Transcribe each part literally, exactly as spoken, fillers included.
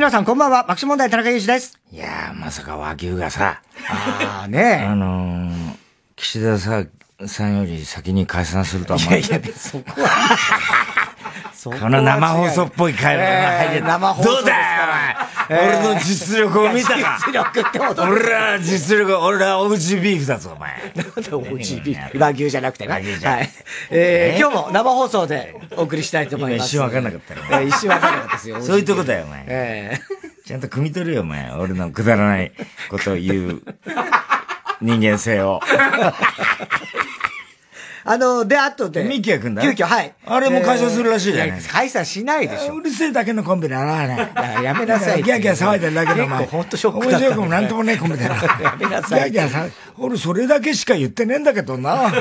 皆さんこんばんは。爆笑問題田中裕二です。 いやー、まさか和牛がさ、 あーねあのー、岸田ささんより先に解散するとは思わない。 いやいや、そこは。 この生放送っぽい会話が入って、 えー、生放送どうだよ、えー、俺の実力を見たか。 実力ってこと俺ら実力、俺らオージービーフだぞ、お前。 なんでオージービーフ和牛じゃなくてね。 和牛じゃなくて。 はい。えー、今日も生放送でお送りしたいと思います。 一瞬わかんなかったね。 えー、一瞬わかんなかったですよ。 そういうとこだよ、お前。 えー、ちゃんと汲み取るよ、お前。俺のくだらないことを言う人間性を。 あの、で、あとで。 ミキヤ君だ。 急遽、はい。 あれも解散するらしいじゃない。 解散しないでしょ。 うるせえだけのコンビだな、あれ。 やめなさい。 ギャーギャー騒いでるだけのお前。 結構ほんとショックだった。 面白くもなんともねえコンビだな。 やめなさい。 ギャーギャーさ、俺それだけしか言ってねえんだけどな。はい 、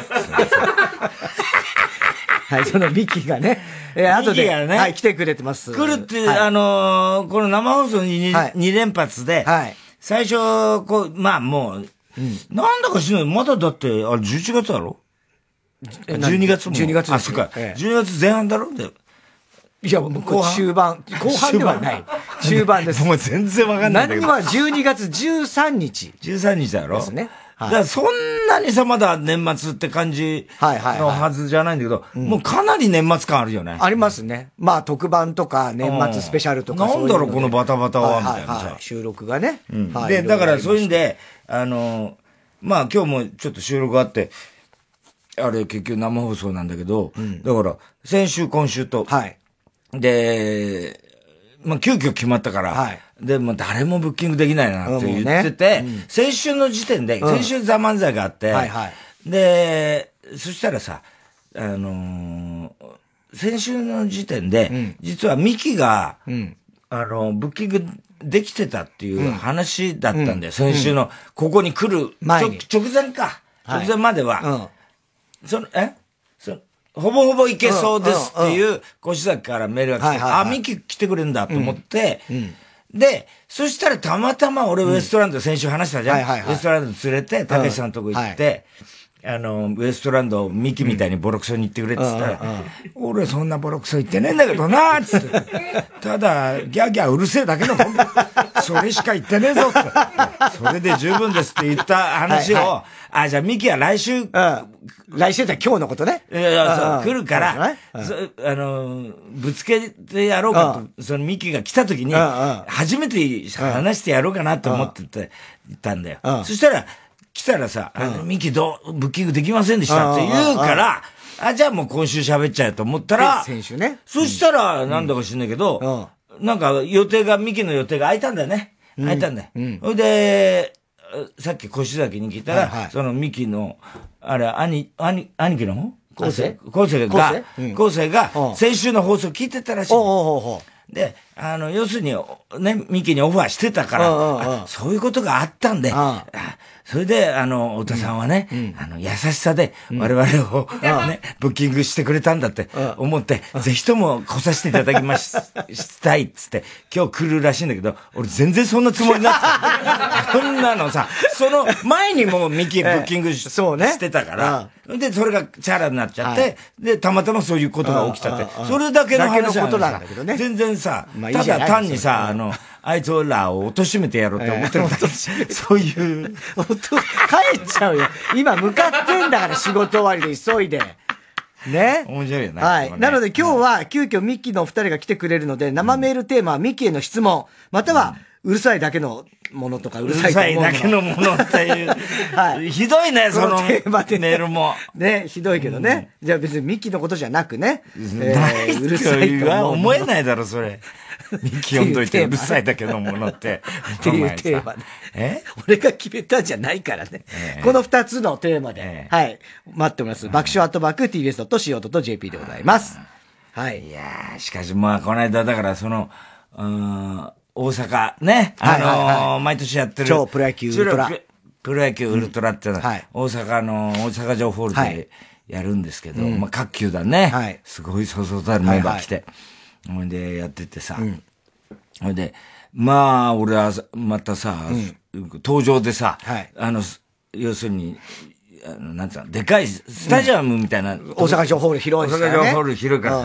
そのミキがね。えー、後で、 ね、 はい、来てくれてます。 来るって、はい、あのー、この生放送に 2,、はい、に連発で、はい、最初、こう、まあもう、うん、なんだかしない。まだだって、あれじゅういちがつだろじゅうにがつも。 じゅうにがつです。 あ、そっか。ええ、じゅうにがつぜん半だろで。 いや、もう後半。終盤。後半ではない。終盤です。 もう全然わかんないんだけど。 何はじゅうにがつじゅうさんにち。 じゅうさんにちだろですね。 はい、だからそんなにさ、まだ年末って感じのはずじゃないんだけど、はいはいはい、もうかなり年末感あるよね。 うん、ありますね。まあ特番とか年末スペシャルとか。 なんだろう、このバタバタは、みたいなさ、はいはい。 収録がね。 うんはい、で、だからそういうんで、あの、まあ今日もちょっと収録があって、あれ結局生放送なんだけど、うん、だから先週今週と、はい、で、まあ急遽決まったから、はい、で、も誰もブッキングできないなって言ってて、ねうん、先週の時点で、先週ザ・漫才があって、うんはいはい、で、そしたらさ、あのー、先週の時点で、うん、実はミキが、うん、あの、ブッキングできてたっていう話だったんだよ、うん、先週の、ここに来る、前に直前か、はい、直前までは、うんその、えその、ほぼほぼいけそうですっていう、越崎からメールが来て、はいはいはい、あ、ミキ来てくれるんだと思って、うんうん、で、そしたらたまたま俺ウエストランド、うん、先週話したじゃん、はいはいはい、ウエストランド連れて、たけしさんのとこ行って、うんはい、あの、ウエストランドをミキみたいにボロクソに言ってくれって言ったら、うんうんうん、俺そんなボロクソ言ってねえんだけどなーつって、ただ、ギャーギャーうるせえだけのコンビ、それしか言ってねえぞって、それで十分ですって言った話を、はいはいあ、じゃあミキは来週、うん、 来週って今日のことね。 いやいや、そう、来るから、あの、ぶつけてやろうかと、そのミキが来た時に、初めて話してやろうかなと思ってて、言ったんだよ。そしたら、来たらさ、あの、ミキどう、ブッキングできませんでしたって言うから、あ、じゃあもう今週喋っちゃえと思ったら、 先週ね。 そしたら、なんだか知んないけど、なんか予定が、ミキの予定が空いたんだよね。空いたんだよ。それで、さっき越崎に聞いたら、はいはい、そのミキの、あれ、兄、兄、兄貴の方昴生昴生が、昴生が、先週の放送聞いてたらしい。で、あの、要するに、ね、ミキにオファーしてたから、そういうことがあったんで、それで、あの、太田さんはね、うん、あの、優しさで、我々を、うん、ね、ブッキングしてくれたんだって思って、うん、ぜひとも来させていただきまし、したいっつって、今日来るらしいんだけど、俺全然そんなつもりなかった。そんなのさ、その前にもミキブッキングし、そうね、してたから、で、それがチャラになっちゃって、はい、で、たまたまそういうことが起きたって、それだけの話なんだけどね。全然さ、まあ、いいただ単にさ、あの、あいつらを貶めてやろうって思ってるんだ、えー、そういう。 帰っちゃうよ。今向かってんだから仕事終わりで急いで。ね。 面白いよね。 はい。ね、なので今日は急遽ミッキーのお二人が来てくれるので、生メールテーマはミッキーへの質問、またはうるさいだけのものとか、うるさいだけのものっていう。はい。ひどいね、そのテーマでメールも。 ね、ひどいけどね。うん、じゃあ別にミッキーのことじゃなくね。 えー、うるさいと思う。思えないだろ、それ。ミッキー読んどいてうるさいだけのものって。 っていうテーマで。え俺が決めたんじゃないからね。えー、この二つのテーマで、えー、はい。待っております。爆笑アットバック ティービーエスドットシーオードットジェーピー でございます。はい。 いやー、しかしまあ、この間だからその、うーん、大阪ね、あのーはいはいはい、毎年やってる。 超プロ野球ウルトラ。 プロ野球ウルトラっていうのは、うんはい、大阪の、大阪城ホールでやるんですけど、はい、まあ各球団ね、はい、すごいそうそうたるメンバー来て、ほ、はい、んでやっててさ、ほ、うん、んで、まあ俺はまたさ、うん、登場でさ、はい、あの、要するに、あの、なんつうの、でかいスタジアムみたいな。うん、 大阪城ホール広いですからね。 大阪城ホール広いからさ、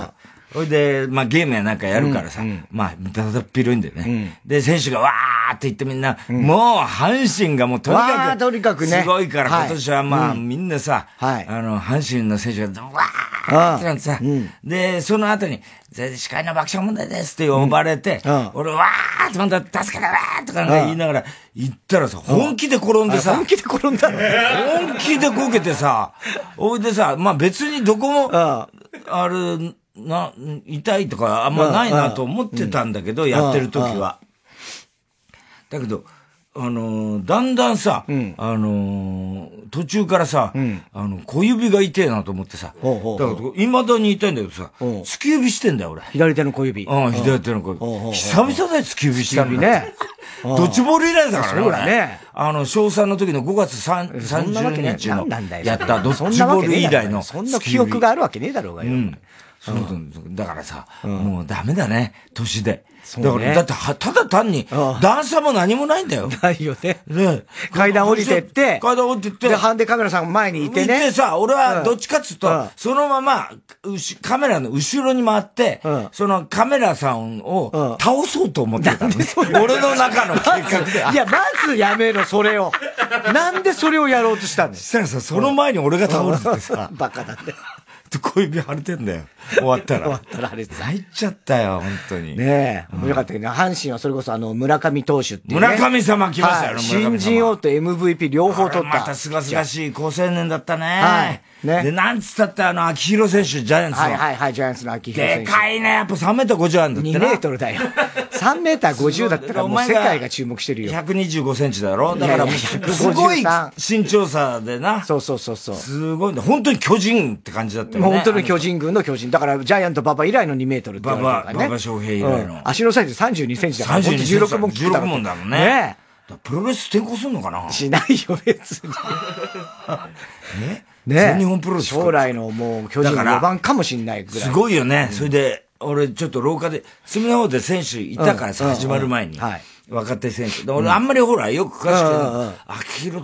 ほいで、まあゲームやなんかやるからさ、まあ、だだっ広いんだよね。で、選手がわーって言ってみんな、もう阪神がもうとにかく、 とにかくね。 すごいから今年はまあみんなさ、あの、阪神の選手がわーってなってさ、で、その後に、司会の爆笑問題ですって呼ばれて、俺わーってまた助けてわーとか言いながら行ったらさ、本気で転んでさ、 本気で転んだ本気でこけてさ、おいでさ、まあ別にどこも、あれ、な、痛いとかあんまないなと思ってたんだけど、やってる時は。だけど、あのー、だんだんさ、うん、あのー、途中からさ、うん、あの、小指が痛いなと思ってさ、だから、未だに痛いんだけどさ、突き指してんだよ、俺。 左手の小指。 うん、左手の小指。久々だよ、突き指したのね。ドッジボール以来だからね。 そうだね。 あの、小さんの時のごがつさんじゅうにちの、やったドッジボール以来の。 そんな記憶があるわけねえだろうがよ。うん。 そうだからさ、もうダメだね、年で。だから、だって、ただ単に、段差も何もないんだよ。 ないよね。ね。階段降りてって、 階段降りてって、 で、ハンデカメラさん前にいてね。 いてさ、俺はどっちかっつうと、そのまま、カメラの後ろに回って、そのカメラさんを倒そうと思ってたの。俺の中の計画で。 いや、まずやめろ、それを。なんでそれをやろうとしたんだよ。 したらさ、その前に俺が倒れてさ。 バカだって。 小指腫れてんだよ。終わったら。 終わったら腫れてた。 泣いちゃったよ、本当に。 ねえ。面白かったけどね。阪神はそれこそあの、村上投手っていう、 ね。村上様来ましたよ、 はい、新人王と エムブイピー 両方取った。 またすがすがしい高青年だったね。はい。ね。で、なんつったってあの、秋広選手、ジャイアンツの。 はいはいはい、ジャイアンツの秋広選手。 でかいね。やっぱさんメーターごじゅうあるんだってな。 にメートルだよ。さんメーターごじゅうだったらもう世界が注目してるよ。 ひゃくにじゅうごセンチだろ。だからもう、すごい身長差でな。 そうそうそうそう。 すごいんだ。本当に巨人って感じだったよね。 本当に巨人軍の巨人。だから、ジャイアント馬場以来のにメートルって言われてるからね。 馬場翔平以来の。 足のサイズさんじゅうにセンチだから。 じゅうにじゅうろくもんじゅうろくもんだもんね。ねプロレス転向すんのかなしないよ、別に。 えね日本プロレス将来のもう巨人のよばんかもしんないぐらい。 すごいよね。それで、俺ちょっと廊下で、隅の方で選手いたからさ、始まる前に。はい。若手選手。俺あんまりほら、よく詳しくない。秋広って、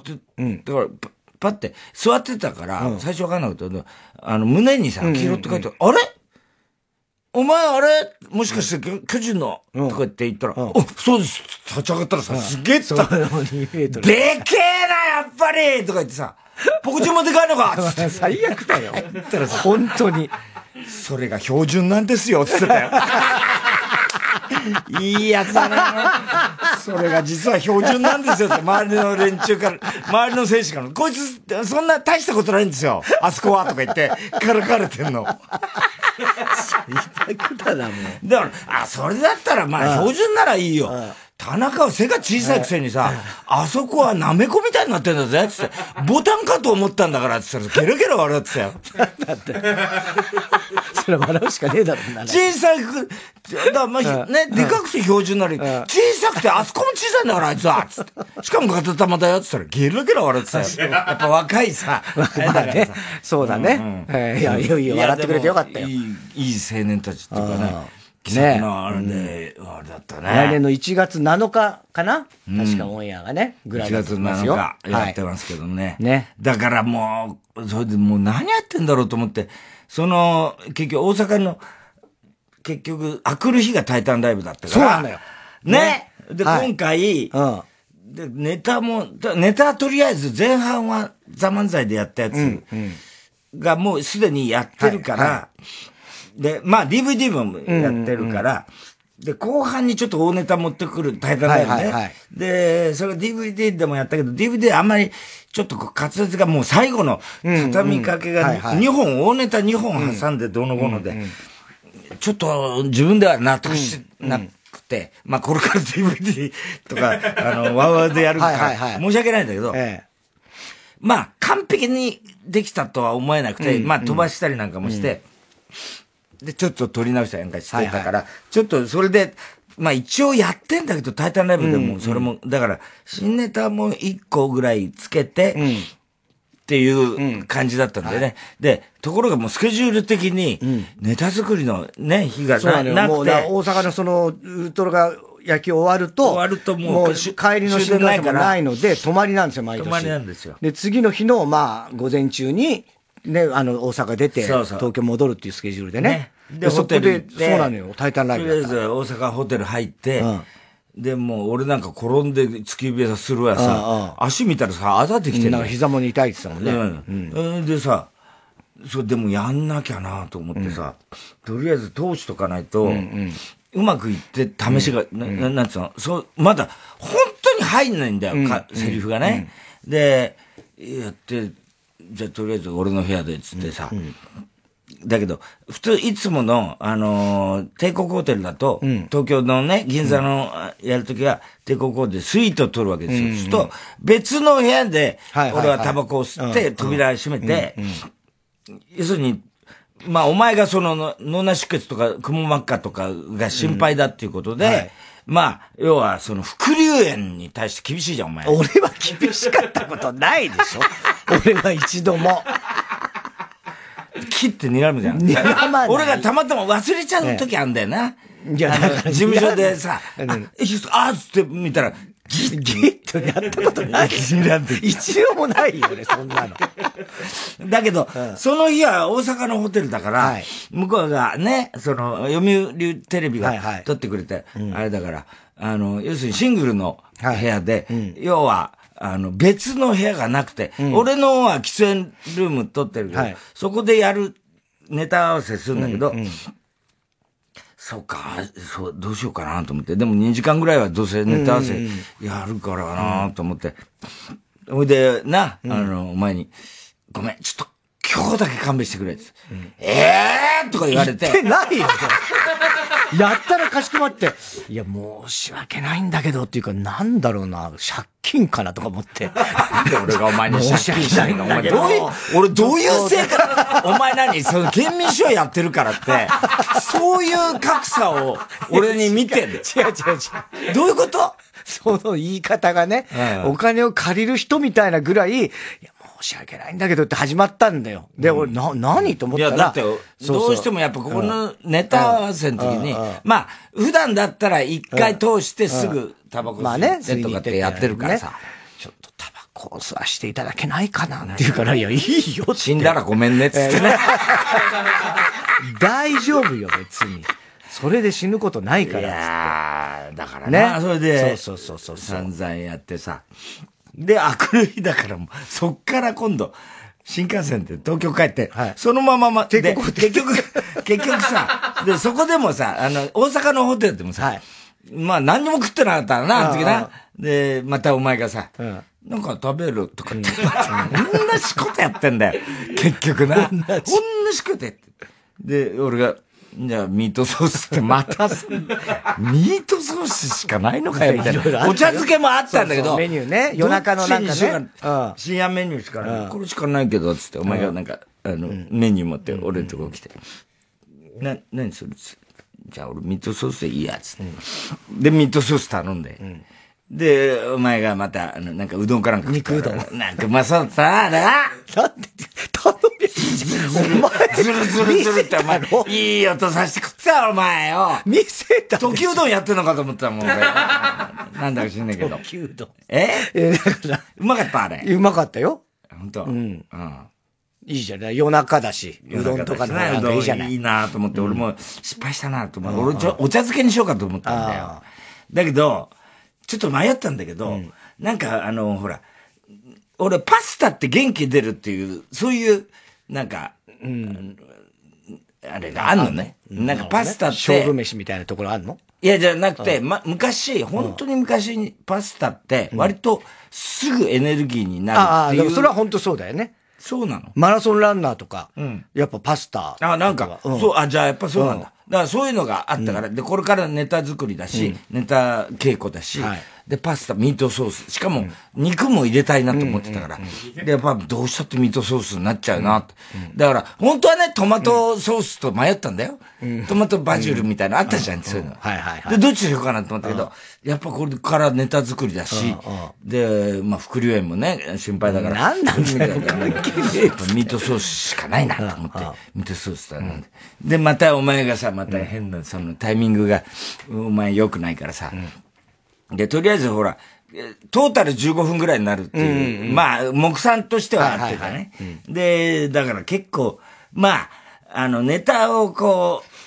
だから、パって座ってたから、最初わかんなかったけど、あの、胸にさ、秋広って書いてある。あれお前あれもしかして巨人のとか言って言ったら、お、そうです。立ち上がったらさ、すげえって言ったら、でけえな、やっぱりとか言ってさ、ポコチンもでかいのか最悪だよ。言ったらさ、本当に。 それが標準なんですよ、つってたよ。いいやつだな。それが実は標準なんですよって、周りの連中から、周りの選手から、こいつ、そんな大したことないんですよ。あそこは、とか言って、からかれてんの。 最悪だな、もう。 だから、あ、それだったら、まあ、標準ならいいよ。田中は背が小さいくせにさ、あそこはなめこみたいになってんだぜ、つって。ボタンかと思ったんだから、つったら、ゲラゲラ笑ってたよ。 だって。それ笑うしかねえだろ、 小さく、だまあ、ね、でかくて標準なり、小さくてあそこも小さいんだから、あいつは、つって。しかも片玉だよ、つったら、ゲラゲラ笑ってたよ。やっぱ若いさ。 まあね。そうだね。いや、いよいよ笑ってくれてよかったよ。いい、いい青年たちっていうかね。ねあれで、あれだったね。 来年のいちがつなのかかな確かオンエアがね、ぐらいだと思いますよ。いちがつなのかやってますけどね。ね。だからもう、それでもう何やってんだろうと思って、その、結局大阪の、結局、あくる日がタイタンライブだったから。 そうなんだよ。 ね。で、今回、で、ネタも、ネタはとりあえず前半はザ・漫才でやったやつがもうすでにやってるから、で、まあ ディーブイディー もやってるから、で、後半にちょっと大ネタ持ってくるタイタンライブね。はいはいはい、で、それ ディーブイディー でもやったけど、ディーブイディー あんまり、ちょっとこう滑舌がもう最後の畳みかけがにほん、大ネタにほん挟んでどうのこうので、ちょっと自分では納得しなくて、まあこれから ディーブイディー とか、あの、ワウワウでやるから、申し訳ないんだけど、まあ完璧にできたとは思えなくて、まあ飛ばしたりなんかもして、で、ちょっと撮り直したりなんかしてたから、はいはい、ちょっとそれで、まあ一応やってんだけど、タイタンライブでも、それも、うんうん、だから、新ネタも一個ぐらいつけて、うん、っていう感じだったんでね、うんはい。で、ところがもうスケジュール的に、ネタ作りのね、日が な, なくて。 大阪のその、ウルトラが野球終わると、 終わるともう、 もう帰りの新幹線もないので、泊まりなんですよ、毎年。 泊まりなんですよ。 で、次の日の、まあ、午前中に、ね、あの、大阪出て、そうそう東京戻るっていうスケジュールでね。ねで、そこで、そうなのよ、タイタンライブ。 とりあえず大阪ホテル入って、で、もう俺なんか転んで突き指するわさ、足見たらさ、あざってきてる。 なんか膝も痛いって言ってたもんね。うん。でさ、それでもやんなきゃなと思ってさ、とりあえず通しとかないと、うまくいって試しが、ななんつうの、そう、まだ本当に入んないんだよ、かセリフがね。で、やって、じゃあとりあえず俺の部屋でつってさ、だけど、普通いつもの、あのー、帝国ホテルだと、うん、東京のね、銀座のやるときは、帝国ホテルでスイートを取るわけですよ。そうすると、別の部屋で、俺はタバコを吸って、扉閉めて、要するに、まあ、お前がその、脳内出血とか、くも膜下とかが心配だっていうことで、うんはい、まあ、要は、その、副流炎に対して厳しいじゃん、お前。 俺は厳しかったことないでしょ俺は一度も。 切って睨むじゃん。睨まない。俺がたまたま忘れちゃう時あるんだよな。いや、事務所でさ、あーっつって見たら、 ギッ、ギッとやったことない。一応もないよね、そんなの。 だけど、その日は大阪のホテルだから、向こうがね、その、読売テレビが撮ってくれて、あれだから、あの、要するにシングルの部屋で、要は、あの、別の部屋がなくて、うん、俺のは喫煙ルーム取ってるけど、はい、そこでやるネタ合わせするんだけど、うんうん、そうか、そう、どうしようかなと思って、でもにじかんぐらいはどうせネタ合わせやるからなと思って、ほ、うん、いで、な、あの、お前に、ごめん、ちょっと今日だけ勘弁してくれって、うん、えーとか言われて。 言ってないよ、やったらかしこまって、いや、申し訳ないんだけどっていうか、なんだろうな、借金かなとか思って。 なんで俺がお前に借金したいのお前どういう、俺どういう性格お前何その県民賞やってるからって、そういう格差を俺に見てる。 違う違う違う。どういうこと？ その言い方がね、うん、お金を借りる人みたいなぐらい、いや申し訳ないんだけどって始まったんだよ。で、俺、な、何と思ったら。いや、 だって、どうしてもやっぱここのネタ合わせの時に、まあ、普段だったら一回通してすぐタバコ吸ってとかってやってるからさ。 ちょっとタバコを吸わしていただけないかなって言うから、いや、いいよって。 死んだらごめんねっつってね。 大丈夫よ、別に。それで死ぬことないからっつって。いやー、だからね。それで、そうそうそうそう。散々やってさ。で、明るいだからもう、そっから今度、新幹線で東京帰って、はい、そのままま、で、結局、結局さ、で、そこでもさ、あの、大阪のホテルでもさ、はい、まあ何にも食ってなかったらな、あの時な。で、またお前がさ、うん、なんか食べるとかって、同じことやってんだよ。結局な。同じことやって。で、俺が、じゃあ、ミートソースってまた、ミートソースしかないのかよ、みたいな。お茶漬けもあったんだけど。そうそうメニューね。夜中のなんかね。 深夜メニューしかない。これしかないけど、つって、お前がなんか、あの、メニュー持って、俺のとこ来て。な、何するじゃあ、俺ミートソースでいいや、つって。で、ミートソース頼んで。で、お前がまた、あの、なんかうどんかなんか。 肉うどん。 なんかうまそうだな、な。 なんで、頼みお前、ずるずるずるって、お前、いい音させて食ったよ、お前よ。 見せた。 時うどんやってんのかと思ったもん、俺。なんだか知んないけど。 時うどん。 ええ、だから。 うまかったあれ。 うまかったよ。 本当。 うん。うん。いいじゃない。夜中だし。うどんとかの方がいいじゃない。 いいなと思って、俺も失敗したなと思って、俺お茶漬けにしようかと思ったんだよ。だけど、ちょっと迷ったんだけど、なんかあの、ほら、俺パスタって元気出るっていう、そういう、なんか、うん、あれがあんのね。なんかパスタって。 勝負飯みたいなところあんの？ いや、じゃなくて、ま、昔、本当に昔にパスタって、割とすぐエネルギーになるっていう。ああ、 それは本当そうだよね。 そうなの？ マラソンランナーとか、うん、やっぱパスタ。 あ、なんか、うん、そう、あ、じゃあやっぱそうなんだ。だからそういうのがあったから、うん、で、これからネタ作りだし、うん、ネタ稽古だし、はい、で、パスタ、ミートソース、しかも、肉も入れたいなと思ってたから、で、やっぱどうしたってミートソースになっちゃうなって。うん、だから、本当はね、トマトソースと迷ったんだよ。うん、トマトバジルみたいなのあったじゃん、そういうの。はいはいはい。で、どっちにしようかなと思ったけど、やっぱこれからネタ作りだし、で、まあ、副流炎もね、心配だから。 なんなんだよ、 やっぱミートソースしかないなと思って、ミートソースだなんで。で、またお前がさ、また変な、そのタイミングが、お前良くないからさ、で、とりあえずほら、トータルじゅうごふんぐらいになるっていう、うんうん、まあ、目算としてはあってたね。はいはいはい、で、だから結構、まあ、あの、ネタをこ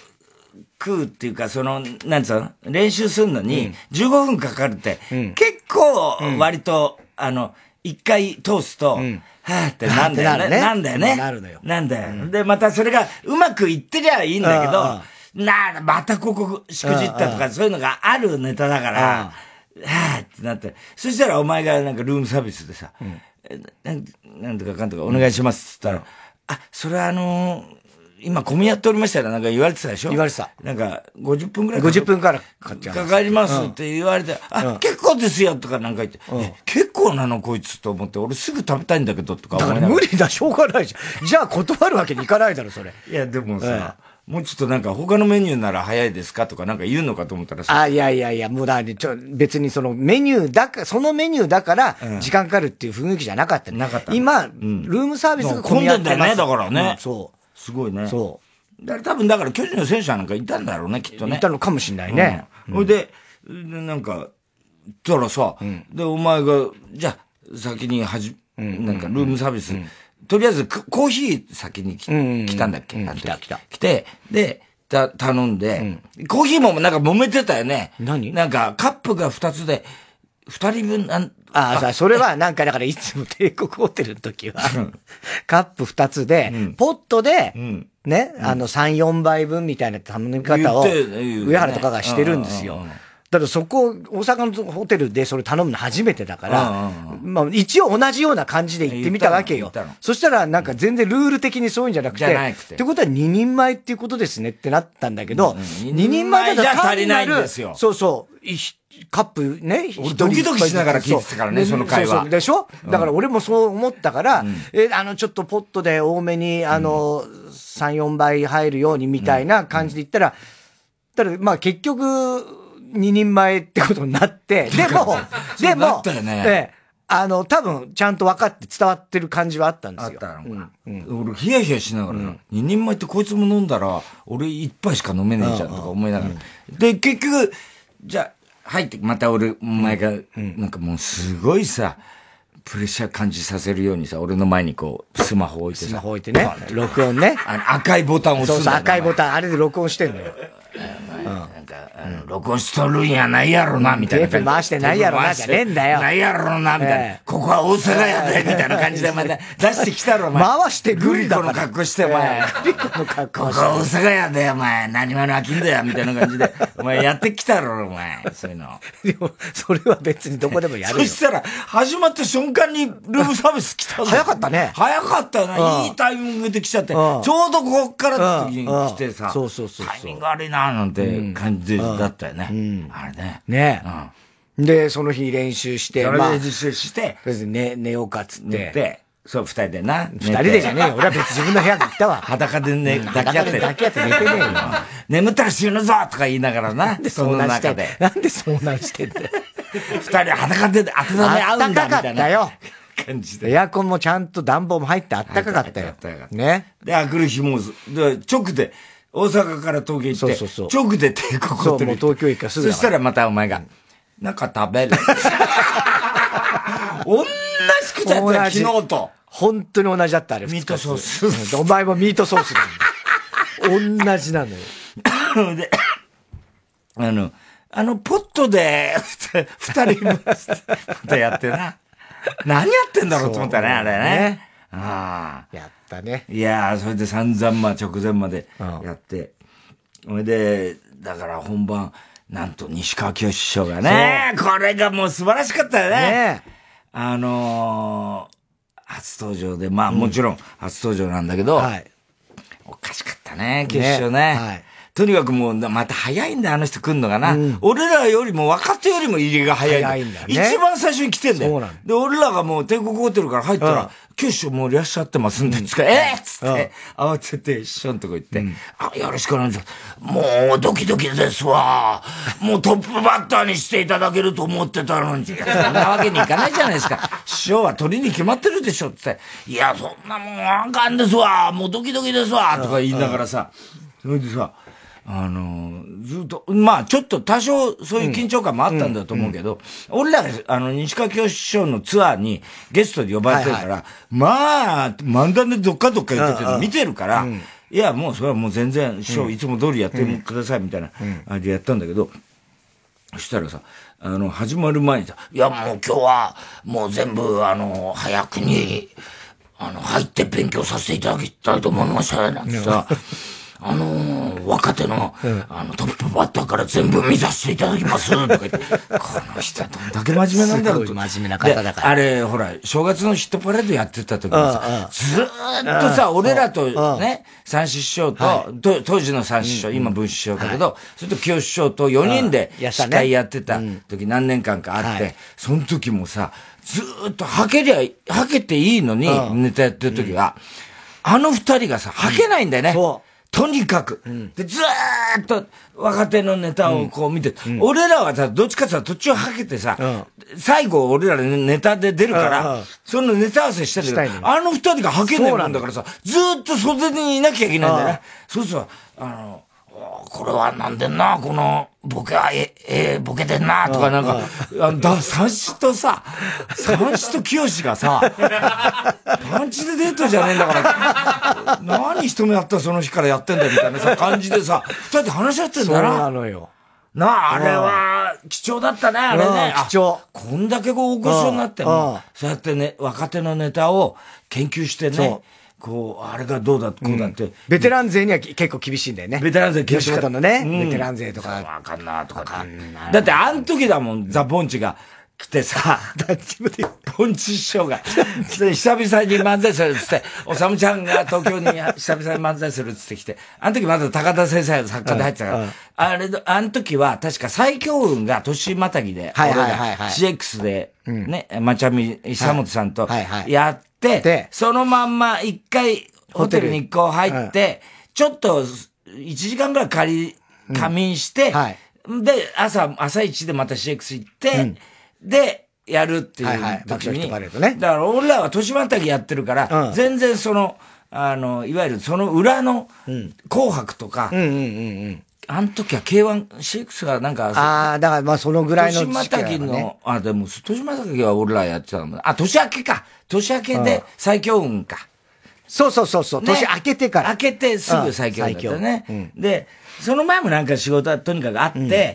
食うっていうか、その、なんつうの練習するのに、じゅうごふんかかるって、うん、結構、割と、うん、あの、一回通すと、うん、はぁってなんだよね。ねなんだよね。 なるのよ。 なんだよ。うん、で、またそれがうまくいってりゃいいんだけど、なあ、またここしくじったとか、そういうのがあるネタだから、はぁってなって、そしたらお前がなんかルームサービスでさ、うん、なんなんとかかんとかお願いしますって言ったら、うん、あ、それはあのー、今、混みやっておりましたら、なんか言われてたでしょ言われてた。 なんか、ごじゅっぷんくらいごじゅっぷんからかかっちゃう。 かかりますって言われて、うん、あ、うん、結構ですよとかなんか言って、うん、え、結構なのこいつと思って、俺すぐ食べたいんだけどとか思いながら。 無理だ、しょうがないじゃん。じゃあ断るわけにいかないだろ、それ。 いや、でもさ、うん、もうちょっとなんか他のメニューなら早いですかとかなんか言うのかと思ったらさ。 あ、いやいやいや、もうだ、ちょ、別にそのメニューだか、そのメニューだから、時間かかるっていう雰囲気じゃなかった、ね、 なかった。 今、うん、ルームサービスが混んでんだよね、だからね。 うん、そう。 すごいね。 そう。 だから多分、だから巨人の選手なんかいたんだろうね、きっとね。 いたのかもしれないね。 ほ、うん、いで、なんか、たらさ、うん、で、お前が、じゃあ、先にはじ、うん、なんかルームサービス、うん、とりあえずコーヒー先に来、うん、来たんだっけ、うん、 来た来た。 来て、で、た、頼んで、うん、コーヒーもなんか揉めてたよね。 何なんか、カップが二つで、二人分なん、 ああ、それはなんかだからいつも帝国ホテルの時は、カップ二つで、うん、ポットで、うん、ね、うん、あのさん、よんばいぶんみたいな頼み方を、上原とかがしてるんですよ。だからそこ、大阪のホテルでそれ頼むの初めてだから、まあ一応同じような感じで言ってみたわけよ。そしたらなんか全然ルール的にそういうんじゃなくて、ってことはににんまえっていうことですねってなったんだけど、ににんまえだと足りないんですよ。 そうそう。カップね、 俺ドキドキしながら聞いてたからね、その会話。そうそうでしょ、うん、だから俺もそう思ったから、うん、え、あの、ちょっとポットで多めに、あの、うん、さん、よんばい入るようにみたいな感じで言ったら、ただ、まあ結局、ににんまえってことになって、でも、でも、 ね、 え、あの、多分、ちゃんと分かって伝わってる感じはあったんですよ。 あったのか。うんうん、俺、ヒヤヒヤしながら、うん、ににんまえってこいつも飲んだら、俺一杯しか飲めねえじゃんとか思いながら。うん、で、結局、じゃあ、入って、また俺、お前が、なんかもうすごいさ、プレッシャー感じさせるようにさ、俺の前にこう、スマホ置いてさ。 スマホ置いてね。録音ね。 あの赤いボタンを押すんだよ。 そうそう、赤いボタン、あれで録音してんのよ。 なんか、あの、録音しとるんやないやろな、みたいな。 テープ回してないやろな、じゃねえんだよ。 ないやろな、みたいな。ここは大阪やで、みたいな感じで、また出してきたろ、お前。 回してグリコの格好して、お前。 グリコの格好して。ここは大阪やで、お前。何者飽きんだよ、みたいな感じで。お前やってきたろ、お前。そういうの。 でも、それは別にどこでもやるよ。 そしたら、始まった瞬間にルームサービス来たんだ。 早かったね。 早かったよな。いいタイミングで来ちゃって。ちょうどこっからって時に来てさ。 そうそうそう。 タイミング悪いな、なんて感じだったよね。うん、あれね。 ねえ、うん。で、その日練習して、 それで練習して、 まあ、寝、寝ようかっつって。 で、そう、二人でな。 二人でじゃねえよ。俺は別に自分の部屋に行ったわ。 裸でね、 抱き合って。抱き合って寝てねえよ。 眠ったら死ぬぞとか言いながらな。 なんでそんなんしてんだよ。なんでそんなんしてんだよ。 二人裸で温め合うんだみたいな。あったかかったよ。 感じで。 エアコンもちゃんと暖房も入ってあったかかったよ。ね。 で、あくる日も、で、直で、大阪から東京行って、そうそうそう直で帝国ホテル。 そう、もう東京行くからすぐ。 そしたらまたお前が、なんか食べる。同じくだったよ、昨日と。 本当に同じだった、あれ。 ミートソース。 お前もミートソースだ。同じなのよ。 で、あの、あの、ポットで、二人分、またやってな。何やってんだろうと思ったね、あれね。ああ。やったね。 いやー、それで散々まあ直前までやって。それで、だから本番、なんと西川きよし師匠がね、これがもう素晴らしかったよね。ねあのー、初登場で、まあもちろん初登場なんだけど、うんはい、おかしかったね、決勝ね。ねはいとにかくもう、また早いんだよ、あの人来んのがな。うん、俺らよりも、若手よりも入りが早いんだ。早いんだよね。一番最初に来てんだよ。そうなんだ。で、俺らがもう帝国ホテルから入ったら、教師もういらっしゃってますんで、つか、えっつって、慌てて師匠のとこ行って、あ、よろしくお願いします。もう、ドキドキですわ。もうトップバッターにしていただけると思ってたのに。そんなわけにいかないじゃないですか。師匠は鳥に決まってるでしょって。いや、そんなもんあかんですわ。もうドキドキですわ。とか言いながらさ、それでさ、あの、ずっと、まあちょっと多少そういう緊張感もあったんだと思うけど、うんうん、俺らが、あの、西川きよし師匠のツアーにゲストで呼ばれてるから、はいはい、まあ、漫談でどっかどっか言ってるの見てるから、うん、 いや、もうそれはもう全然、師匠いつも通りやってくださいみたいな、あれでやったんだけど、そしたらさ、あの、始まる前にさ、いや、もう今日は、もう全部、あの、早くに、あの、入って勉強させていただきたいと思いましたなんてさ、あのー、若手の、うん、あの、トップバッターから全部見させていただきます、とか言って、この人はどんだけ真面目なんだろうと。 真面目な方だから。 あれ、ほら、正月のヒットパレードやってた時にさ、ずーっとさ、俺らとね、三師匠と、はい、当時の三師匠、うん、今文師匠だけど、はい、それと清師匠とよにんで司会やってた時何年間かあって、はい、その時もさ、ずーっとはけりゃ、はけていいのに、ネタやってる時は、うん、あの二人がさ、はけないんだよね。そうとにかく、うん、で、ずーっと若手のネタをこう見て、うん、俺らはさ、どっちかってさ、途中はけてさ、うん、最後俺らネタで出るから、うん、そのネタ合わせしてるけど、あの二人がはけないもんだからさ、ずーっと袖にいなきゃいけないんだよね。そうそう、あの、これはなんでんな、この、ボケは、え、えー、ボケてんな、とかなんか、あの、だ、三子とさ、三子と清がさ、パンチでデートじゃねえんだから、何一目やったらその日からやってんだよみたいなさ、感じでさ、二人で話し合ってんだな。 そうなのよ。 なあ、あれは、貴重だったね、あれね。 貴重。 こんだけこう、大御所になっても、そうやってね、若手のネタを研究してね、こう、あれがどうだ、こうだって、うん。 ベテラン勢には結構厳しいんだよね。 ベテラン勢厳しい。 吉本のね、うん、ベテラン勢とか。 わかんなとか。わかんない。だってあの時だもん、ザ・ポンチが来てさ、ポンチ師匠が、久々に漫才するっつって、おさむちゃんが東京に久々に漫才するっつって来て、あの時まだ高田先生が作家で入ってたから、うんうん、あれ、あの時は確か最強運が年またぎで、 はいはいはいはい、 シーエックス でね、うん、まちゃみ、久本さんとやって、はいはいはい、そのまんま一回、ホテルにこう入って、うん、ちょっといちじかんぐらい仮、仮眠して、うんはい、で、朝、朝一でまた シーエックス 行って、うん、で、やるっていう時に、はいはい、爆笑ヒットパレードね。だから俺らは年またぎやってるから、うん、全然その、あの、いわゆるその裏の紅白とか、うんうんうんうん、あの時は ケーワン、シーエックス がなんか、 ああ、だからまあそのぐらいの時期、ね、年またぎの、あ、でも年またぎは俺らやってたの。あ、年明けか。年明けで最強運か。 そうそうそうそう、ね、年明けてから。 明けてすぐ最強だったね、うん。で、その前もなんか仕事はとにかくあって、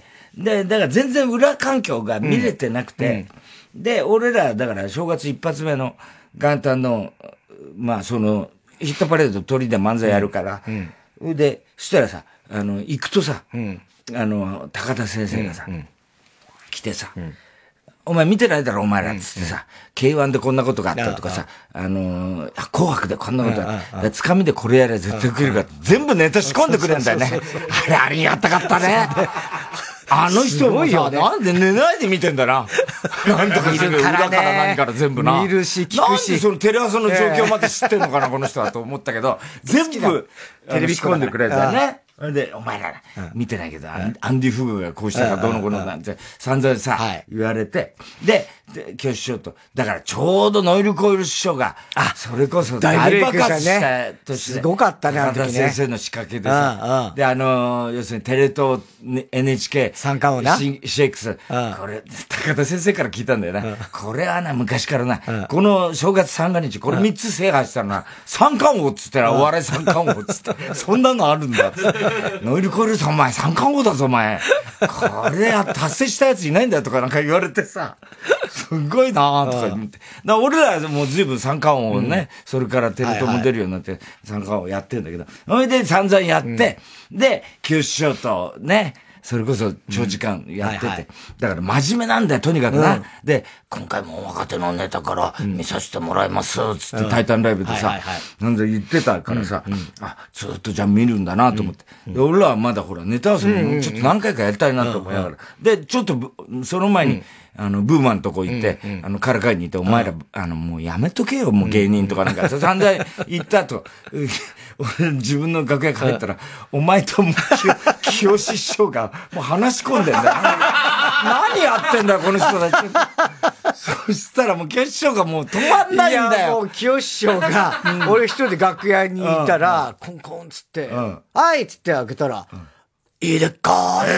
うん、で、だから全然裏環境が見れてなくて、うん、で、俺ら、だから正月一発目の元旦の、まあその、ヒットパレード鳥で漫才やるから、うんうん、で、そしたらさ、あの、行くとさ、うん、あの、高田先生がさ、うんうん、来てさ、うんお前見てないだろ、お前らっつってさ、うん、ケーワン でこんなことがあったとかさ、あのー、紅白でこんなことあった。つかみでこれやれば絶対来るから、全部ネタ仕込んでくれんだよね。あれ、ありがたかったね。あの人もさ、ね、なんで寝ないで見てんだな。なんとかする、裏から何から全部な。 見るし、聞くし。 なんでそのテレ朝の状況まで知ってんのかな、この人はと思ったけど、全部、テレビ仕込んでくれんだよね。で、お前ら、見てないけど、アンディ・フグがこうしたかどうのこうのなんて、散々さ、言われて、で、教師匠と、だからちょうどノイル・コイル師匠が、あ、それこそ大爆発した年すごかったね、あの時ね。先生の仕掛けでさ、で、あの、要するにテレ東、エヌエイチケー、 三冠王な。 シーエックス、これ、高田先生から聞いたんだよな。これはな、昔からな、この正月三が日、これ三つ制覇したらな、三冠王っつったら、お笑い三冠王っつって、そんなのあるんだっつって。ノイル・コイルさん、お前三冠王だぞ、お前。これは達成したやついないんだよとかなんか言われてさ、すごいなぁとか言って。だ俺らもう随分三冠王をね、うん、それからテレ東も出るようになって三冠王やってるんだけど、それで散々やって、うん、で、九州師匠とね、それこそ長時間やってて、うんはいはい、だから真面目なんだよ、とにかくな、うん。で、今回も若手のネタから見させてもらいます、つって、タイタンライブでさ、なんで言ってたからさ、うんうん、あ、ずっとじゃあ見るんだなと思って、うんうん、で。俺らはまだほら、ネタ合わせもちょっと何回かやりたいなと思いながら。で、ちょっと、その前に、うんあの、ブーマンのとこ行って、うんうん、あの、からかいに行って、お前ら、うん、あの、もうやめとけよ、もう芸人とかなんか、うん、散々行った後、俺、自分の楽屋帰ったら、うん、お前ともう、清志師匠が、もう話し込んでんだよ。何やってんだよ、この人たち。そしたらもう、清志師匠がもう止まんないんだよ。いや、もう、 清志師匠が、うん、俺一人で楽屋にいたら、うん、コンコンつって、うん、はいっつって開けたら、うん、いいでっかーって。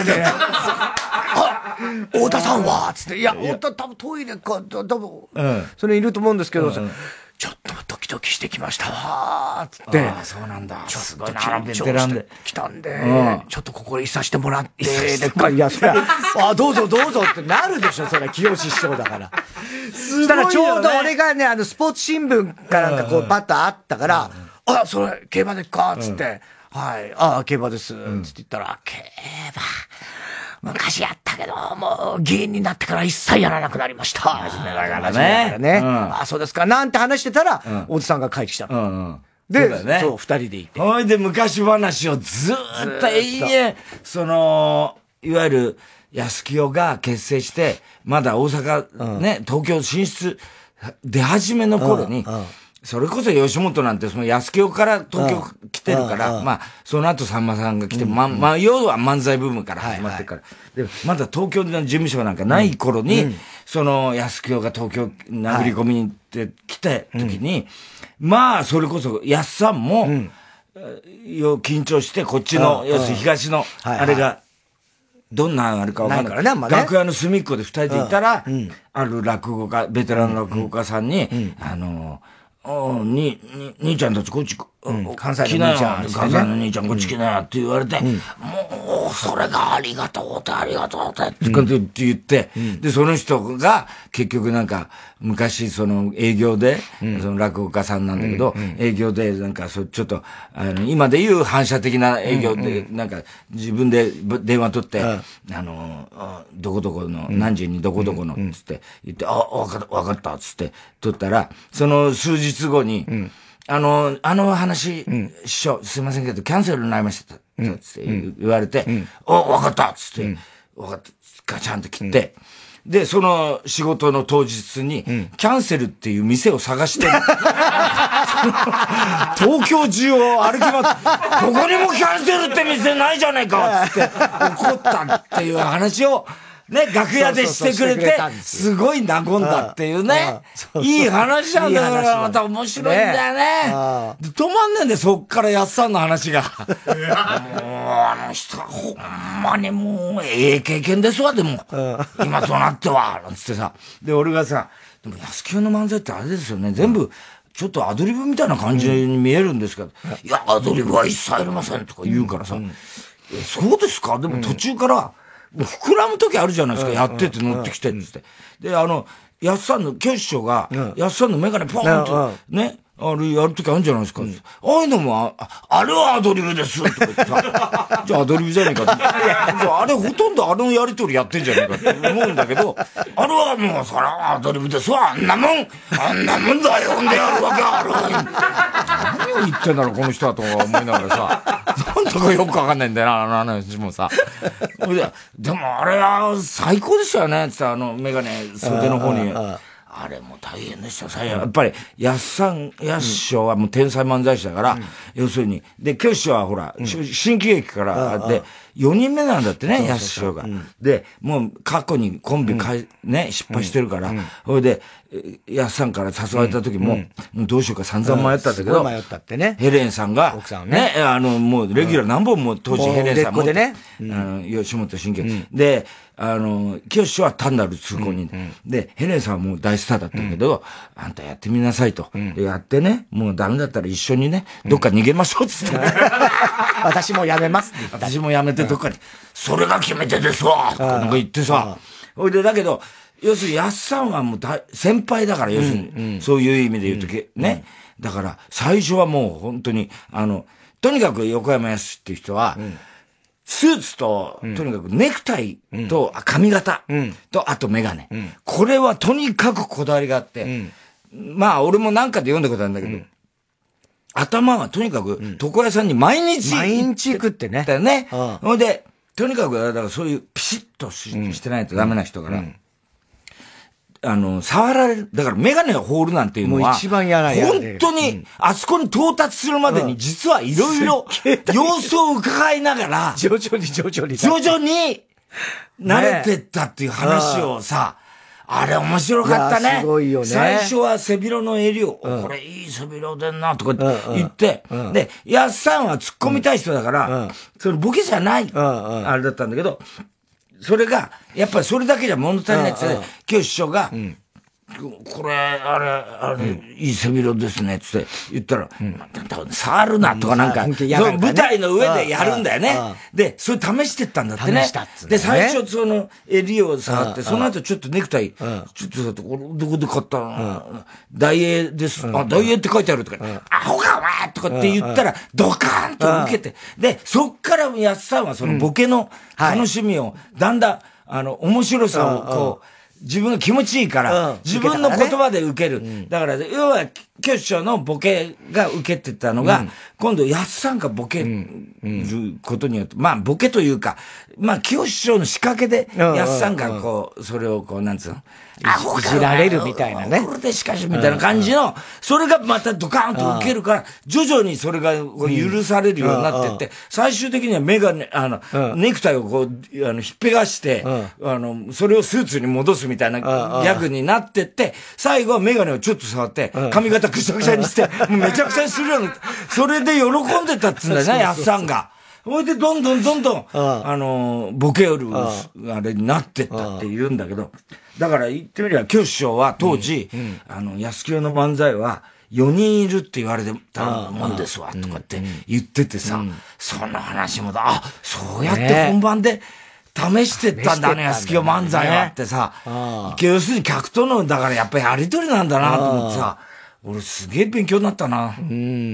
太田さんはつって、いや、太田多分トイレか、多分、うん、それいると思うんですけど、うんうん、 ちょっとドキドキしてきましたわ、つって。 ああ、そうなんだ。 ちょっと緊張してきたんで、ちょっとここでいさせてもらって、で、いや、そりゃ、あ、どうぞどうぞってなるでしょ、それ、清志師匠だから。そしたらちょうど俺がね、あの、スポーツ新聞かなんかこう、パッとあったから、あ、それ、競馬でっか、つって、はい、あ、競馬です、つって言ったら、競馬、昔やったけど、もう、議員になってから一切やらなくなりました。 真面目だからね。 ね。あ、そうですか。なんて話してたら、おじさんが帰ってきたの。で、そう、二人でいて。 ほいで、昔話をずーっと永遠、その、いわゆる、安清が結成して、まだ大阪、ね、東京進出、出始めの頃に、それこそ吉本なんて、その安清から東京来てるから、まあ、その後さんまさんが来て、ま、まあ、要は漫才ブームから始まってから。で、まだ東京の事務所なんかない頃に、その安清が東京殴り込みに行って来た時に、まあ、それこそ安さんも、緊張して、こっちの、要するに東の、あれが、どんなあれかわかんないからね。楽屋の隅っこで二人でいたら、ある落語家、ベテランの落語家さんに、あの、に、に、兄ちゃんたちこっち、 関西の兄ちゃん。 関西の兄ちゃんこっち来なよって言われて、もう、それがありがとうってありがとうってって言って、で、その人が結局なんか、昔その営業で、その落語家さんなんだけど、営業でなんかそちょっと、あの、今で言う反射的な営業で、なんか自分で電話取って、あの、どこどこの、何時にどこどこの、つって言って、あ、わかった、わかった、つって取ったら、その数日後に、うん、あの、あの話、うん、師匠、すいませんけど、キャンセルになりました。うん、つって言われて、うん、お、わかったつって、うん、わかった、ガチャンって切って、うん、で、その仕事の当日に、うん、キャンセルっていう店を探して、東京中を歩き回って、どこにもキャンセルって店ないじゃないかつって怒ったっていう話を、ね、楽屋でしてくれて、すごい和んだっていうね。いい話なんだから、また面白いんだよね。止まんねんで、そっからやっさんの話が。もう、あの人はほんまにもう、ええ経験ですわ、でも。今となっては、なんつってさ。で、俺がさ、でも安清の漫才ってあれですよね、全部、ちょっとアドリブみたいな感じに見えるんですけど、いや、アドリブは一切ありませんとか言うからさ、そうですかでも途中から、膨らむ時あるじゃないですか、やってて乗ってきてってって。で、あの、やっさんの、教師匠が、やっさんのメガネポーンと、ね、あれやる時あるんじゃないですか。ああいうのも、あ、あれはアドリブですとか言ってさ、じゃあアドリブじゃねえかって。あれほとんどあのやりとりやってんじゃねえかって思うんだけど、あれはもう、それはアドリブですわ、あんなもん、あんなもんだよ、んでやるわけある。何を言ってんだろう、この人はと思いながらさ。なんとかよくわかんないんだよな、あの話もさ。でもあれは最高でしたよね、つってあのメガネ袖の方に。あれも大変でしたさ。やっぱり、やっさん、やっしょはもう天才漫才師だから、うん、要するに、で、教師はほら、うん、新喜劇からで、よにんめなんだってね、やっしょが。で、もう過去にコンビかい、うん、ね、失敗してるから、それで、やっさんから誘われた時も、もうどうしようか散々迷ったんだけど、 迷ったってね。 ヘレンさんが、 奥さんね、 ね、あの、もうレギュラー何本も当時ヘレンさんも、 でね、 あの、吉本新喜劇。で、あの、清志は単なる通行人、うんうん、で、ヘレンさんはもう大スターだったけど、うん、あんたやってみなさいと、うん、で。やってね、もうダメだったら一緒にね、どっか逃げましょうっつって。 私もやめますって言った。 私もやめてどっかに、うん、それが決め手ですわとかなんか言ってさ。ほいで、だけど、要するに、やっさんはもう大先輩だから、要するに、うんうん、そういう意味で言うとき、うん、ね、うん。だから、最初はもう本当に、あの、とにかく横山やすっていう人は、うんスーツと、とにかくネクタイと髪型と、あとメガネ。これはとにかくこだわりがあって、まあ俺もなんかで読んだことあるんだけど、頭はとにかく床屋さんに毎日毎日行くってね。 だよね。ほんで、とにかくだからそういうピシッとしてないとダメな人から、あの、触られる。だからメガネを放るなんていうのは、 もう一番やらない。 本当に、あそこに到達するまでに、実はいろいろ、様子を伺いながら、 徐々に徐々に。 徐々に、慣れてったっていう話をさ、あれ面白かったね。 すごいよね。 最初は背広の襟を、これいい背広でんな、とか言って、で、やっさんは突っ込みたい人だから、それボケじゃない、あれだったんだけど、それが、やっぱりそれだけじゃ物足りないって、今日師匠が、 これ、あれ、あれ、うん、いい背広ですね、つって言ったら、うん、触るなとかなんか、うん、その舞台の上でやるんだよね。で、それ試してったんだってね。試したっつね。で、最初その襟を触って、その後ちょっとネクタイ、ちょっとさ、どこで買ったの大英です。あ、大英って書いてあるとか、アホかお前とかって言ったら、ドカーンと受けて、で、そっから安さんはそのボケの楽しみを、だんだん、あの、面白さをこう、自分が気持ちいいから、うん、自分の言葉で受ける。ね、だから、要は、教師匠のボケが受けてたのが、うん、今度、安さんがボケることによって、まあ、ボケというか、まあ、教師匠の仕掛けで、安さんがこう、それをこう、なんつうの、 あ、いじられるみたいなね。 これでしかし、みたいな感じの、それがまたドカーンと受けるから、徐々にそれが許されるようになってって、最終的にはメガネ、あの、ネクタイをこう、あの、ひっぺがして、あの、それをスーツに戻すみたいなギャグになってって、最後はメガネをちょっと触って、髪型ぐしゃぐしゃにして、もうめちゃくちゃにするような、それで喜んでたっつうんだよね、やっさんが。それでどんどんどんどん、あの、ボケる、あれになってったって言うんだけど、だから言ってみれば、教師匠は当時、あの、安清の漫才は、よにんいるって言われてたもんですわ、とかって言っててさ、その話もだ、あ、そうやって本番で試してったんだね、安清漫才はってさ、要するに客との、だからやっぱりやりとりなんだなと思ってさ、俺すげえ勉強になったな。うん。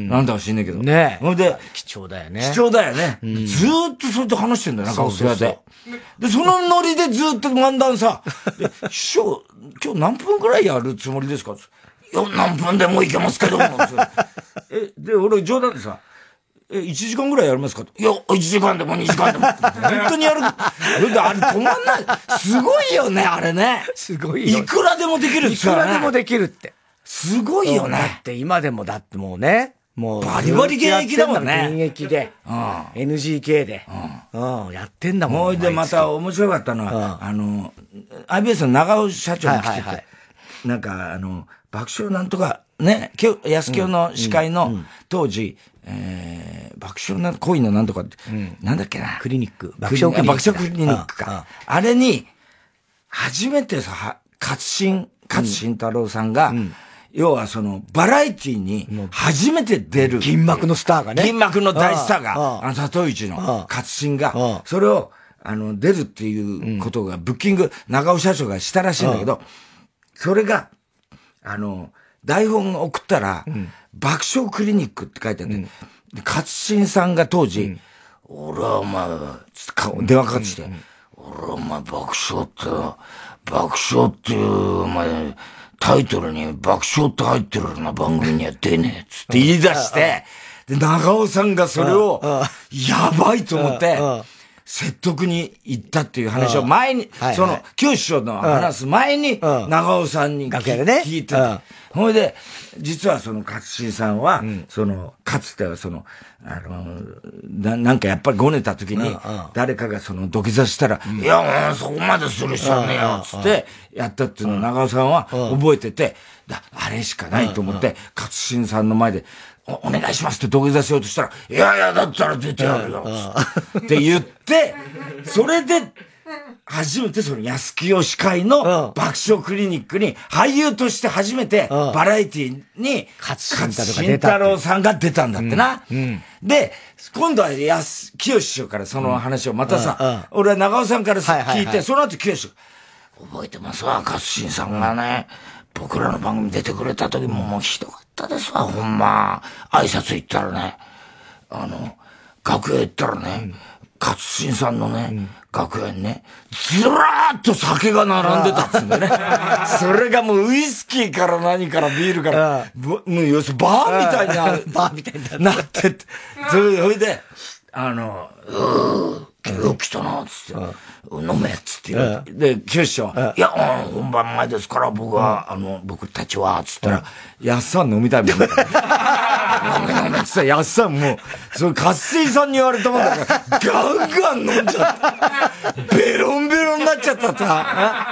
なんだか知んないけど。 ねえ。 ほんで、 貴重だよね。 貴重だよね。うん、ずーっとそれで話してんだよな、楽屋で。で、そのノリでずーっと漫談さ、で、師匠、今日何分くらいやるつもりですか？いや、何分でもいけますけど。え、で、俺冗談でさ、え、いちじかんぐらいやりますか？いや、いちじかんでもにじかんでも。本当にやる。それであれ止まんない。すごいよね、あれね。 すごいよ。 いくらでもできるって言ったらね。いくらでもできるって。 すごいよね。 だって今でもだってもうね、もう。 バリバリ現役だもんね。 現役で。うん。エヌジーケー で。うん。うん。やってんだもんね。 もうでまた面白かったのは、あの、アイビーエス の長尾社長に来てて、なんかあの、爆笑なんとか、ね、安京の司会の当時、えー、爆笑な、恋のなんとかって、なんだっけな。 クリニック。 爆笑クリニック。爆笑クリニックか。あれに、初めてさ、勝新、勝新太郎さんが、要はその、バラエティに初めて出る。 銀幕のスターがね。 銀幕の大スターが、あの、里市の勝新が、それを、あの、出るっていうことが、ブッキング、長尾社長がしたらしいんだけど、それが、あの、台本送ったら、爆笑クリニックって書いてあって、勝新さんが当時、俺はお前、電話かかってきて、俺はお前爆笑って、爆笑っていう、お前、タイトルに爆笑って入ってるような番組には出ねえっつって言い出して、で、長尾さんがそれを、やばいと思って、説得に行ったっていう話を前に、その、教師匠の話す前に、長尾さんに聞いてて、ほいで、実はその勝新さんは、その、かつてはその、あの、な、なんかやっぱりごねた時に、誰かがその土下座したら、いや、もうそこまでする必要ねえよ、つって、やったっていうのを長尾さんは覚えてて、だあれしかないと思って、勝新さんの前で、お、お願いしますって土下座しようとしたら、いやいや、だったら出てやるよ、って言って、それで、初めてその安清司会の爆笑クリニックに俳優として初めてバラエティに勝新太郎さんが出たんだってな。で、今度は安清師匠からその話をまたさ、俺は長尾さんから聞いて、その後清師匠、覚えてますわ、勝新さんがね、僕らの番組出てくれた時ももうひどかったですわ、ほんま。挨拶行ったらね、あの、楽屋行ったらね、勝新さんのね、楽屋にね、ずらーっと酒が並んでたっつうんだね。それがもうウイスキーから何からビールから、もう要するにバーみたいな、 バーみたいになってって。それで、あの、うー、よく来たな、つって、飲め、つって言って。で、清志師匠は、いや、本番前ですから、僕は、あの、僕たちは、つったら、やっさん飲みたいもん。飲め飲め、つったら、やっさんもう、それ、勝新さんに言われたもんだから、ガンガン飲んじゃった。ベロンベロンになっちゃったって。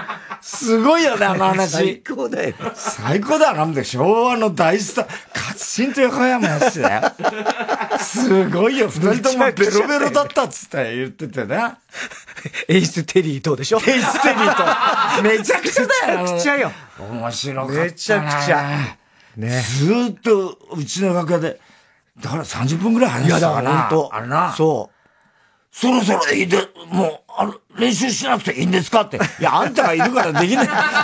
すごいよね、あの話。 最高だよ。 最高だよ、なんで昭和の大スター、勝新と横山やしだよ。すごいよ、二人ともベロベロだったっつって言っててね。 エイステリーとでしょ。 エイステリーと。めちゃくちゃだよ。 めちゃくちゃよ。 面白かった。 めちゃくちゃ。 ね。ずーっと、うちの楽屋で、だからさんじゅっぷんくらい話したかな。いや、だから本当。あれな。 そう。 そろそろいいで、もう、あの、練習しなくていいんですかって。いや、あんたがいるからできない。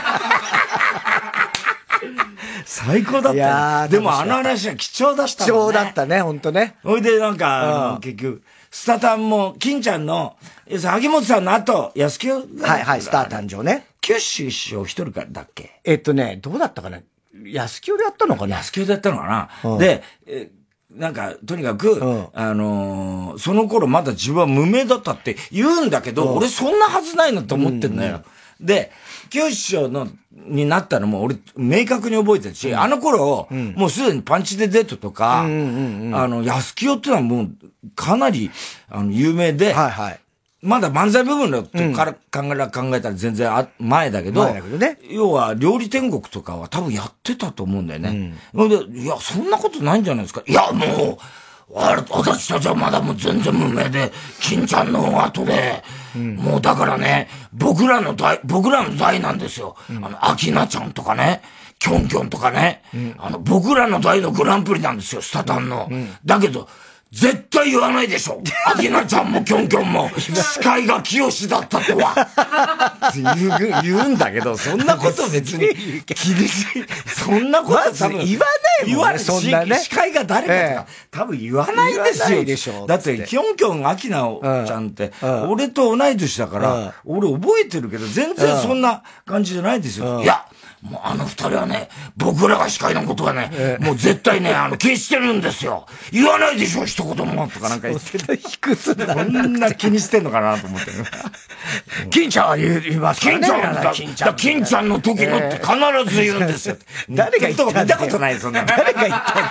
最高だった、ね。いやでもあの話は貴重だったもんね。貴重だったね、ほんとね。 ほいで、なんか、あの、結局、スタタンも、金ちゃんの、萩本さんの後、安清が。はいはい、スター誕生ね。 九州師匠一人からだっけえっとね、どうだったかな安清でやったのかな安清でやったのかな、うん、で、えなんか、とにかく、うん、あのー、その頃まだ自分は無名だったって言うんだけど、うん、俺そんなはずないなと思ってんだよ。うんうん、で、清志師匠の、になったのも俺、明確に覚えてるし、うん、あの頃、うん、もうすでにパンチデデットとか、うんうんうん、あの、安清ってのはもう、かなり、あの、有名で、はいはい。まだ漫才部分のとから考え、考えたら全然あ前だけど、 前だけどね、 要は料理天国とかは多分やってたと思うんだよね。うん、でいや、そんなことないんじゃないですか。いや、もう、私たちはまだもう全然無名で、金ちゃんの後で、うん、もうだからね、僕らの代、僕らの代なんですよ。うん、あの、アキナちゃんとかね、キョンキョンとかね、うん、あの、僕らの代のグランプリなんですよ、スタタンの。うんうん、だけど、絶対言わないでしょ。アキナちゃんもキョンキョンも、司会が清だったとは。言う、言うんだけど、そんなこと別に気にし、そんなこと多分言わないもんね。言わない、 そんなね。司会が誰かとか、ええ、多分言わないですよ。 言わないでしょ。 だって、キョンキョン、アキナちゃんって、うん、俺と同い年だから、うん、俺覚えてるけど、全然そんな感じじゃないですよ。うん、いや、もうあの二人はね、僕らが司会のことはね、ええ、もう絶対ね、あの、気にしてるんですよ。言わないでしょ、一言も。とかなんか言ってた。低すだ。こんな気にしてんのかなと思ってる。 金ちゃんは言いますからね。 金ちゃんだ、金ちゃん。金ちゃんの時のって必ず言うんですよ。 誰が言ったの見たことないそんな。 誰が言ったの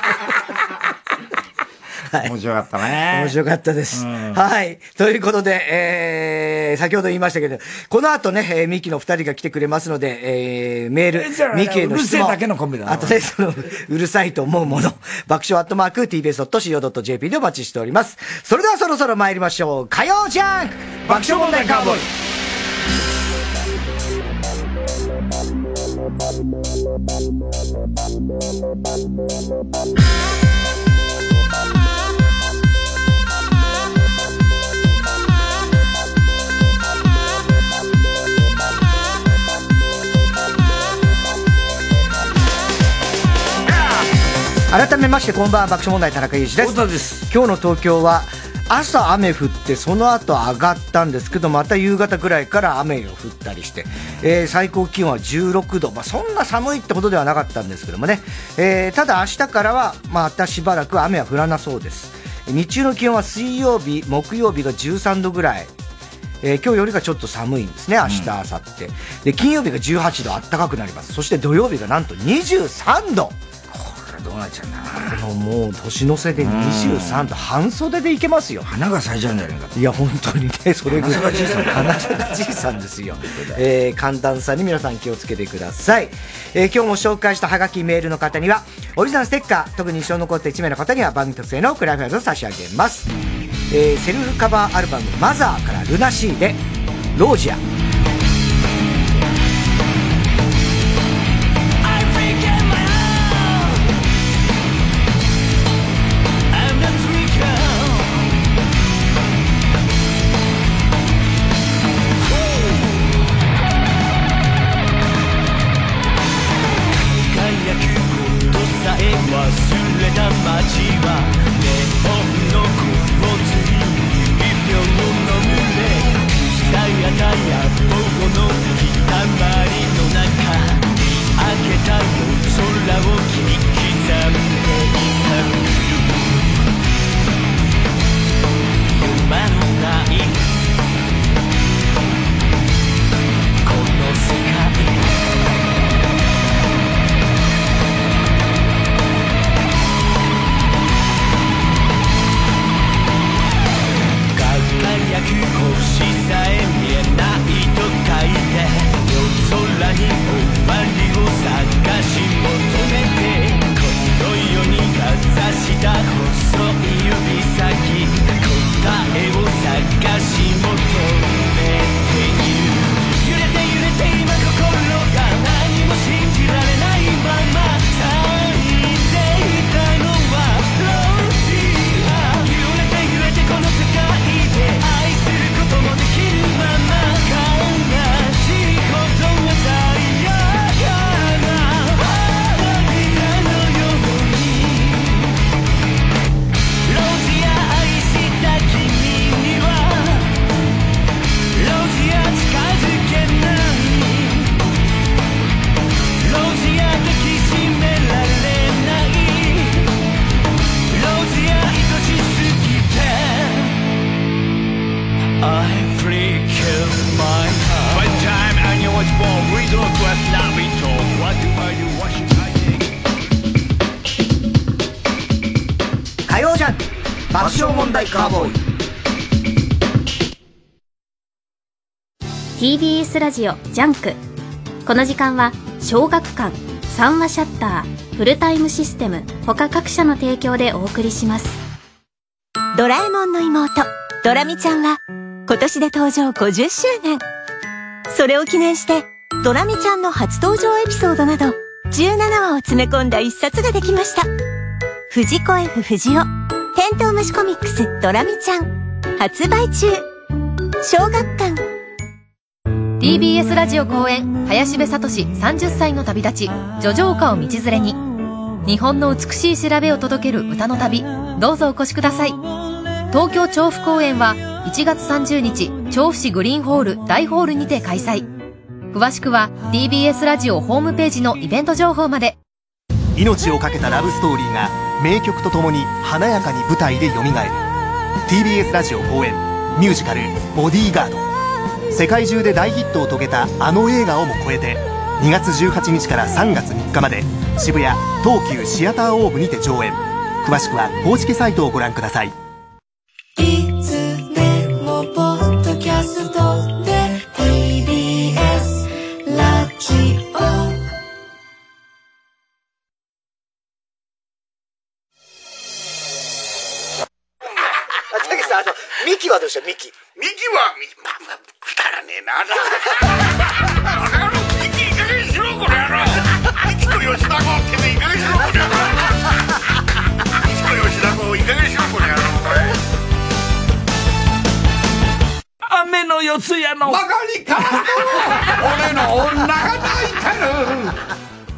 はい、面白かったね。 面白かったです。うん、はい。ということで、えー、先ほど言いましたけど、この後ね、えー、ミキの二人が来てくれますので、えー、メール、ミキへの質問。 うるせえだけのコンビだな。 あとね、その、うるさいと思うもの、爆笑アットマーク ティービーエスドットシーオードットジェーピー でお待ちしております。それではそろそろ参りましょう。火曜ジャンク爆笑問題カーボーイ。改めましてこんばんは、爆笑問題田中裕二です。 太田です。 今日の東京は朝雨降ってその後上がったんですけど、また夕方くらいから雨が降ったりして、えー、最高気温はじゅうろくど、まあ、そんな寒いってことではなかったんですけどもね、えー、ただ明日からはまたしばらく雨は降らなそうです。日中の気温は水曜日木曜日がじゅうさんどぐらい、えー、今日よりがちょっと寒いんですね。明日明後日で金曜日がじゅうはちど、暖かくなります。そして土曜日がなんとにじゅうさんど。 どうなっちゃうんだな。 このもう年の瀬でにじゅうさんど、半袖でいけますよ。 花が咲いちゃうんじゃないかと。 いや本当にね、それぐらい花がじいさんですよ。えー、寒暖差に皆さん気をつけてください。えー、今日も紹介したハガキメールの方にはオリジナルステッカー、特に印象に残ったいち名の方には番組特製のクライファイルを差し上げます。えー、セルフカバーアルバムマザーからルナシーでロージア。 忘れた街はネオンの雲に一票の群れ、さやたや爆笑問題カーボーイ。 ティービーエス ラジオジャンク。この時間は小学館、三話シャッター、フルタイムシステム他各社の提供でお送りします。 ドラえもんの妹ドラミちゃんは今年で登場ごじゅっしゅうねん。それを記念してドラミちゃんの初登場エピソードなどじゅうななわを詰め込んだ一冊ができました。藤子 F 不二雄テントウムシコミックスドラミちゃん発売中。小学館。 ティービーエス ラジオ公演林部聡さんじゅっさいの旅立ち、叙情歌を道連れに、日本の美しい調べを届ける歌の旅、どうぞお越しください。東京調布公演はいちがつさんじゅうにち、調布市グリーンホール大ホールにて開催。詳しくは ティービーエス ラジオホームページのイベント情報まで。 命をかけたラブストーリーが名曲とともに華やかに舞台で蘇る ティービーエス ラジオ公演ミュージカルボディーガード。世界中で大ヒットを遂げたあの映画をも超えてにがつじゅうはちにちからさんがつみっかまで渋谷東急シアターオーブにて上演。詳しくは公式サイトをご覧ください。 いつでもポッドキャストで ティービーエス ラジオ。 たけしさん、あのミキはどうした？ミキミキはみまあまあくだらねえな。バカ野郎、ミキいい加減にしろこの野郎。ミキと吉田剛てめえいい加減にしろこの野郎。ミキと吉田剛いい加減にしろこの野郎。 雨の四ツ谷のバカにかまど俺の女が泣いてる。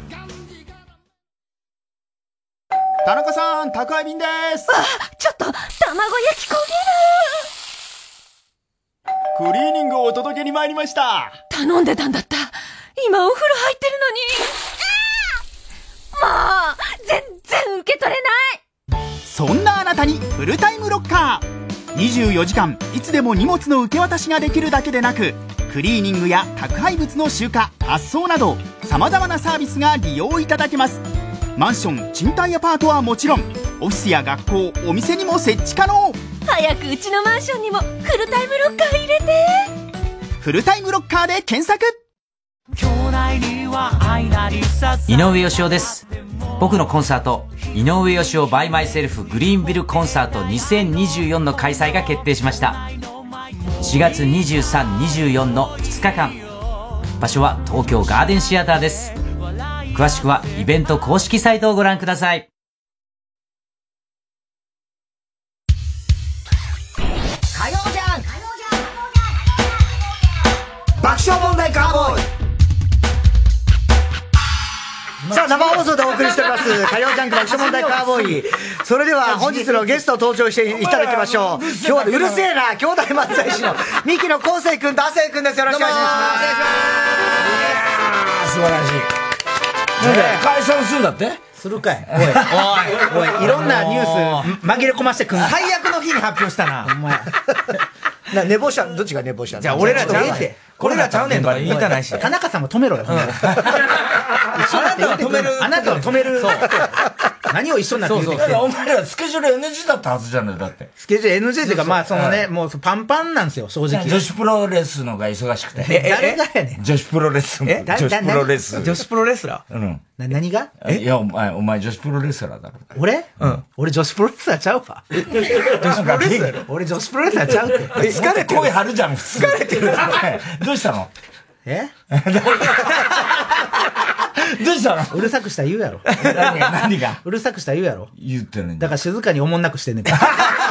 田中さん、宅配便です。 あ、ちょっと卵焼き焦クリーニングをお届けに参りました。 げる。頼んでたんだった。今お風呂入ってるのに。もう全然受け取れない。 そんなあなたにフルタイムロッカー。にじゅうよじかんいつでも荷物の受け渡しができるだけでなく、クリーニングや宅配物の集荷、発送など様々なサービスが利用いただけます。マンション、賃貸アパートはもちろん、オフィスや学校、お店にも設置可能。 早くうちのマンションにもフルタイムロッカー入れて。 フルタイムロッカーで検索。 井上芳雄です。僕のコンサート、井上芳雄 by myself グリーンビルコンサートにせんにじゅうよんの開催が決定しました。しがつにじゅうさん、にじゅうよんのふつかかん。場所は東京ガーデンシアターです。詳しくはイベント公式サイトをご覧ください。 火曜じゃん爆笑問題カーボーイ。さあ、生放送でお送りしております火曜ジャンク爆笑問題カーボーイ。それでは本日のゲストを登場していただきましょう。今日はうるせえな兄弟漫才師のミキの昴生君と亜生君です。よろしくお願いします。 素晴らしい。なんで解散するんだって？ するかい。おい、おい、おい、いろんなニュース紛れ込ませてくん。最悪の日に発表したな。お前。 な、寝坊した、どっちが寝坊したの？ じゃあ俺らちゃうねん。俺らちゃうねんとか言いたないし。田中さんも止めろよ。あなたは止める。あなたは止める。そう。何を一緒になって言うてきて。 お前らスケジュール エヌジー だったはずじゃない、だって。 スケジュール エヌジー っていうか、まあそのね、もうパンパンなんですよ、正直。 女子プロレスのが忙しくて。 え、誰がやねん。 女子プロレス。 え、 女子プロレス。 女子プロレスラー？ うん。 な、何が？ いや、お前、お前女子プロレスラーだろ。 俺？うん。俺女子プロレスラーちゃうわ。女子プロレスラー？俺女子プロレスラーちゃうって。 疲れてる。声張るじゃん、疲れてる。どうしたの？ えどうしたの？ うるさくしたら言うやろ。 何が？何が？ うるさくしたら言うやろ。 言ってるね。 だから静かにおもんなくしてんねん。い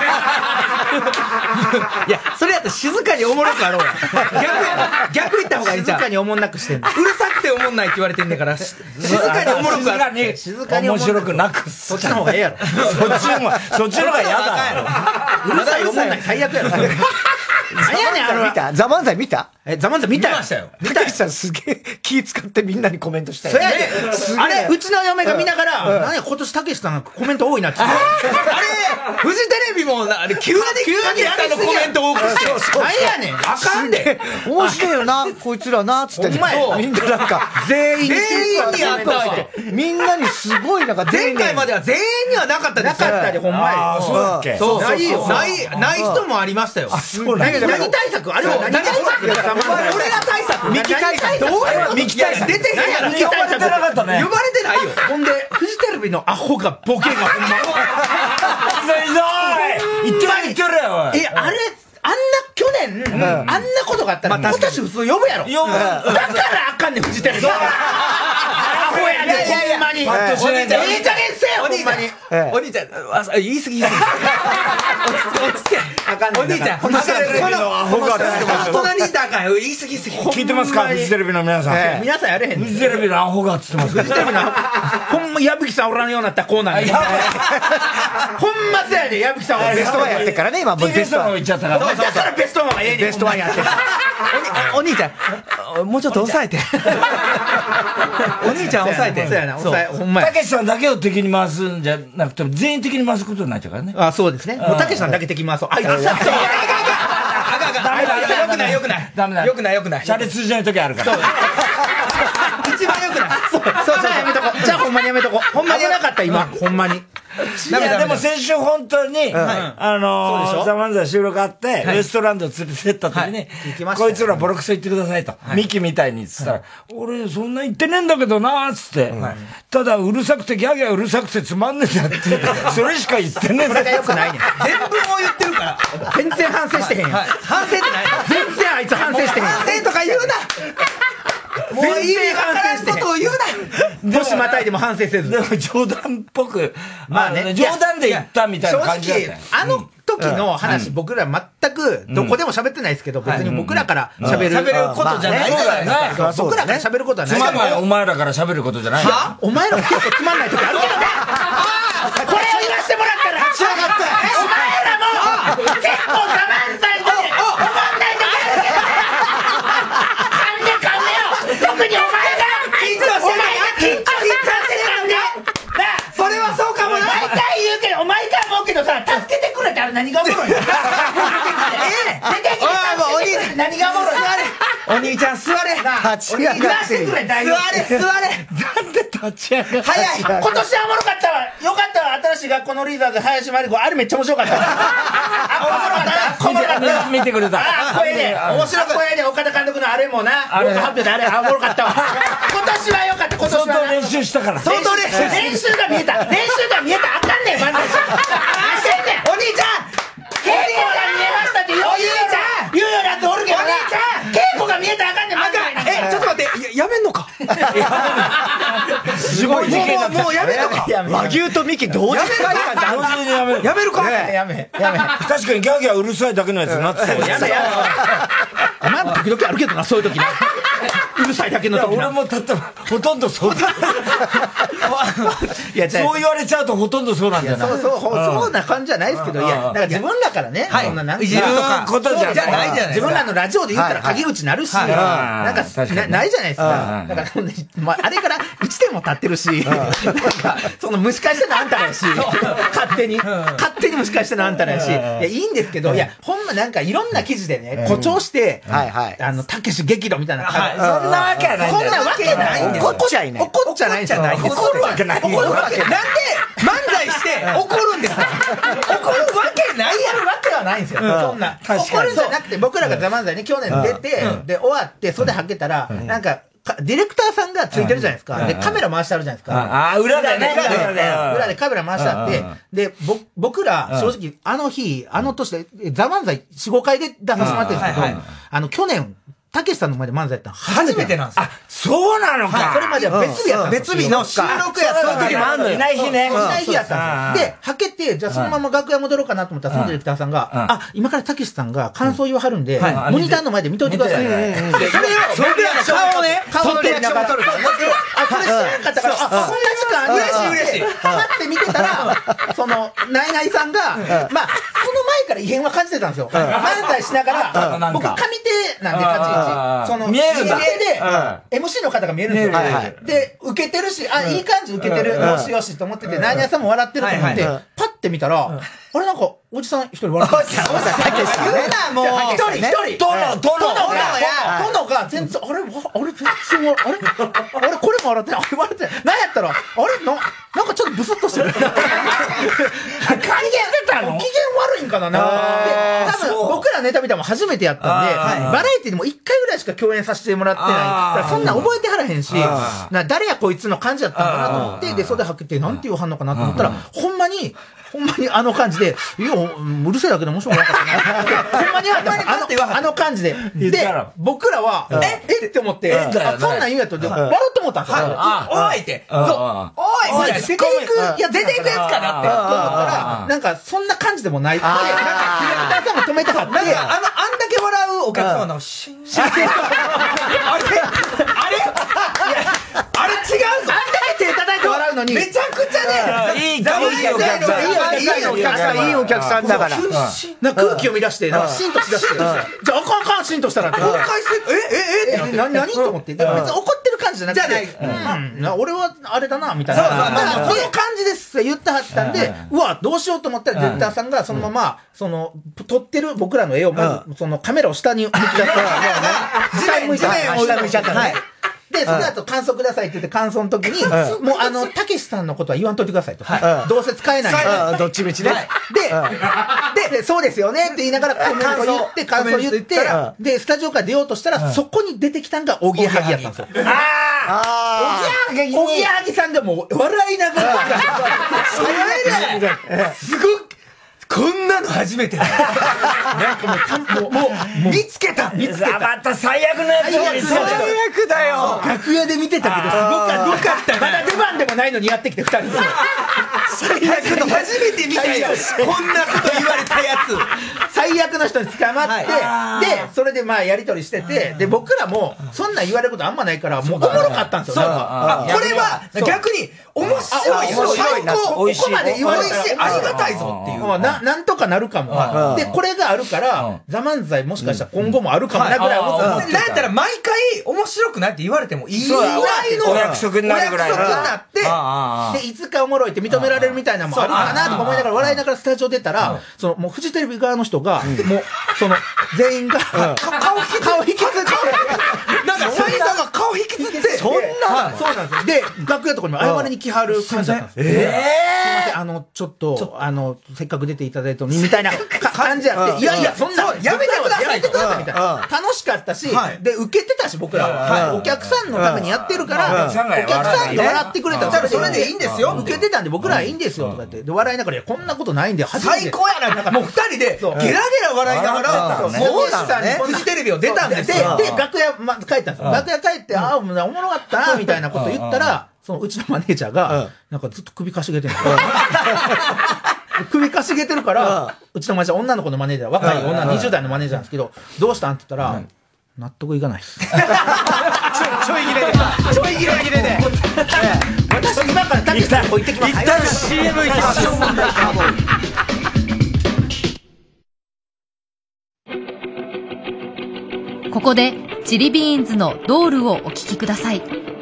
や、それやったら静かにおもろくあろうや。逆、逆言った方がいいじゃん。静かにおもんなくしてんの。うるさくておもんないって言われてんねんから、静かにおもろくあろう。 静かに面白くなく。 そっちの方がええやろ。 そっちの方が、そっちの方が嫌だ。 うるさいおもんない最悪やろ。何やねん、あれ見た？ザ漫才見た？ え、ザ漫才見たよ。 見ましたよ。 見たさんすげえ気使ってみんなにコメントしたよ。 そやで、あれ、うちの嫁が見ながら、何や今年たけしさんがコメント多いなって。あれ、フジテレビもな、あれ急に、急にあのコメント多くして。何やねん。あかんで。 面白いよな、こいつらな、つって。みんななんか、全員全員にあったわ。 みんなにすごいなんか、 前回までは全員にはなかったです。 なかったで、ほんまや。 そうだっけ？そう、ないよ。ない、ない人もありましたよ。 そう何対策？あれは何対策？俺ら対策？ミキ対策？どういうミキ対策？出てへんやろ、ミキ対策。呼ばれてなかったね。呼ばれてないよ。ほんで、フジテレビのアホがボケがほんま。 ひどい！言ってない言ってるよ、 え、あれ、あんな去年、あんなことがあったら、今年普通呼ぶやろ。呼ぶ。だからあかんねん、フジテレビ。アホやねん、ほんまに。ええ加減せよ、ほんまに。お兄ちゃん、言い過ぎ言い過ぎ。落ち着け。あかんねん。お兄ちゃん、この、隣にいたらあかんよ。言い過ぎすぎ。 聞いてますか、フジテレビの皆さん。 皆さんやれへん。 フジテレビのアホがっつってます。 フジテレビのアホ。ほんま、矢吹さんおらんようになったらこうなんねん。ほんまそうやで、矢吹さんおらんようになったら。 ベストワンやってからね、今、 ベストワン行っちゃったから。 だからベストワンはええねん。 ベストワンやって。お兄ちゃん、もうちょっと抑えて。お兄ちゃん抑えて。 そうやな、抑え、ほんまや。 たけしさんだけを敵に回すんじゃなくて、全員敵に回すことになっちゃうからね。 あ、そうですね。もうたけしさんだけ敵回そう。あいつ、あかんあかんあかん。よくないよくない。ダメだ。よくないよくない。 シャレ通じない時あるから。 一番よくない。そうそうそう、やめとこ。じゃあほんまにやめとこ。ほんまにやなかった今。ほんまに。 いや、でも先週本当に、あの、ザ・漫才収録あって、ウエストランド連れてった時に、こいつらボロクソ言ってくださいと。ミキみたいにつったら、俺そんな言ってねえんだけどな、つって。ただうるさくてギャギャうるさくてつまんねえんだって、それしか言ってねえんだ。 それがよくないねん。全文を言ってるから。全然反省してへんやん。反省ってない。全然あいつ反省してへん。反省とか言うな。もう意味わからんことを言うな。年またいでも反省せず。 でも冗談っぽく、まあね、冗談で言ったみたいな感じだったよ。 あの時の話、僕ら全くどこでも喋ってないですけど、別に僕らから喋ることじゃないからね。僕らから喋ることはないから。 つまんないお前らから喋ることじゃない。 は？お前ら結構つまんない時あるけどね。これを言わせてもらったら、仕上がった。お前らも結構我慢されて、おまんない時あるけどね。噛んで噛んでよ。特にお前が緊張してる。お前が緊張してるからね。それはそうかもな。毎回言うけど、お前か思うけどさ、助けてくれってあれ何がおもろいの？ええねん。出てきて助けてくれ何がおもろいの？お兄ちゃん座れ。 立ち上がってる。 座れ座れ。 なんで立ち上がってる。 早い。今年はおもろかったわ。よかったわ。新しい学校のリーダーズ林真理子。あれめっちゃ面白かった。あ、面白かった。面白かった。 見てくれた。 あ、声で。面白かった。声で岡田監督のあれもな。あれ発表であれ、あ、おもろかったわ。今年はよかった。今年は。 相当練習したから。 相当練習。練習が見えた。練習が見えた。あかんねん、漫才師。何してんねん。お兄ちゃん。稽古が見えましたって言うよ。お兄ちゃん。言うようになっておるけどな。稽古が見えたらあかんねん。あかん。え、ちょっと待って。やめんのか。 すごい事件だった。 もうやめんのか。 和牛とミキ同時解散って同時にやめる。 やめるか。やめ。やめ。 確かにギャーギャーうるさいだけのやつになってたよ。 やめやめ。まあ時々あるけどな、そういう時な。うるさいだけの時な。 俺もたったほとんどそうだ。いや、そう言われちゃうとほとんどそうなんだよな。 そうそう、そうな感じじゃないですけど、いや、だから自分らからね、そんななんか、 いじるとか、ことじゃないじゃない。 自分らのラジオで言ったら陰口なるし、なんか、ないじゃないですか。だから、あれからいちねんも経ってるし、なんか、その蒸し返してのあんたらやし、勝手に、勝手に蒸し返してのあんたらやし、いや、いいんですけど、いや、ほんまなんかいろんな記事でね、誇張して、あの、たけし激怒みたいな感じ。 そんなわけはない。 そんなわけないんですよ。 怒っちゃいね。 怒っちゃないんですよ。怒るわけない。怒るわけなんで漫才して怒るんですか。怒るわけないやるわけはないんですよ。そんな。怒るんじゃなくて、僕らがザ・漫才ね、去年出て、で、終わって、袖はけたら、なんか、ディレクターさんがついてるじゃないですか。で、カメラ回してあるじゃないですか。 ああ、裏でね。 裏でカメラ回してあって、で、僕ら、正直、あの日、あの年で、ザ・漫才よん、ごかいで出させてもらってるんですけど、あの、去年、たけしさんの前で漫才やったの初めてなんですよ。 あ、そうなのか。 それまでは別日やった。別日の収録やった。 そういう時もあんのよ。いない日ね。 いない日やったんですよ。で、はけて、じゃあそのまま楽屋戻ろうかなと思ったら、そのディレクターさんが、あ、今からたけしさんが感想言わはるんで、モニターの前で見といてください。それを、それで顔をね、顔のリアクション取るからね。あ、それ知らなかったから、あ、そんな時間嬉しい嬉しい。パって見てたら、その、ナイナイさんが、まあ、そのから異変は感じてたんですよ。漫才しながら、僕、上手なんで立ち位置。その、 見えるんだ。 上手で、エムシー の方が見えるんですよ。で、受けてるし、あ、いい感じ受けてる。よしよしと思ってて、何屋さんも笑ってると思って、パッて見たら、あれなんか、おじさん一人笑ってる。おじさん、たけしさん。言うな、もう。一人、一人。殿、殿、殿が、殿が全然、あれ、あれ、全然、あれ、あれ、これも笑ってない。あれ笑ってない。なんやったら、あれ、な、なんかちょっとブスッとしてる。機嫌出たの？機嫌悪いんかなな。多分、僕らネタ見たのも初めてやったんで、バラエティでも一回ぐらいしか共演させてもらってない。だからそんな覚えてはらへんし、な誰やこいつの感じだったのかなと思って、で、袖吐けて、なんて言わはんのかなと思ったら、ほんまに、ほんまにあの感じで、いや、うるせえだけど面白くなかったな。ほんまにあの、あの感じで。で、僕らは、ええって思って、そんなん言うやと、笑って思ったんですよ。おいって、おいみたいな、出ていく、いや、出ていくやつかなって、と思ったら、なんか、そんな感じでもない。で、なんか、ディレクターさんも止めたかった。なんか、あの、あんだけ笑うお客様の、シンシン。あれあれあれ違うぞ。あんだけ手叩いて笑うのに、めちゃくちゃね、いいお客さん。いいお客さん、いいお客さんだから。なんか空気を乱して、なんかシンとしだして、じゃああかんあかんシンとしたら、公開せ、え、え、え、って、何、何と思って。別に怒ってる感じじゃなくて、うん、俺はあれだな、みたいな。そうそう、この感じです言ってはったんで、うわ、どうしようと思ったら、ディレクターさんがそのまま、その、撮ってる僕らの絵を、まず、そのカメラを下に向き出したら、下に向いちゃった。下に向いちゃったね。で、その後感想くださいって言って感想の時に、もうあの、たけしさんのことは言わんといてくださいと。どうせ使えない。どっちみちね。で、で、そうですよねって言いながらコメント言って、感想言って、で、スタジオから出ようとしたら、そこに出てきたのがおぎやはぎやったんですよ。ああおぎやはぎさんがもう笑いながら、すごい、こんなの初めてだ。なんかもう、もう、見つけた見つけたまた最悪のやつを見つけた最悪だよ楽屋で見てたけど、すごかった。まだ出番でもないのにやってきて二人で。最悪の初めて見たよ。こんなこと言われたやつ。最悪の人に捕まって、で、それでまあやりとりしてて、で、僕らも、そんなん言われることあんまないから、もうおもろかったんですよ。あ、これは逆に、面白い。最高。ここまで言われて、ありがたいぞっていう。な、なんとかなるかも。で、これがあるから、ザ・漫才もしかしたら今後もあるかもなぐらい思ってた。なんやったら毎回面白くないって言われてもいいぐらいのお約束になるぐらい。お約束になって、で、いつかおもろいって認められるみたいなのもあるかなとか思いながら笑いながらスタジオ出たら、その、もうフジテレビ側の人が、もう、その、全員が、顔引き、顔引きつって、なんか、サイザーが顔引きつって、そんなそうなんですよ。で、楽屋とかにも謝りに来はる感じだったんですよ。えぇすいません、あの、ちょっと、あの、せっかく出ていただいたのに、みたいな感じやって、いやいや、そんな、やめてくださいやめてくださいみたいな。楽しかったし、で、受けてたし、僕らは。お客さんのためにやってるから、お客さんが笑ってくれたら、それでいいんですよ。受けてたんで、僕らはいいんですよ、とか言って。で、笑いながら、こんなことないんで、最高やな。もう二人で、ゲラゲラ笑いながら、もう、さんにフジテレビを出たんですよ。で、楽屋、ま、帰ったんですよ。楽屋帰って、ああ、おもろかったな、みたいなこと言ったら、そのうちのマネージャーが、なんかずっと首かしげてるんですよ。首かしげてるから、うちのマネージャー、女の子のマネージャー、若い女、にじゅう代のマネージャーなんですけど、どうしたんって言ったら、納得いかないです。ちょい切れで。ちょい切れで。私、今からタケさん行ってきます。一旦 シーエム 行きましょう。 ここでチリビーンズのドールをお聴きください。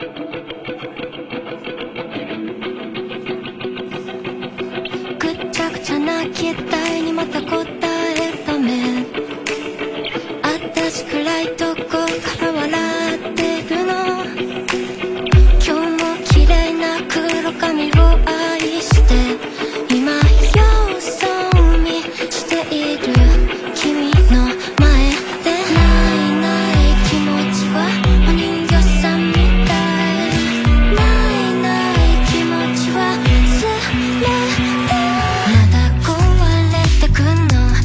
ぐちゃぐちゃな期待にまた答えるため、私暗いとこから笑ってるの。今日も綺麗な黒髪を愛して今様子を見している君の前で、ないない気持ちはお人形さんみたい、ないない気持ちはすれて、まだ壊れてくの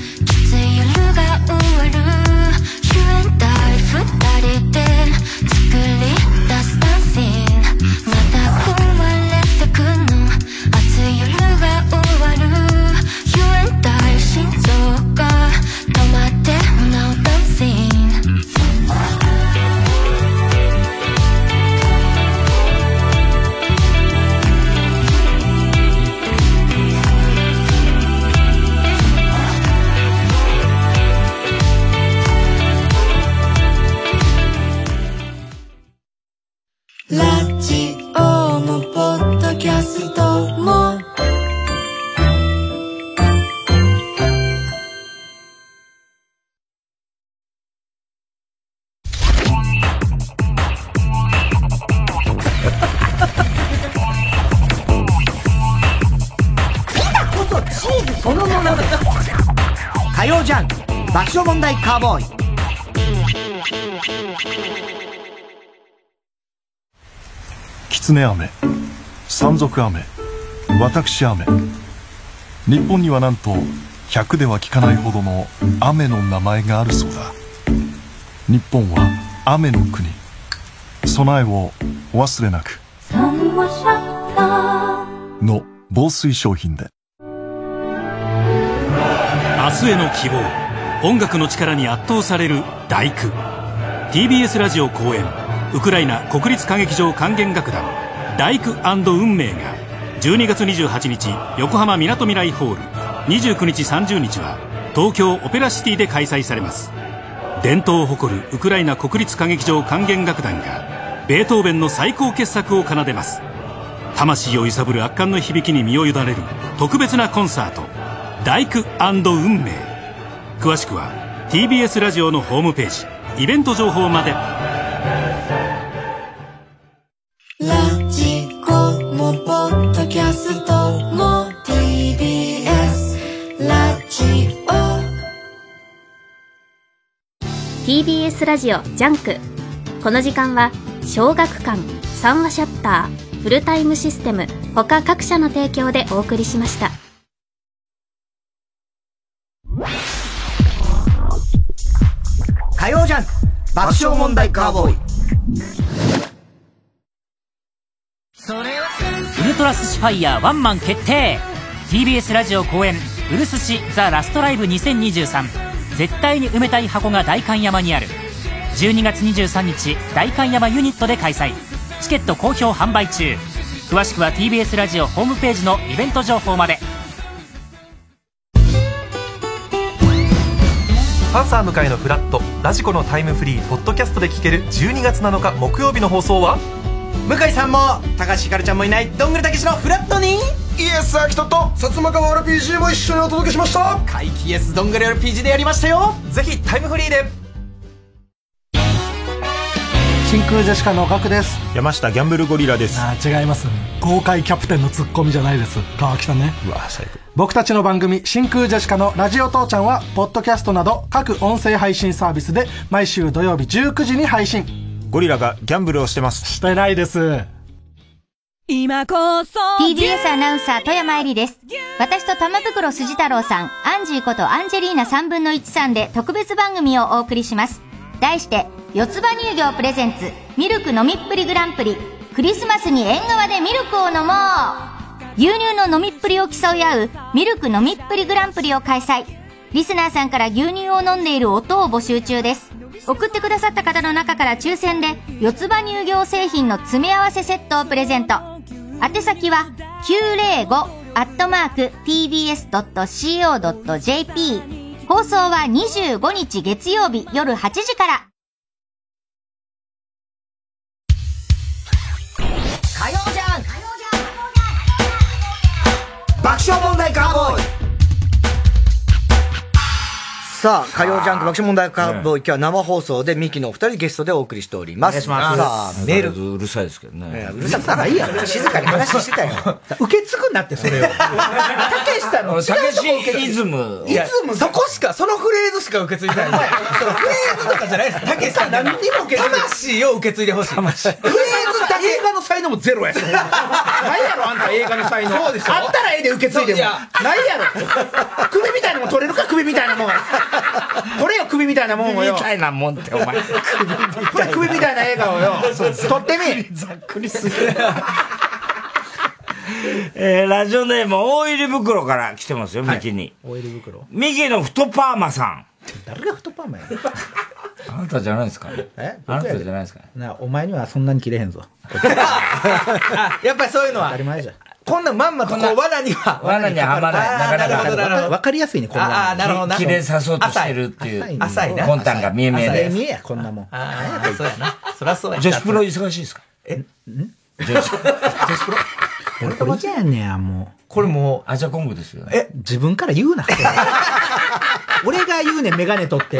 火曜ジャンク爆笑問題カーボーイ。 狐雨、山賊雨、私雨。日本にはなんとひゃくでは聞かないほどの雨の名前があるそうだ。日本は雨の国。備えをお忘れなく。の防水商品で。 明日への希望、音楽の力に圧倒される第九。 ティービーエス ラジオ公演、ウクライナ国立歌劇場管弦楽団第九&運命がじゅうにがつにじゅうはちにち横浜みなとみらいホール、にじゅうくにちさんじゅうにちは東京オペラシティで開催されます。伝統を誇るウクライナ国立歌劇場管弦楽団がベートーベンの最高傑作を奏でます。魂を揺さぶる圧巻の響きに身を委ねる特別なコンサート、第九&運命。詳しくは ティービーエス ラジオのホームページ、イベント情報まで。 ラジコもポッドキャストも ティービーエス ラジオティービーエス ラジオジャンク。この時間は小学館、三話シャッター、フルタイムシステム他各社の提供でお送りしました。 火曜ジャンク爆笑問題カーボーイ。 ウルトラスシファイヤーワンマン決定。 ティービーエス ラジオ公演ウルスシザラストライブにせんにじゅうさん、絶対に埋めたい箱が代官山にある。じゅうにがつにじゅうさんにち代官山ユニットで開催。チケット好評販売中。詳しくは ティービーエス ラジオホームページのイベント情報まで。 パンサー向井のフラットラジコのタイムフリーポッドキャストで聴けるじゅうにがつなのか木曜日の放送は、 向井さんも高橋ひかるちゃんもいないどんぐりたけしのフラットにイエス・アキトと薩摩川 アールピージー も一緒にお届けしました。 怪奇 S どんぐり アールピージー でやりましたよ。 ぜひタイムフリーで。 真空ジェシカのガクです。 山下ギャンブルゴリラです。 あ違います、豪快キャプテンのツッコミじゃないです。川北ね。 うわ最高。 僕たちの番組真空ジェシカのラジオ父ちゃんはポッドキャストなど各音声配信サービスで毎週土曜日じゅうくじに配信。 ゴリラがギャンブルをしてます。 してないです。 今こそ ティービーエス アナウンサー富山えりです。私と玉袋筋太郎さん、アンジーことアンジェリーナさんぶんのいちさんで特別番組をお送りします。題して四つ葉乳業プレゼンツミルク飲みっぷりグランプリ、クリスマスに縁側でミルクを飲もう。牛乳の飲みっぷりを競い合うミルク飲みっぷりグランプリを開催。リスナーさんから牛乳を飲んでいる音を募集中です。送ってくださった方の中から抽選で四つ葉乳業製品の詰め合わせセットをプレゼント。宛先は きゅうぜろご アットマーク ティービーエス ドット シーオー ドット ジェーピー。 放送はにじゅうごにち月曜日夜はちじから。 火曜ジャンク爆笑問題カーボーイ。さあ、火曜ジャンク爆笑問題カーボーイ、今日は生放送でミキのお二人ゲストでお送りしております。 お願いします。 さあ、メール。 うるさいですけどね。 うるさくないやろ。静かに話してたよ。 受け継ぐんだって、それを。たけしさんの違うとこ受け継ぐ。 イズム。 イズム、そこしか、そのフレーズしか受け継いでない。フレーズとかじゃないです。たけしさん何にも受け継いで。魂を受け継いでほしい。魂。フレーズだけ。映画の才能もゼロや。ないやろ、あんた映画の才能。そうでしょ。あったら絵で受け継いでも。ないやろ。首みたいなもん取れるか、首みたいなもん。取れよ、首みたいなもんをよ。 みたいなもんってお前。 首みたいな映画をよ。取ってみ。 ざっくりすぎる。えー、ラジオネーム大入り袋から来てますよ、ミキに。 大入り袋ミキの太パーマさん。 誰が太パーマやねん。 あなたじゃないですかえあなたじゃないですかな、お前にはそんなに切れへんぞ。やっぱりそういうのは。当たり前じゃん。こんなまんまとこう罠には。 罠にははまらない。なかなか。 わかりやすいね、こんな。 ああ、なるほどな。切れさそうとしてるっていう。 浅いな。 魂胆が見え見えで。 見えや、こんなもん。 ああ、そうやな。そりゃそうや。 女子プロ忙しいですかえ、ん女子プロ。女子プロ。 これじゃやねや、もう。これもう。 アジャコングですよ。 え、自分から言うな。俺が言うねん、メガネ取って。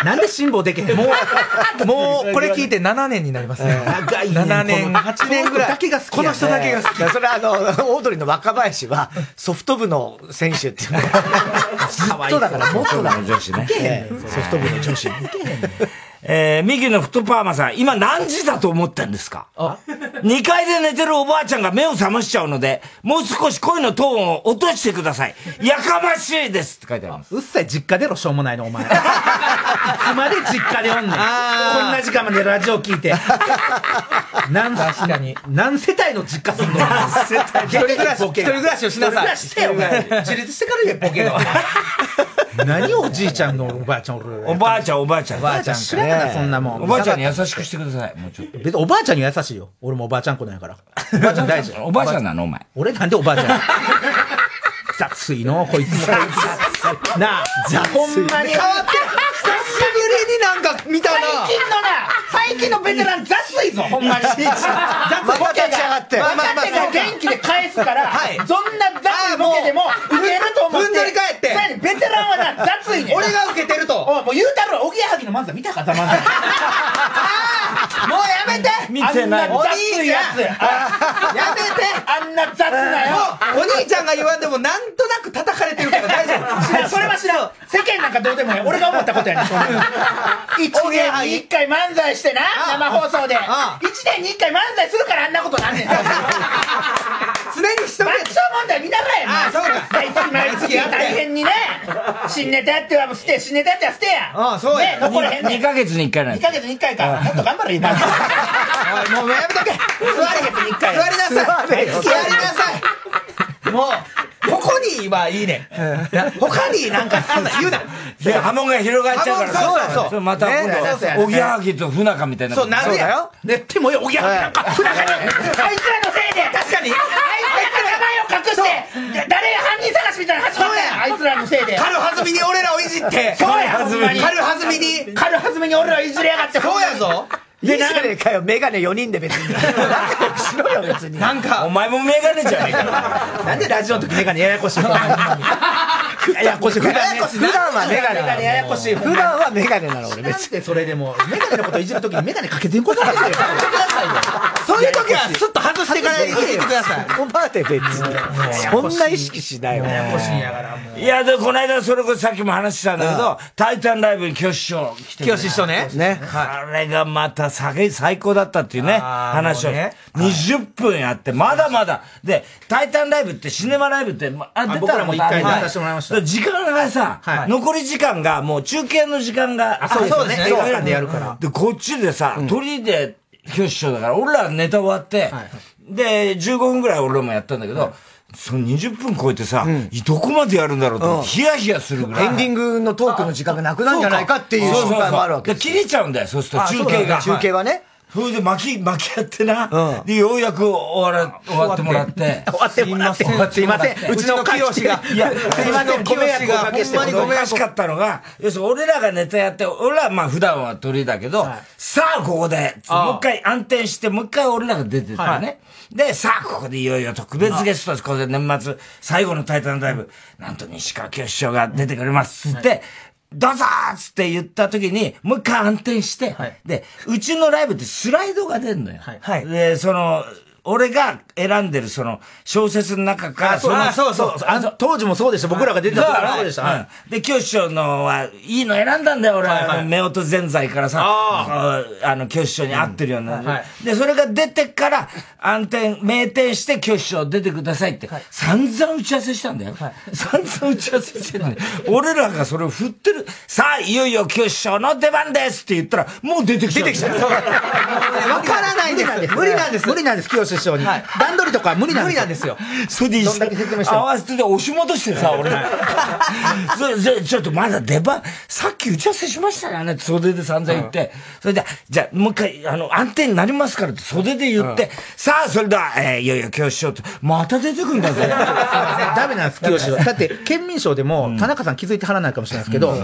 なんで辛抱できへんもう、もう、これ聞いてななねんになりますね。長いね。ななねん、はちねんぐらい。 だけが好き。この人だけが好き。それあの、オードリーの若林は、ソフト部の選手っていうのずっとだから、もっとだ。 女子ね。 ソフト部の女子。 えー、右のフットパーマさん、今何時だと思ってんですか？にかいで寝てるおばあちゃんが目を覚ましちゃうので、もう少し声のトーンを落としてください。やかましいですって書いてあります。 うっさい実家出ろ、しょうもないの、お前。いつまで実家でおんねん。こんな時間までラジオ聞いて。何、確かに。何世帯の実家すんの？何世帯？一人暮らし、一人暮らしをしなさい。一人暮らししてよ、お前。自立してから言え、ボケの。何おじいちゃんのおばあちゃんおる。 おばあちゃん、おばあちゃん。 おばあちゃん知らんから、そんなもん。 おばあちゃんに優しくしてください。もうちょっと。 別におばあちゃんに優しいよ。俺もおばあちゃん子なんやから。おばあちゃん大事。 おばあちゃんなのお前。 俺なんでおばあちゃん雑いのこいつも。なあ、ほんまに。 変わってる。久しぶりになんか見たな。 最近のな、最近のベテラン雑いぞ、ほんまに。雑いボケが。若手が元気で返すから、そんな雑いボケでも受けると思って。ふんぞり返って。ベテランはな、雑いねん。 俺が受けてると。 もう言うたろ、おぎやはぎの漫才見たか、ざまんない。 もうやめて見てない。 あんな雑いやつ。やめてあんな雑なよ。 お兄ちゃんが言わんでもなんとなく叩かれてるから大丈夫。 それは知らん。世間なんかどうでもいい。俺が思ったことやねん。一年に一回漫才してな、生放送で。一年に一回漫才するからあんなことなんねん。 常に一人爆笑問題見習え。 ああ、そうか。 毎月毎月大変にね。新ネタやっては捨て、新ネタやっては捨てや。 ああ、そうや。 残れへんねん。 にかげつにいっかいなんにかげつにいっかいか。もっと頑張れ、今。 もうやめとけ。 座り月にいっかい。 座りなさい。座りなさい。もう、ここにはいいねん。他になんかそんな言うな。 で、波紋が広がっちゃうから。 そうそうそう。 また今度、おぎやはぎとふなかみたいな。 そう、なるやよ。寝てもよ、おぎやはぎなんか、ふなか。あいつらのせいで、確かに。あいつら名前を隠して、誰が犯人探しみたいな始まったやん。あいつらのせいで。 軽はずみに俺らをいじって。 そうや、ほんまに。 軽はずみに。 軽はずみに俺らをいじりやがって。 そうやぞ。で、なんかねかよ、メガネよにんで別に。仲良くしろよ、別に。 なんか。お前もメガネじゃねえか。 なんでラジオの時メガネややこしいの？ややこしい。普段はメガネ。 メガネややこしい。 普段はメガネなの、俺別に。それでも、メガネのこといじる時にメガネかけてんことないで。そういう時はスッと外してからいじってください。 おばあで別に。そんな意識しないよ。 ややこしいんやからもう。 いや、で、この間それこそさっきも話したんだけど、タイタンライブに清志師匠来て。 清志師匠ね。 ね。 あれがまた最高だったっていうね、話を。にじゅっぷんやって、まだまだ。で、タイタンライブって、シネマライブって、あ、出たらもう一回出させてもらいました。 時間がさ、残り時間が、もう中継の時間が、 そうですね。映画館でやるから。 で、こっちでさ、鳥で、清志師匠だから、俺らネタ終わって、で、じゅうごふんぐらい俺らもやったんだけど、そのにじゅっぷん超えてさ、どこまでやるんだろうと、ヒヤヒヤするぐらい。 エンディングのトークの時間がなくなるんじゃないかっていう心配もあるわけ。 切れちゃうんだよ、そうすると中継が。 中継はね。 それで巻き、巻きやってな。で、ようやく終わら、終わってもらって。 終わってもらって。すいません。うちの清志が。 いや、すいません、ご迷惑をおかけして。ほんまにご迷惑かったのが、要するに俺らがネタやって、俺らはまあ普段は鳥だけど、さあここで、もう一回暗転して、もう一回俺らが出てたね。で、さあ、ここでいよいよ特別ゲストです。これで年末、最後のタイタンライブ、なんと西川きよし師匠が出てくれます。で、どうぞーっつって言った時に、もう一回暗転して、で、うちのライブってスライドが出んのよ。で、その、俺が選んでるその小説の中から、 その、そうそうそう。当時もそうでした。僕らが出てた時もそうでした。 で、清志師匠のは、いいの選んだんだよ、俺は。夫婦全財からさ、あの、清志師匠に合ってるような。で、それが出てから、暗転、名店して清志師匠出てくださいって、散々打ち合わせしたんだよ。散々打ち合わせしてるんだよ。俺らがそれを振ってる。さあ、いよいよ清志師匠の出番ですって言ったら、もう出てきちゃう。出てきちゃう。 わからないんです。無理なんです。 無理なんです、清志師匠に。段取りとか無理なんです。無理なんですよ。 それで一緒に合わせて押し戻してさ、俺。それで、ちょっとまだ出番、さっき打ち合わせしましたよねって袖で散々言って、それで、じゃあもう一回、あの、安定になりますからって袖で言って、さあ、それでは、えー、いよいよ清志師匠と、また出てくんだぜ。 ダメなんです、清志師匠。だって、県民賞でも、田中さん気づいてはらないかもしれないですけど、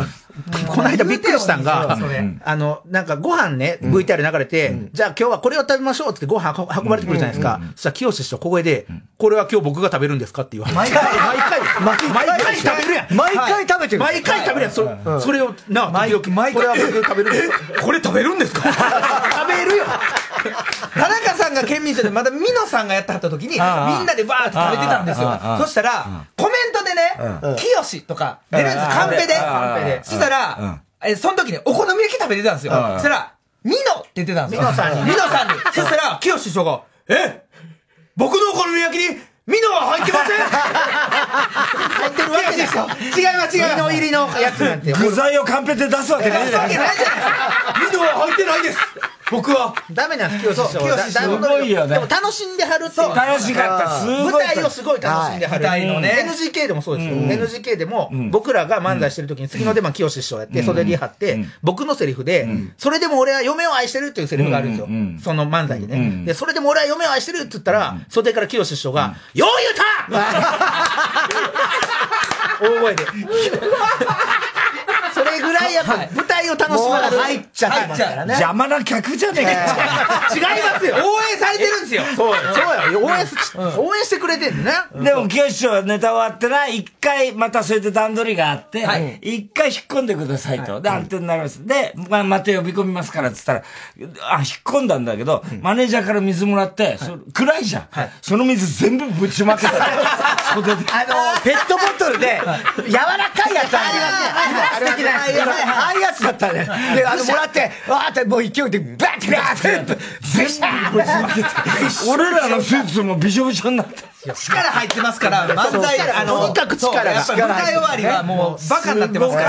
この間びっくりしたんが、あの、なんかご飯ね、ブイティーアール 流れて、じゃあ今日はこれを食べましょうってご飯運ばれてくるじゃないですか。そしたら清志師匠小声で、これは今日僕が食べるんですかって言われて。毎回、毎回、毎回食べるやん。 毎回食べてる。 毎回食べるやん。そそれを、な、毎回、これは僕食べるんですか。これ食べるんですか食べるよ。田中さんが県民賞でまだミノさんがやってはった時にみんなでバーって食べてたんですよ。そしたらコメントでね清とか出るんですよ。カンペで。そしたらその時にお好み焼き食べてたんですよ。そしたらミノって言ってたんですよ。ミノさんに。ミノさんに。そしたら清師匠がえ僕のお好み焼きにミノは入ってません入ってるわけですよ。違います違います。ミノ入りのやつなんて。 具材をカンペで出すわけないじゃないですか。 ミノは入ってないです。僕はダメなんです。清志師匠すごいよね。 でも楽しんではるっていう。 楽しかった。すごい。 舞台をすごい楽しんではる。舞台のね。エヌジーケー でもそうですよ。エヌジーケー でも僕らが漫才してる時に次の出番清志師匠やって袖に貼って僕のセリフでそれでも俺は嫁を愛してるっていうセリフがあるんですよ。その漫才でね。でそれでも俺は嫁を愛してるって言ったら袖から清志師匠がよう言うた大声で。それぐらいやっぱ舞台を楽しま入っちゃってますからね。 邪魔な客じゃねえか。 違いますよ。応援されてるんですよ。そうそうや。応援応援してくれてんね。 でも清志師匠ネタ終わってな一回またそれで段取りがあって一回引っ込んでくださいと。で安定になります。でままた呼び込みますからっつったらあ引っ込んだんだけどマネージャーから水もらって暗いじゃん。その水全部ぶちまけた。あのペットボトルで柔らかいやつありますね。ああいうやつだったね。で、あの、もらって、わーって、もう勢いで、バッて、バッて、ゼシャー俺らのスーツもびしょびしょになって。 力入ってますから、漫才、あの、とにかく力が。やっぱ舞台終わりはもう、バカになってますから。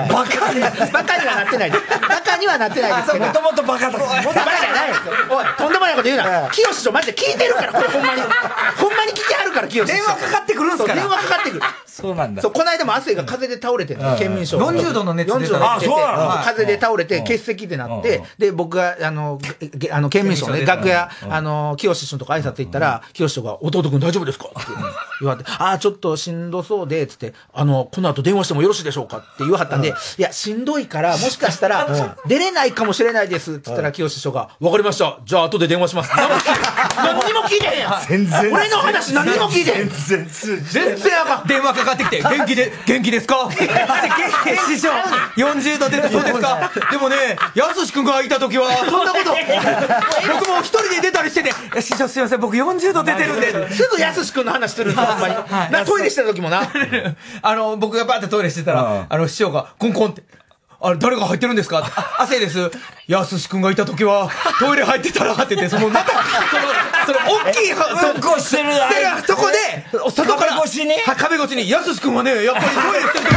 バカになって、 バカにはなってないです。バカにはなってないですけど。 もともとバカだ。 バカじゃないですよ。おい、とんでもないこと言うな。清志師匠マジで聞いてるから、これほんまに。ほんまに聞いてはるから、清志師匠。 電話かかってくるんすから。 電話かかってくる。 そうなんだ。 そう、この間も亜生が風邪で倒れてる。県民賞。 よんじゅうどの熱で。あ、そうなの。風邪で倒れて、欠席でなって、で、僕が、あの、あの、県民賞ね、楽屋、あの、清志師匠のとこ挨拶行ったら、清志師匠が、弟くん大丈夫ですかって言われて、ああ、ちょっとしんどそうで、つって、あの、この後電話してもよろしいでしょうかって言わはったんで、いや、しんどいから、もしかしたら、出れないかもしれないです、つったら、清志師匠が、わかりました。じゃあ、後で電話します。何にも聞いてへんやん。全然。俺の話何にも聞いてへん。全然。全然あかん。電話かかってきて、元気で、元気ですか師匠、よんじゅうど出てそうですかでもね、やすし君がいた時は、そんなこと、僕も一人で出たりしてて、師匠すいません、僕よんじゅうど出てるんで、すぐやすし君の話するんですよ、ほんまに。な、トイレしてた時もな。あの、僕がバーってトイレしてたら、あの、師匠が、コンコンって、あれ、誰が入ってるんですか亜生です。やすし君がいた時は、トイレ入ってたらってて、その、また、その、その、大きい、 うんこしてる、 そこで、外から、 壁越しに壁越しに、やすし君はね、やっぱりトイレしてる時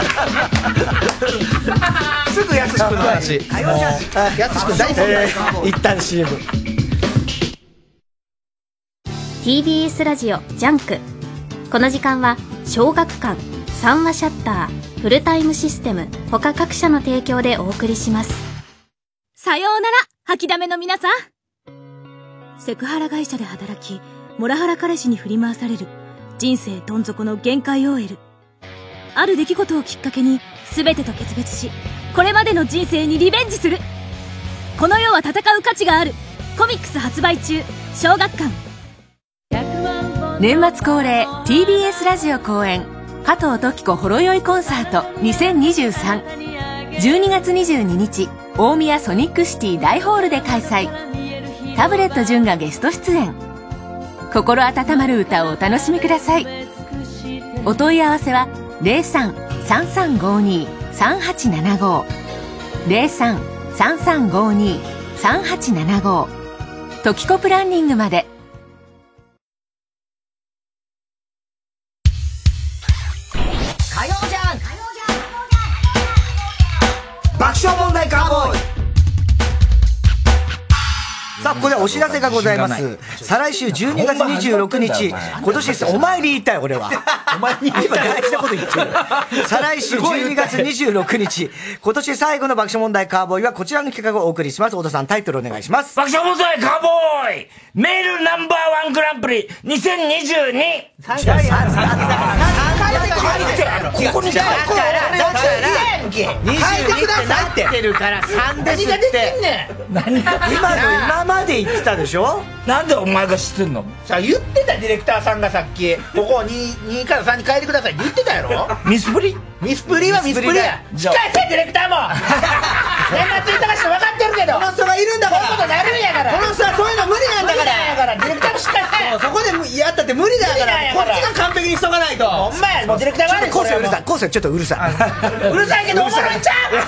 は、すぐやすし君の話。やすし君大好き。 一旦 シーエム。 ティービーエス ラジオジャンク。この時間は小学館、三話シャッター、フルタイムシステム他各社の提供でお送りします。 さようなら吐きだめの皆さん。セクハラ会社で働きモラハラ彼氏に振り回される人生どん底の限界 オーエル。 ある出来事をきっかけに全てと決別しこれまでの人生にリベンジする。この世は戦う価値がある。コミックス発売中。小学館。 年末恒例 ティービーエス ラジオ公演加藤登紀子ほろ酔いコンサートにせんにじゅうさん。じゅうにがつにじゅうににち大宮ソニックシティ大ホールで開催。タブレット純がゲスト出演。心温まる歌をお楽しみください。お問い合わせは ゼロさん さんさんごに さんはちななご ゼロさん さんさんごに さんはちななご トキコプランニングまで。 火曜じゃん爆笑問題カーボーイ。さあ、ここでお知らせがございます。再来週じゅうにがつにじゅうろくにち、今年です。お前に言いたい、俺は。お前に今大事なこと言ってる。再来週じゅうにがつにじゅうろくにち、今年最後の爆笑問題カーボーイはこちらの企画をお送りします。太田さん、タイトルお願いします。 爆笑問題カーボーイメールナンバーワングランプリにせんにじゅうに。さんかいここにだから、だから、 期。 にじゅうにってなってるからさんですって。 何ができんねん。 何が今の今まで言ってたでしょ。 なんでお前が知ってんの？ さあ言ってたディレクターさんがさっきここを に, にからさんに変えてくださいって言ってたやろ。 ミスプリミスプリはミスプリや。しっかりせディレクターも年末忙しいの分かってるけど、 この人がいるんだから、 こういうことなるんやから、 この人はそういうの無理なんだから無理なんやから、ディレクターもしっかりせ。 そこでやったって無理だから、こっちが完璧にしとかないと。 ほんまや、もうディレクター悪い。 コースうるさい、コースちょっとうるさい。 うるさいけどおもろいんちゃう。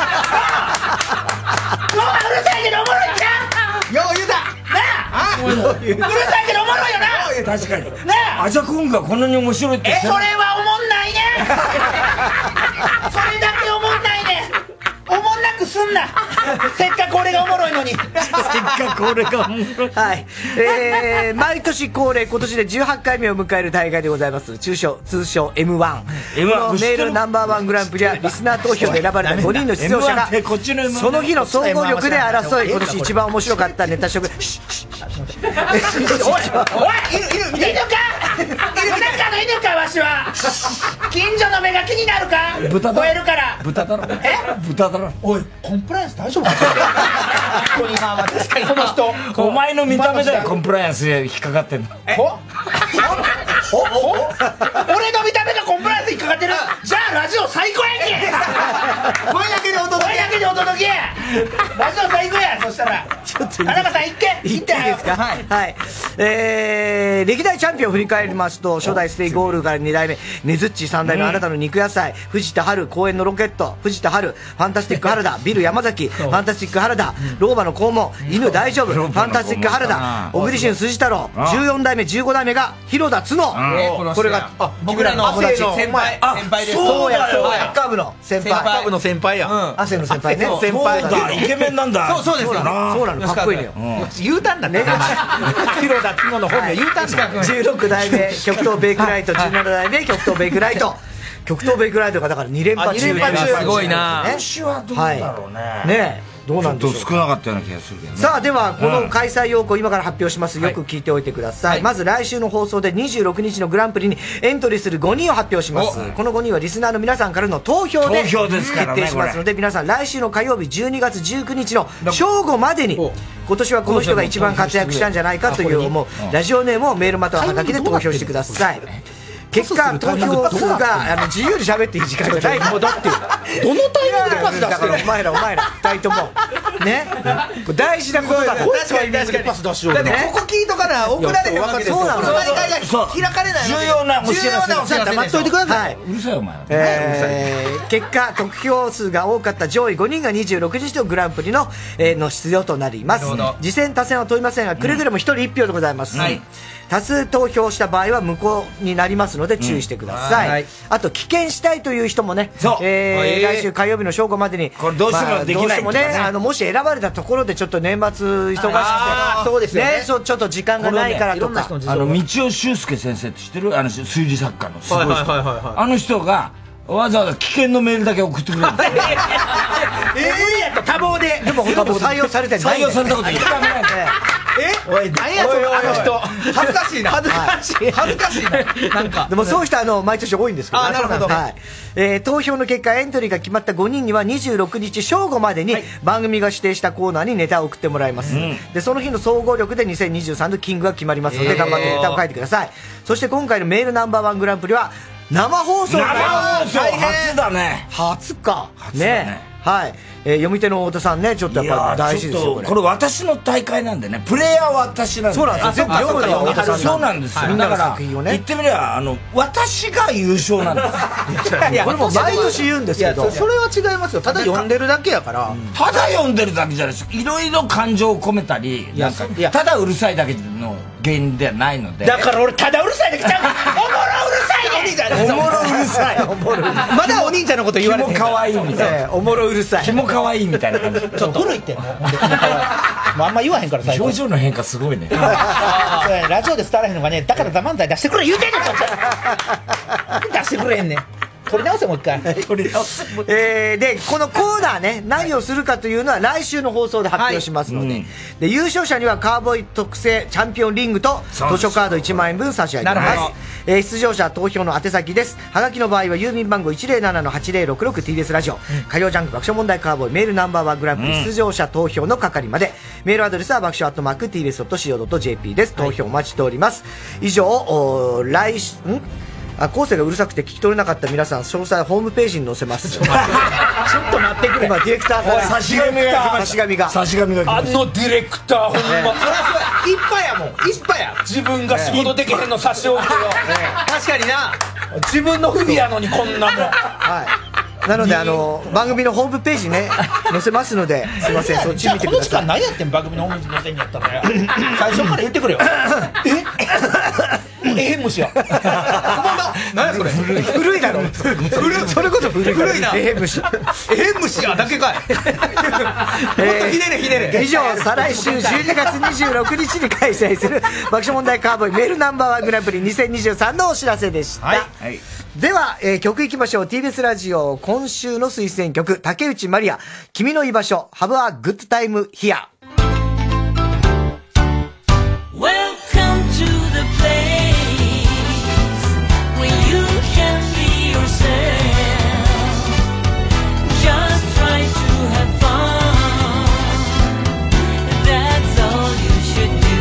もううるさいけどおもろいんちゃう。 よう言うたなあ、うるさいけどおもろいよな。 確かになあ、 アジャコンがこんなに面白いって。 え、それはおもんないね。それだけおもんないね。おもんなくすんな。せっかく俺がおもろいのに。せっかく俺がおもろい。 はい。えー、毎年恒例、今年でじゅうはちかいめを迎える大会でございます。通称、通称 エムワン。 エムワンこのメールナンバーワングランプリは、リスナー投票で選ばれたごにんの出場者が、その日の総合力で争い、今年一番面白かったネタ職。 おい、おい、いる、いる、犬かいる、中の犬か、わしは。近所の目が気になるか。 豚だ吠えるから。 豚だろ。 え、 豚だろ。 おい、コンプライアンス大丈夫か。本当にまあ確かにこの人。 お前の見た目でコンプライアンスで引っかかってんの。 ほほほ俺の見た目がコンプライアンス引っかかってる。じゃあラジオ最高やんけ。 声だけでお届け。 声だけでお届け。ラジオ最高や。そしたらちょっと田中さん行け。 行っていいですか。はい、はい。えー、歴代チャンピオンを振り返りますと、初代ステイゴールからにだいめねずっちさんだいめあなたの肉野菜、藤田春公園のロケット、藤田春ファンタスティック原田、ビル山崎ファンタスティック原田、ローマの肛門、犬大丈夫ファンタスティック原田、小栗旬筋太郎、じゅうよんだいめじゅうごだいめが広田角。これが僕らの亜生の先輩先輩です。 そうや、そうや、サッカー部の先輩、 サッカー部の先輩や。 亜生の先輩ね。 先輩だ。イケメンなんだ。 そうそうですよ。 そうなの、かっこいいのよ。 言うたんだね。広田角の本名言うたんだ。 じゅうろくだいめ極東ベイクライト、じゅうななだいめ極東ベイクライト。極東ベイクライトがだからに連覇中。 に連覇中。すごいな。 今年はどうだろうね。 ねえ。どうなんでしょう。 ちょっと少なかったような気がするけどね。 さあ、ではこの開催要項今から発表します。よく聞いておいてください。はい、まず来週の放送でにじゅうろくにちのグランプリにエントリーするごにんを発表します。このごにんはリスナーの皆さんからの投票で決定しますので、皆さん来週の火曜日じゅうにがつじゅうくにちの正午までに今年はこの人が一番活躍したんじゃないかという思うラジオネームをメールまたははがきで投票してください。結果投票数があの自由に喋っていい時間じゃない。もうだってどのタイミングでパス出してるの。 お前らお前らふたりともね、大事なことだから。 確かに確かにパス出しよう。だってここ聞いとかな送られへんわけですよ。 そうなの。 この大会が開かれない。 重要な重要なお知らせ待っといてください。 うるさいお前。 えー、結果得票数が多かった上位ごにんがにじゅうろくにちのグランプリのえの出場となります。次戦他戦は問いませんが、くれぐれもひとりいち票でございます。多数投票した場合は無効になりますので注意してください。うん、はい、あと棄権したいという人もね、えー、来週火曜日の正午までにこれどうしてもできない、まあ、どうしてもね、 あのもし選ばれたところでちょっと年末忙しくて、 そうですよね、 そうちょっと時間がないからとか、 ね、あの道尾修介先生って知ってる？あの推理作家のすごい人、はいはいはいはい、あの人がわざわざ危険のメールだけ送ってくれるんですよ。 えー、やった多忙で。 でも採用されてない。 採用されたこと一回もないんで。 え、おい、何やそのあの人。恥ずかしいな。恥ずかしい。恥ずかしいな。なんか。 でもそういう人はあの毎年多いんですけど。 あ、なるほど。 はい。えー、投票の結果エントリーが決まったごにんにはにじゅうろくにち正午までに番組が指定したコーナーにネタを送ってもらいます。うん、でその日の総合力でにせんにじゅうさんのキングが決まりますので、頑張ってネタを書いてください。そして今回のメールナンバーワングランプリは生放送。 生放送初だね。 初か。 初だね。 はい、えー、読み手の太田さんね、ちょっとやっぱり大事ですよ。 これこれ私の大会なんでね、プレイヤーは私なんで。 そうなんですよ。全部読むのは太田さん。 そうなんですよ。 みんなの作品をね。 言ってみればあの私が優勝なんです。 いやこれも毎年言うんですけど、 それは違いますよ。ただ読んでるだけやから。 ただ読んでるだけじゃないです。いろいろ感情を込めたり、なんかただうるさいだけの原因ではないので。 だから俺ただうるさいだけちゃう。おもろうるさいね。 おもろうるさい。 まだお兄ちゃんのこと言われてる。 キモ可愛いみたいな。 おもろうるさい。 キモ可愛いみたいな感じ。 ちょっと古いってもうあんま言わへんから最後表情の変化すごいね。 ラジオで伝わらへんのがね、だからザ漫才出してくれ言うてんねん。出してくれへんねん。取り直せもう一回。 取り直せ。えー、でこのコーナーね、何をするかというのは来週の放送で発表しますので、はい、うん、で優勝者にはカーボーイ特製チャンピオンリングと図書カードいちまんえんぶん差し上げます。 えー、出場者投票の宛先です。はがきの場合は郵便番号 いちまるななのはちぜろろくろく ティービーエス ラジオ、うん、火曜ジャンク爆笑問題カーボーイメールナンバーワングランプリ出場者投票の係まで、メールアドレスは爆笑アットマーク ティービーエスドットシーオードットジェーピー です。投票お待ちしております。以上、お来週んあ、後世がうるさくて聞き取れなかった皆さん、詳細ホームページに載せます。ちょっと待ってくれ。 今ディレクターから差し紙が差し紙が差し紙があのディレクターほんま、そりゃそうや、いっぱいやもん、いっぱいや。自分が仕事できへんの差し置いてよ。確かにな、自分の不備やのにこんなもん。 はい。なのであの番組のホームページね載せますので、すいません、そっち見てください。 この時間何やってん、番組のホームページ載せんやったらよ。最初から言ってくれよ。ええへん虫や。何やそれ。 古いだろ。それこそ古い。 古いな。 えへん虫。 えへん虫やだけかい。もっとひねれひねれ。 以上、再来週じゅうにがつにじゅうろくにちに開催する爆笑問題カーボーイメールナンバーワングランプリにせんにじゅうさんのお知らせでした。はいはい、では、えー、曲いきましょう。 ティービーエス ラジオ今週の推薦曲、竹内まりや、君の居場所 Have a good time here。 Welcome to the place where you can be yourself. Just try to have fun. That's all you should do.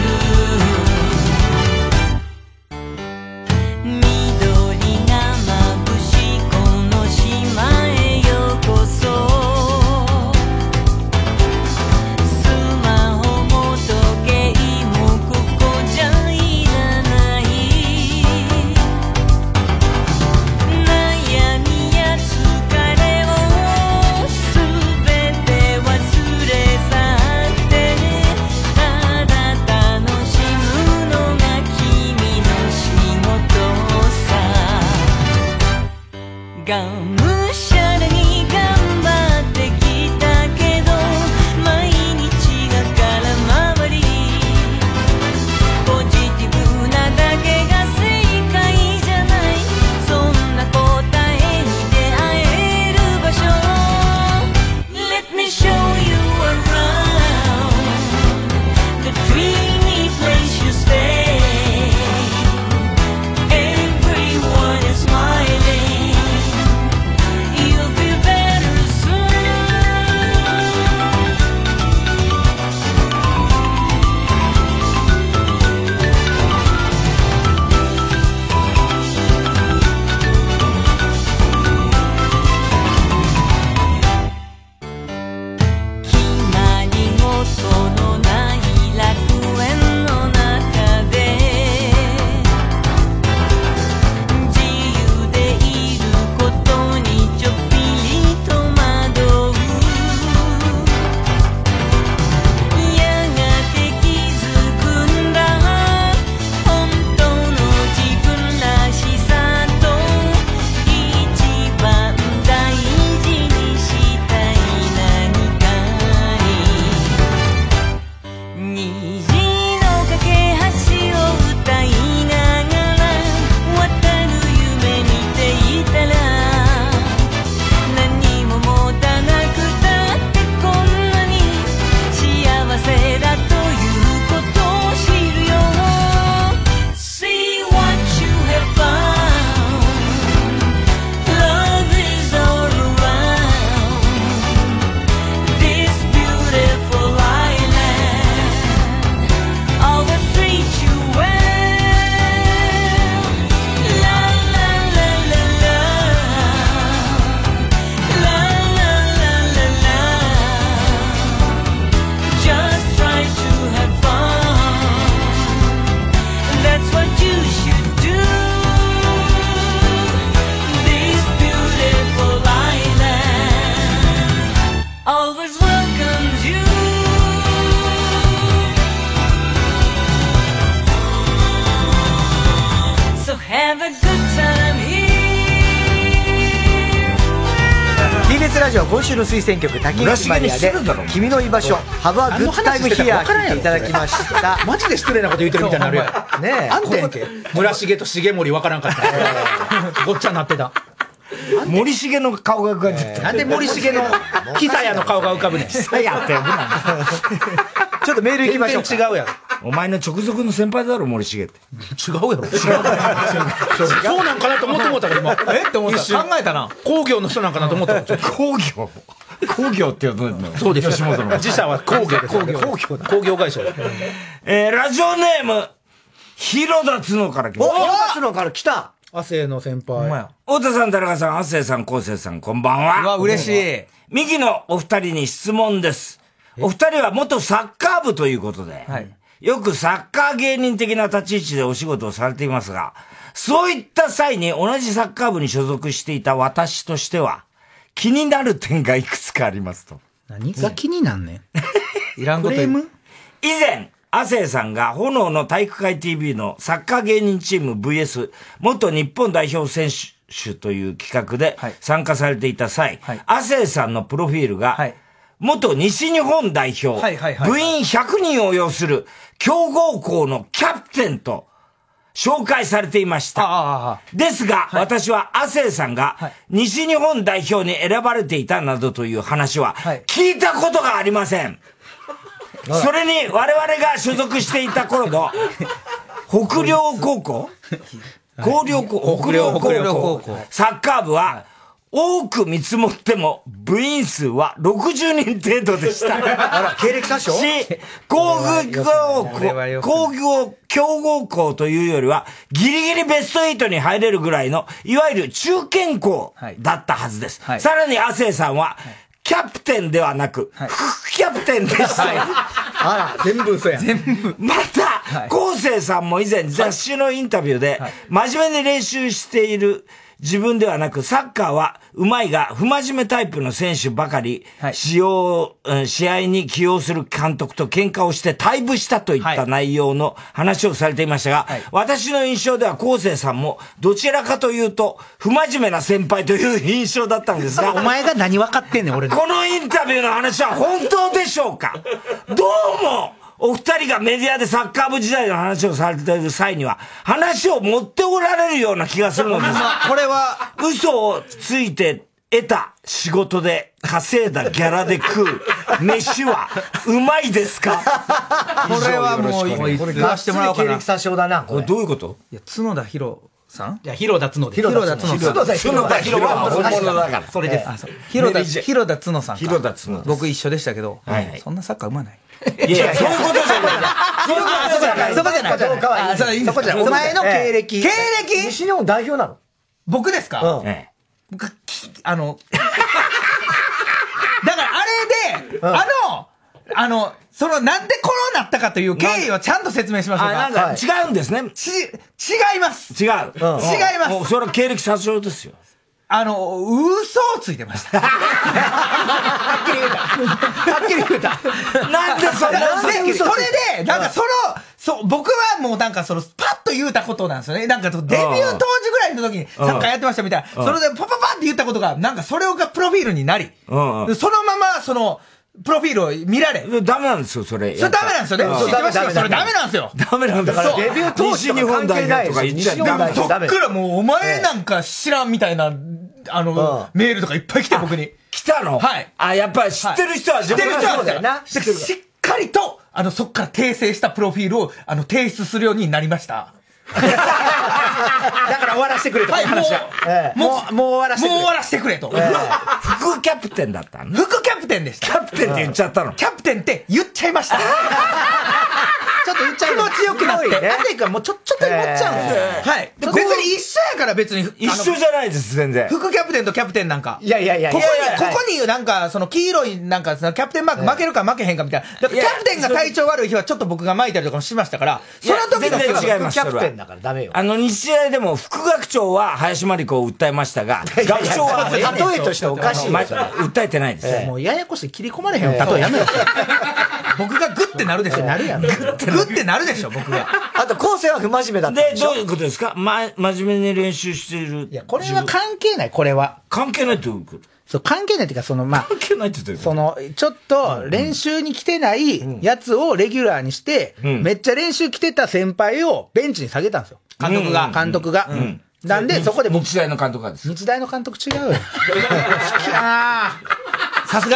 緑が眩しいこの島へようこそ。がむしゃらに頑張ってきたけど毎日が空回りポジティブなだけが正解じゃないそんな答えに出会える場所 Let me show you around the dreamy place you stay Everyone is smiling 今週の推薦曲竹内まりやで君の居場所 Have a good time here 聴いていただきましたマジで失礼なこと言ってるみたいになるやんねえあんてんけ村重と重森分からんかったごっちゃになってた森重の顔が浮かんじゃったなんで森重の久屋の顔が浮かぶねん久屋って呼ぶなちょっとメールいきましょうか全然違うやんお前の直属の先輩だろ、森重って。 違うやろ。違う。そうなんかなと思って思ったから今。えって思った。考えたな。工業の人なんかなと思った。 工業工業って呼ぶの。 そうです。 吉本の。 自社は工業です。工業。工業会社です。 えー、ラジオネーム、広田つのから来ました。お、広田つのから来た。 亜生の先輩。 太田さん、田中さん、亜生さん、昴生さん、こんばんは。 うわ、嬉しい。 ミキのお二人に質問です。お二人は元サッカー部ということで、はい、よくサッカー芸人的な立ち位置でお仕事をされていますが、そういった際に同じサッカー部に所属していた私としては、気になる点がいくつかありますと。 何が気になんねんいらんこと言う。 以前、亜生さんが炎の体育会 ティーブイ のサッカー芸人チーム ブイエス 元日本代表選手という企画で参加されていた際、亜生さんのプロフィールが、はい元西日本代表、部員ひゃくにんを要する強豪校のキャプテンと紹介されていました。ですが、はい、私は亜生さんが西日本代表に選ばれていたなどという話は聞いたことがありません。はい、それに我々が所属していた頃の北陵高校高陵高校北陵高校サッカー部は多く見積もっても部員数はろくじゅうにん程度でした。 あら、経歴詐称し、工業校、工業強豪校というよりは、ギリギリベストはちに入れるぐらいの、いわゆる中堅校だったはずです。はい、さらに亜生さんは、キャプテンではなく、はい、副キャプテンでした。はい、 あら、全部嘘や。全部。 また、昴生さんも以前雑誌のインタビューで、はい、真面目に練習している、自分ではなく、サッカーは上手いが不真面目タイプの選手ばかり、使用、はい、試合に起用する監督と喧嘩をして退部したといった内容の話をされていましたが、はい、私の印象では昴生さんもどちらかというと不真面目な先輩という印象だったんですが、 お前が何分かってんねん、俺の。 このインタビューの話は本当でしょうか？どうもお二人がメディアでサッカー部時代の話をされている際には、話を持っておられるような気がするのです。 これは、 嘘をついて得た仕事で稼いだギャラで食う飯はうまいですか？ これはもう、 これ言わしてもらおうかな。経歴詐称だな。 これどういうこと？ いや、角田博さん？ いや、広田角で。 広田角さん。 角田広は本物だから。 それです。広田、広田角さんか。 広田角。 僕一緒でしたけど、そんなサッカーうまない。 いやいや、そういうことじゃない。そういうことじゃない。 そこじゃない。そこじゃない。そこじゃない。お前の経歴。 経歴西日本代表なの？ 僕ですか？僕、あの、だからあれで、あの、あの、その、なんでこうなったかという経緯をちゃんと説明しましょうか。 なんか違うんですね。 ち、違います。 違う。違います。 もうそれは経歴詐称ですよ。 あの、嘘をついてました。はっきり言うた。はっきり言うた。 なんでそれなんでそれで、なんかその、そう、僕はもうなんかその、パッと言うたことなんですよね。なんかデビュー当時ぐらいの時にサッカーやってましたみたいな。それでパパパって言ったことが、なんかそれがプロフィールになり、そのままその、プロフィールを見られ。 ダメなんですよ、それ。 それダメなんですよね。知ってましたよ。それダメなんですよ。 ダメなんだから。 デビュー当時西日本代表とか言っちゃダメ。 そっからもう、お前なんか知らんみたいな、あの、メールとかいっぱい来て僕に。 来たの？ はい。 あ、やっぱり知ってる人は知ってる人はだよな。しっかりと、あの、そっから訂正したプロフィールを、あの、提出するようになりました。 だから終わらせてくれと。 はい、もう、もう、もう終わらせてくれ。もう終わらせてくれと。 副キャプテンだったの？ 副キャプテンでした。 キャプテンって言っちゃったの？ キャプテンって言っちゃいました。ちょっと言っちゃう。気持ちよくなって。なぜかもうちょ、ちょっと思っちゃうんですよ。はい。別に一緒やから別に。 一緒じゃないです、全然。 副キャプテンとキャプテンなんか。 いやいやいや。 ここに、ここになんか、その黄色いなんか、キャプテンマーク負けるか負けへんかみたいな。キャプテンが体調悪い日はちょっと僕が巻いたりとかもしましたから、その時の全然違います。 キャプテンだからダメよ。 あの、日大でも副学長は林真理子を訴えましたが、学長は例えとしておかしい。 訴えてないです。 もうややこしい切り込まれへんよ。例えやめろ。僕がグッてなるでしょ。なるやん。グッてなるでしょ、僕が。 あと、昴生は不真面目だったで、どういうことですか？ま、真面目に練習している。 いや、これは関係ない、これは。 関係ないってどういうこと？ そう、関係ないっていうか、その、まあ、 関係ないって言ってその、ちょっと、練習に来てないやつをレギュラーにして、うん、めっちゃ練習来てた先輩をベンチに下げたんですよ。監督が。監督が。うんうんなんで、そこで僕。日大の監督がです。 日大の監督違うよ。好きやなさすが。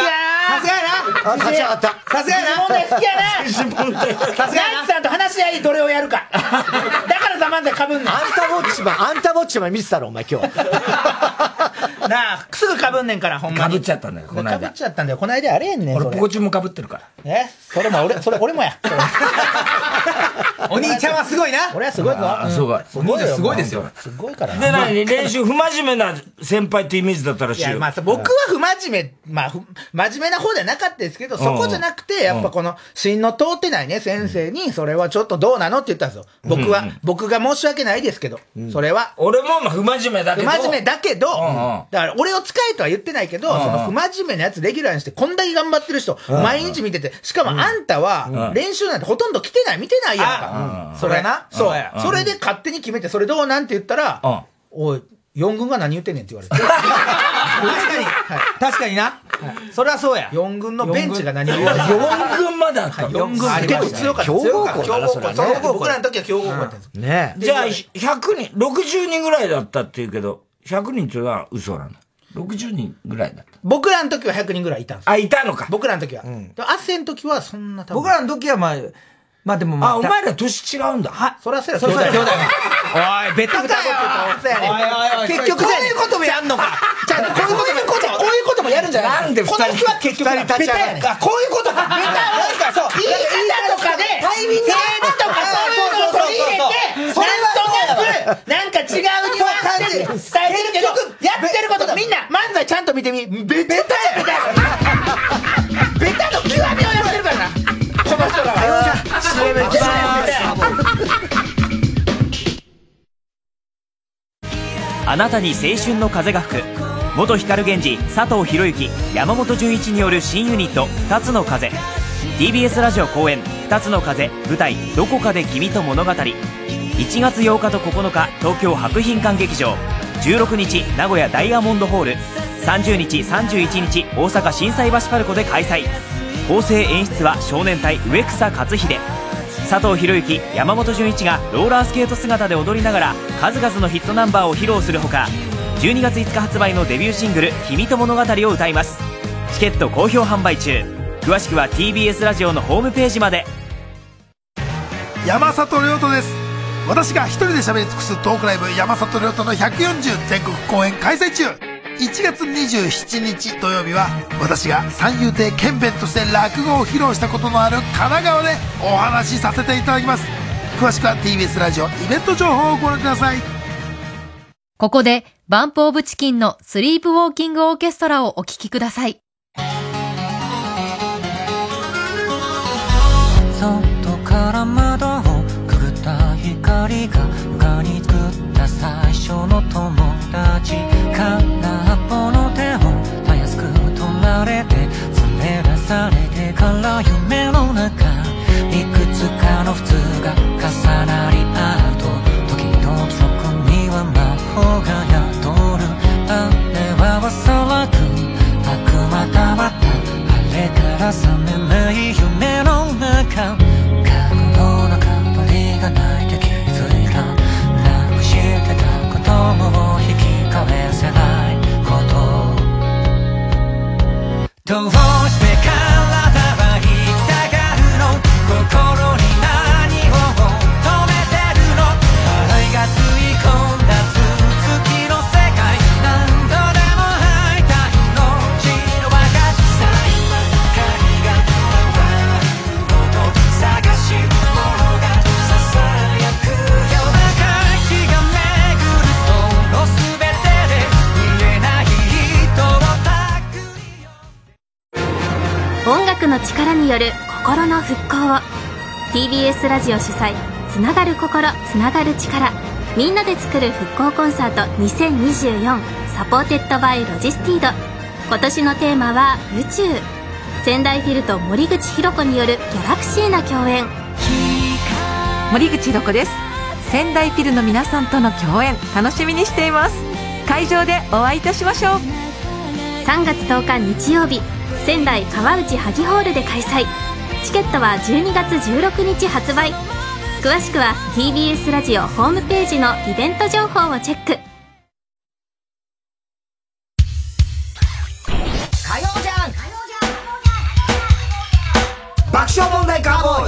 さすがやな。 あ、立ち上がった。 さすがやな。問題好きやな。 時事問題。 さすがやな。さんと話し合いどれをやるか。だからザ・漫才かぶんねん。 あんたウォッチマン、あんたウォッチマン見てたろ、お前今日。 なあ、すぐかぶんねんから、ほんまに。 かぶっちゃったんだよ、この間。 かぶっちゃったんだよ、この間あれやんねん。 俺、ポコチンもかぶってるから。 えそれも俺、それ俺もや。 お兄ちゃんはすごいな。 俺はすごいぞ。 あ、すごい。 お兄ちゃんすごいですよ。 すごいからで、何練習不真面目な先輩ってイメージだったらしいよ。 いや、まあ、僕は不真面目、まあ、真面目な方ではなかったですけど、そこじゃなくて、やっぱこの、芯の通ってないね、先生に、それはちょっとどうなのって言ったんですよ。僕は、僕が申し訳ないですけど、それは。 俺も不真面目だけど。 不真面目だけど、だから俺を使えとは言ってないけど、その不真面目なやつレギュラーにして、こんだけ頑張ってる人、毎日見てて、しかもあんたは、練習なんてほとんど来てない、見てないやんか。それな。そう。それで勝手に決めて、それどうなんて言ったら、おい、四軍が何言ってんねんって言われて。確かに。確かにな。それはそうや。 四軍のベンチが何を言われて。 四軍まであった。 四軍結構強かった。強豪校だな、それは。僕らの時は強豪校だったんです。 ねじゃあ、ひゃくにん、ろくじゅうにんぐらいだったって言うけど、ひゃくにんっていうのは嘘なの。ろくじゅうにんぐらいだった。 僕らの時はひゃくにんぐらいいたんです。 あ、いたのか。 僕らの時は。あっせん時はそんな多分。 僕らの時はまあ、まあでもまあ。 あ、お前ら年違うんだ。 は、そらそうや、 そらそうや、兄弟。 おい、ベタだよ。結局、こういうこともやんのか。じゃあ、こういうことも、こういうこともやるんじゃない。 なんで二人。 この人は結局、ベタやねん。こういうことか。ベタなんか、そう。言い方とかで、タイミングとかそういうのを取り入れて、なんとなく、なんか違うニュアンスで伝えてるけど、やってることがみんな、漫才ちゃんと見てみ、ベタや、ベタや。ベタの極みをやってるからな。この人らは。シーエム 行きますあなたに青春の風が吹く元光源氏佐藤弘之山本純一による新ユニットふたつの風 ティービーエス ラジオ公演ふたつの風舞台どこかで君と物語いちがつようかとここのか東京博品館劇場じゅうろくにち名古屋ダイヤモンドホールさんじゅうにちさんじゅういちにち大阪心斎橋パルコで開催構成演出は少年隊植草克秀佐藤弘之山本純一がローラースケート姿で踊りながら数々のヒットナンバーを披露するほかじゅうにがついつか発売のデビューシングル「君と物語」を歌います。チケット好評販売中。詳しくは ティービーエス ラジオのホームページまで。 山里亮太です。私が一人で喋り尽くすトークライブ山里亮太のひゃくよんじゅう全国公演開催中。いちがつにじゅうしちにち土曜日は私が三遊亭剣弁として落語を披露したことのある神奈川でお話しさせていただきます。詳しくは ティービーエス ラジオイベント情報をご覧ください。 ここでバンプオブチキンのスリープウォーキングオーケストラをお聴きください。 外から窓をくぐった光ががに作った最初の友達空っぽの手をたやすく取られて連れ出されてから夢の中いくつかの普通が重なり合うと時々そこには魔法が宿るあれはおそらく悪魔だったあれから覚めない夢の中過去の中鳥が鳴いて気づいたなくしてたことも引き返せないことどうして体は生きたがるの心に何を求めてるの愛が吸い込んだ月の世界何度でも会いたいの血の若さ今光が回るほど探し物がささやく夜中日が巡るその全てで見えない人を音楽の力による心の復興を ティービーエス ラジオ主催つながる心つながる力みんなで作る復興コンサートにせんにじゅうよんサポーテッドバイロジスティード。今年のテーマは宇宙。仙台フィルと森口博子によるギャラクシーな共演。 森口博子です。仙台フィルの皆さんとの共演楽しみにしています。会場でお会いいたしましょう。 さんがつとおか日曜日仙台川内萩ホールで開催。チケットはじゅうにがつじゅうろくにち発売。詳しくは ティービーエス ラジオホームページのイベント情報をチェック。 火曜じゃん笑問題カーボーイ。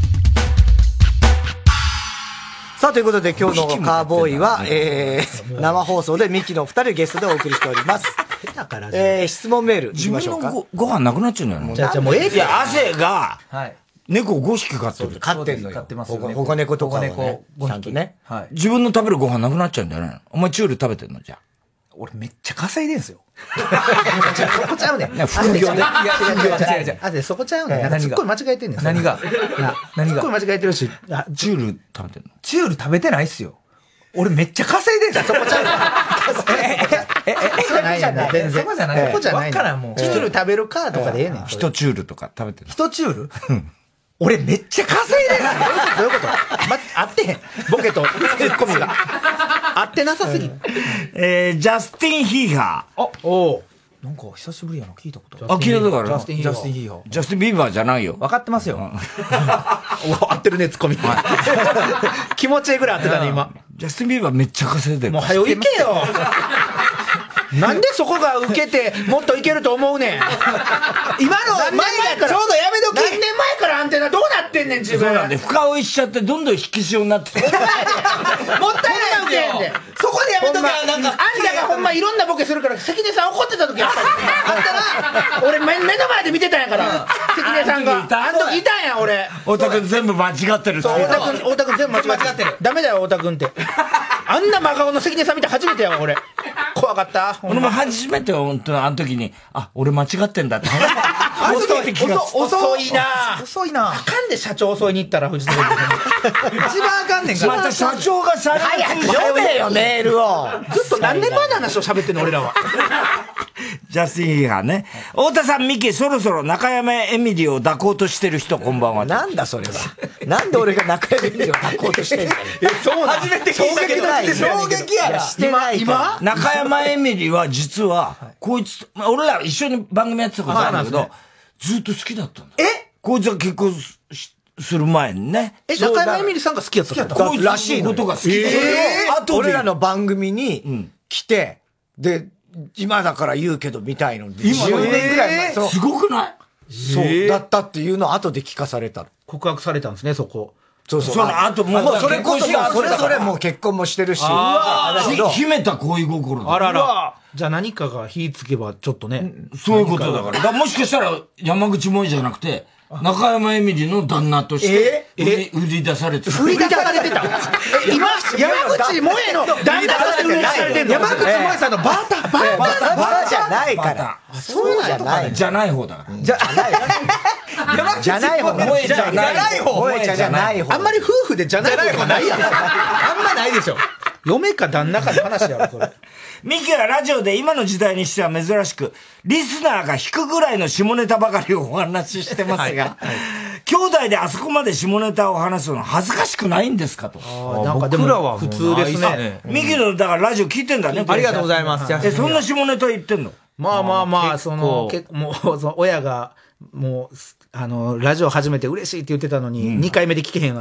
さあ、ということで今日のカーボーイは、えー、生放送でミキの二人ゲストでお送りしております。えー、質問メール。 自分の ご, ご飯なくなっちゃうんじゃないの？ じゃあ、じゃあもうええいや、汗が、猫ごひき飼ってる。 飼ってんのよ。 飼ってますよね。 保護猫とかはね。 保護猫ちゃんとね。 はい。 自分の食べるご飯なくなっちゃうんじゃないの？お前チュール食べてんのじゃあ。 俺めっちゃ稼いでんすよ。そこちゃうねん。 副業ね。 いや、副業じゃない。あ、で、そこちゃうねん。なんかすっごい間違えてんねん。何が何がすっごい間違えてるし。 チュール食べてんの？ チュール食べてないっすよ。俺めっちゃ稼いでんすよ。そこちゃうねん。え、え、え、え、そこじゃないやんな。全然。そこじゃない。そこじゃない。わからんもう。チュール食べるかとかでええねん。 一チュールとか食べてる。 一チュール俺めっちゃ稼いでる。どういうことどういうことま、合ってへん。ボケとツッコミが。合ってなさすぎ。 えー、ジャスティン・ヒーハー。あ、おなんか久しぶりやな、聞いたこと。 あ、聞いたことある。 ジャスティン・ヒーハー。ジャスティン・ヒーハー。 ジャスティン・ビーバーじゃないよ。 分かってますよ。合ってるね、ツッコミ。気持ちいいぐらい合ってたね、今。 ジャスティン・ビーバーめっちゃ稼いでる。 もう早いけよ。なんでそこが受けてもっといけると思うねん。今の前からちょうどやめとき。何年前からアンテナどうなってんねん自分。 そうなんで深追いしちゃってどんどん引き潮になってて。もったいない受けんで。そこでやめときゃなんかあんたがほんまいろんなボケするから関根さん怒ってた時やったあったら俺目の前で見てたんやから関根さんがあの時いたんや俺。 太田君全部間違ってる。 そう太田君太田君全部間違ってる。ダメだよ太田君って。あんな真顔の関根さん見て初めてやわ俺。怖かった。 俺も初めて本当あの時にあ俺間違ってんだって。 遅い遅いな遅いな。あかんで社長遅いに行ったらフジテレビ一番あかんねんから。 また社長がさ早く読めよメールを。 ずっと何年前の話を喋ってんの俺らは。 ジャスティン・ヒーハーね。太田さん、ミキ、そろそろ中山エミリを抱こうとしてる人、こんばんは。 なんだそれは。なんで俺が中山エミリを抱こうとしてんの？ え、そうなの？初めて聞いたけど。衝撃やな。 してない今中山エミリは実は、こいつ、俺ら一緒に番組やってたことあるんだけど、ずっと好きだったんだ。 え？ こいつが結婚する前にね。 え、中山エミリさんが好きやったの？ こいつらしいことが好きで。 あと俺らの番組に来て、で、今だから言うけどみたいので今じゅうねんぐらい前。すごくない？ そうだったっていうのを後で聞かされた。 告白されたんですね、そこ。 そうそう。 その後もうそれこそそれぞれもう結婚もしてるし。 秘めた恋心だ。 あらら。じゃあ何かが火つけばちょっとね。 そういうことだから。だからもしかしたら山口萌えじゃなくて、中山エミリの旦那として売り、売り出されてた。 売り出されてた。今、山口萌えの旦那として売り出されてんの。山口萌えさんのバーター、バーター、 バーターじゃないから。 そうじゃない。 じゃない方だから。 じゃない。じゃない方。 萌えじゃない方。 萌えじゃない方。 あんまり夫婦でじゃない方ないやん。あんまないでしょ。嫁か旦那かの話やろ、それ。 ミキはラジオで今の時代にしては珍しく、リスナーが引くぐらいの下ネタばかりをお話ししてますが、はいはい、兄弟であそこまで下ネタを話すの恥ずかしくないんですかと。 あなんかでも僕らは普通ですね。 ミキのだからラジオ聞いてんだね。 ありがとうございます。 え、そんな下ネタ言ってんの？ まあまあまあ、その、結構もう、その親が、もう、あの、ラジオ始めて嬉しいって言ってたのに、うん、にかいめで聞けへんわ。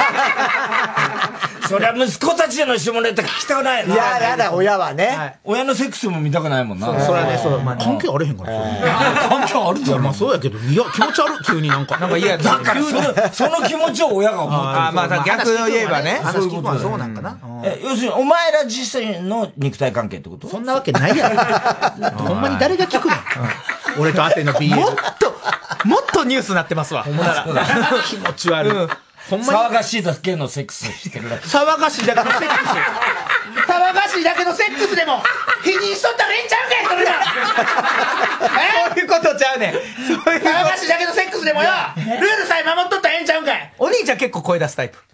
そりゃ息子たちの下ネタ聞きたくないな。 いや、やだ、親はね、はい。 親のセックスも見たくないもんな。 そりゃね、そう。まあ、関係あれへんから、 関係あるじゃん。 まあ、そうやけど、いや、気持ち悪い、急になんか。なんか、いや、 だからその、その気持ちを親が思ってる。 ああ、まあ、逆を言えばね。そういうことはそうなんかな。 え、要するに、お前ら自身の肉体関係ってこと？ そんなわけないやろ。ほんまに誰が聞くの？俺と汗の ビーエル。もっと、もっとニュースなってますわ。ほんまなら。気持ち悪い。 ほんまに騒がしいだけのセックスしてるだけ。 騒がしいだけのセックス。騒がしいだけのセックスでも、否認しとったらええんちゃうかい、それだ。そういうことちゃうねん。そういう騒がしいだけのセックスでもよ、ルールさえ守っとったらええんちゃうんかい。お兄ちゃん結構声出すタイプ。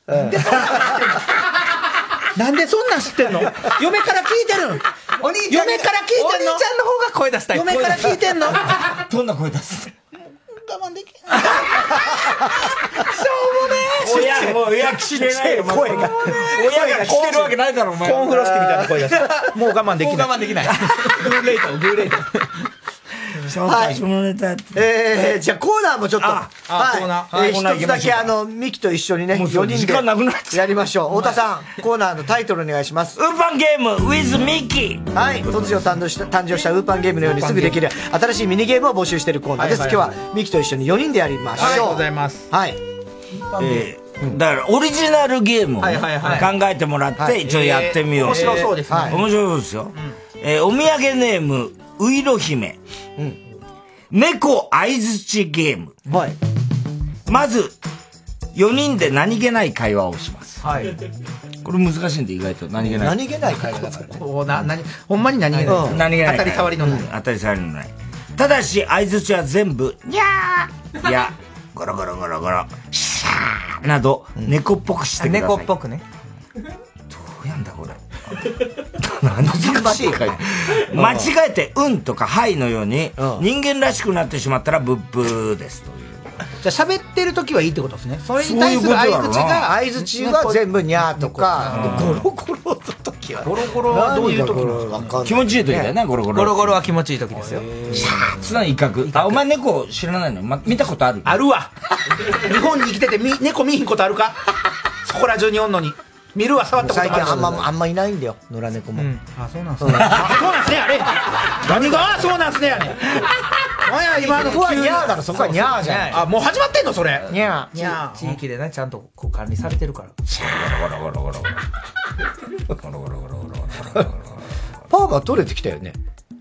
なんでそんなん知ってんの？嫁から聞いてる。お兄ちゃん。嫁から聞いてんの？お兄ちゃんの方が声出すタイプ。嫁から聞いてんの？ どんな声出す？ 我慢できない。しょうもねえ。親、もう親聞けないよ、声が。親が聞けるわけないだろ、お前。 コーンフロスケみたいな声出す。もう我慢できない。もう我慢できない。グーレイト、グーレイト。 はい。下ネタ。 えー、じゃあコーナーもちょっと。 あ、あ、コーナー。 えー、一つだけあの、ミキと一緒にね、よにんで。 時間なくなっちゃう。 やりましょう。太田さん、コーナーのタイトルお願いします。 ウーパンゲーム with ミキ。 はい。突如誕生した、誕生したウーパンゲームのようにすぐできる新しいミニゲームを募集しているコーナーです。今日はミキと一緒によにんでやりましょう。 ありがとうございます。 はい。 えー、だからオリジナルゲームをね、考えてもらって一応やってみよう。 面白そうですね。 面白そうですよ。えー、お土産ネームういろ姫、うん、猫相づちゲーム、はい、まずよにんで何気ない会話をします、はい、これ難しいんで意外と何気ない何気ない会話だからねこうな何ほんまに何気ない、うん、 何気ない当たり障りのない、 うん、当たり障りのないただし相づちは全部にゃーいやゴロゴロゴロゴロシャーなど、うん、猫っぽくしてください。 猫っぽくね。 どうやんだこれ難しいか間違えてうんとかはいのように人間らしくなってしまったらブッブーですという。 じゃあ喋ってる時はいいってことですね。それに対する相づちが相づちは全部にゃーとかゴロゴロの時はゴロゴロはどういう時なんですか。気持ちいい時だよねゴロゴロ。 ゴロゴロは気持ちいい時ですよ。 シャーツな威嚇。あお前猫知らないの、ま、見たことある？ あるわ。日本に生きててみ猫見ひんことあるか？そこら中におんのに。見るは触ったことある。 最近あんまあんまいないんだよ野良猫も、うん、 あそうなんすねあそうなんすねあれ何がそうなんすねあれ今のそこはニャーだろそこはニャーじゃん。 あもう始まってんのそれニャーニャー地域でねちゃんとこう管理されてるからゴロゴロゴロゴロゴロゴロゴロゴロゴロパーマ取れてきたよね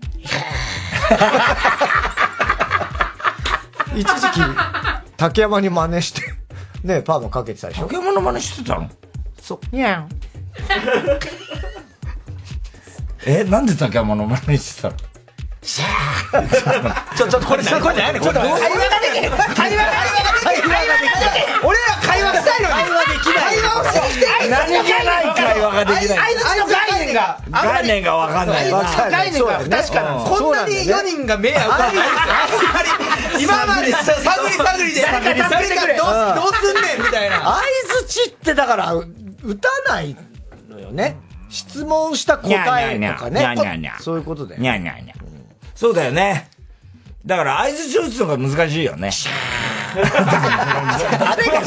一時期竹山に真似してねパーマかけてたでしょ。 竹山の真似してたの？ そう。にゃん。 え、なんで竹山の真似してたの？ ちょ、ちょっとこれ何これ何ちょっと会話ができへん会話が会話ができへん会話ができへん俺ら会話したいのに会話できない会話をして何気ない会話ができない相槌の概念が概念が分かんない概念が不確かなこんなによにんが目合うことないですよ今まで探り探りで誰か助けてくれどうすんねんみたいな相槌ってだから打たないのよね。質問した答えとかね。 にゃにゃにゃそういうことだよ。 にゃにゃにゃ。そうだよね。だから相槌を打つのが難しいよね。 誰が会話ができへんねん。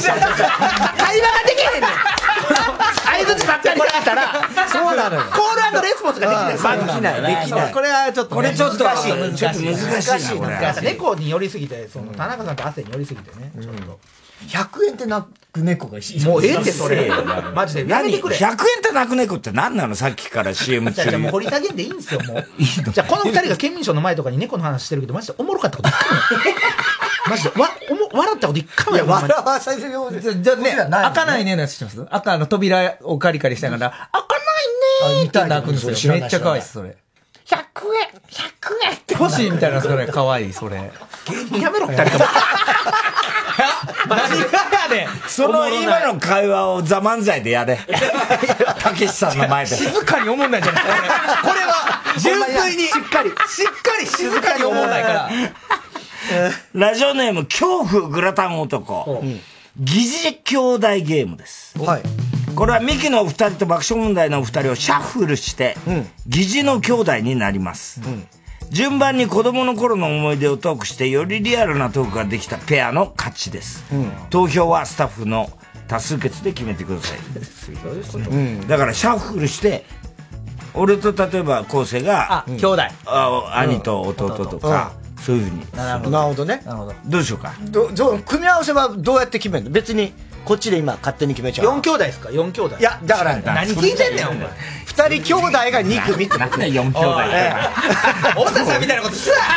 相槌ばっかりだったら、 そうなのよ。 コール&レスポンスができない。 できない。できない。 これはちょっと、 これちょっと難しい。 ちょっと難しいな。猫に寄りすぎて、その田中さんと汗に寄りすぎてね。ちょっと。 ひゃくえんって泣く猫がいい。 もうええってそれ。マジで。やめてくれ。 ひゃくえんって泣く猫って何なのさっきから シーエム 中。 じゃあもう掘り下げんでいいんですよ、もう。じゃあこの二人が県民賞の前とかに猫の話してるけど、マジでおもろかったこと一回も。マジで、わ、おも、笑ったこと一回も。 いや、笑わさせるようで。 じゃあね、開かないねのやつ知ってます赤あの扉をカリカリしながら、開かないねーって泣くんですよ。めっちゃ可愛いです、それ。 ひゃくえん !ひゃくえんって欲しいみたいな、それ、可愛い、それ。芸人やめろ、二人とも。何がやねん。 その今の会話をザ漫才でやれ。たけしさんの前で。 静かに思んないじゃないですか。これは、純粋に。しっかり。しっかり静かに思んないから。 ラジオネーム、恐怖グラタン男。疑似兄弟ゲームです。はい。これはミキのお二人と爆笑問題のお二人をシャッフルして、疑似の兄弟になります。うん順番に子供の頃の思い出をトークしてよりリアルなトークができたペアの勝ちです、うん、投票はスタッフの多数決で決めてください、うん、だからシャッフルして俺と例えば昴生があ、兄弟あ兄と弟とか、うん、そういうふうになるほどねなるほどどうしようかどど組み合わせはどうやって決めるの別にこっちで今勝手に決めちゃうよん兄弟ですかよん兄弟いやだから何聞いてんねんお前ふたり兄弟がに組ってなんだよん兄弟太田さんみたいなことすな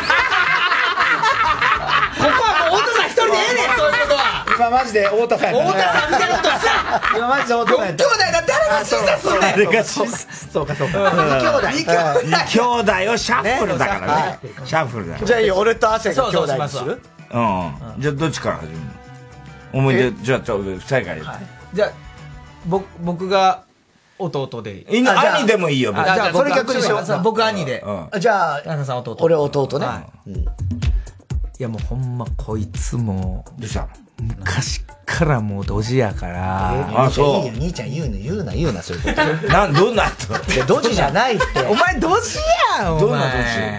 ここはもう太田さん一人でええねんそういうことは今マジで太田さん太田さんみたいなことさ今マジで太田さんよん兄弟だ誰が審査すんねん誰が審査そうかそうかに兄弟に兄弟をシャッフルだからねシャッフルだからじゃあいい俺と亜生が兄弟にするうんじゃあどっちから始めるの思い出じゃあちょっとふたりから言ってじゃあ僕が弟でいい兄でもいいよじゃあそれ逆にしよう僕兄でじゃあ中さん弟俺弟ねいやもうほんまこいつもどうした昔からもうドジやからあそういいよ兄ちゃん言うの言うな言うなそういうことなんどんなドジじゃないってお前ドジやんお前どんなド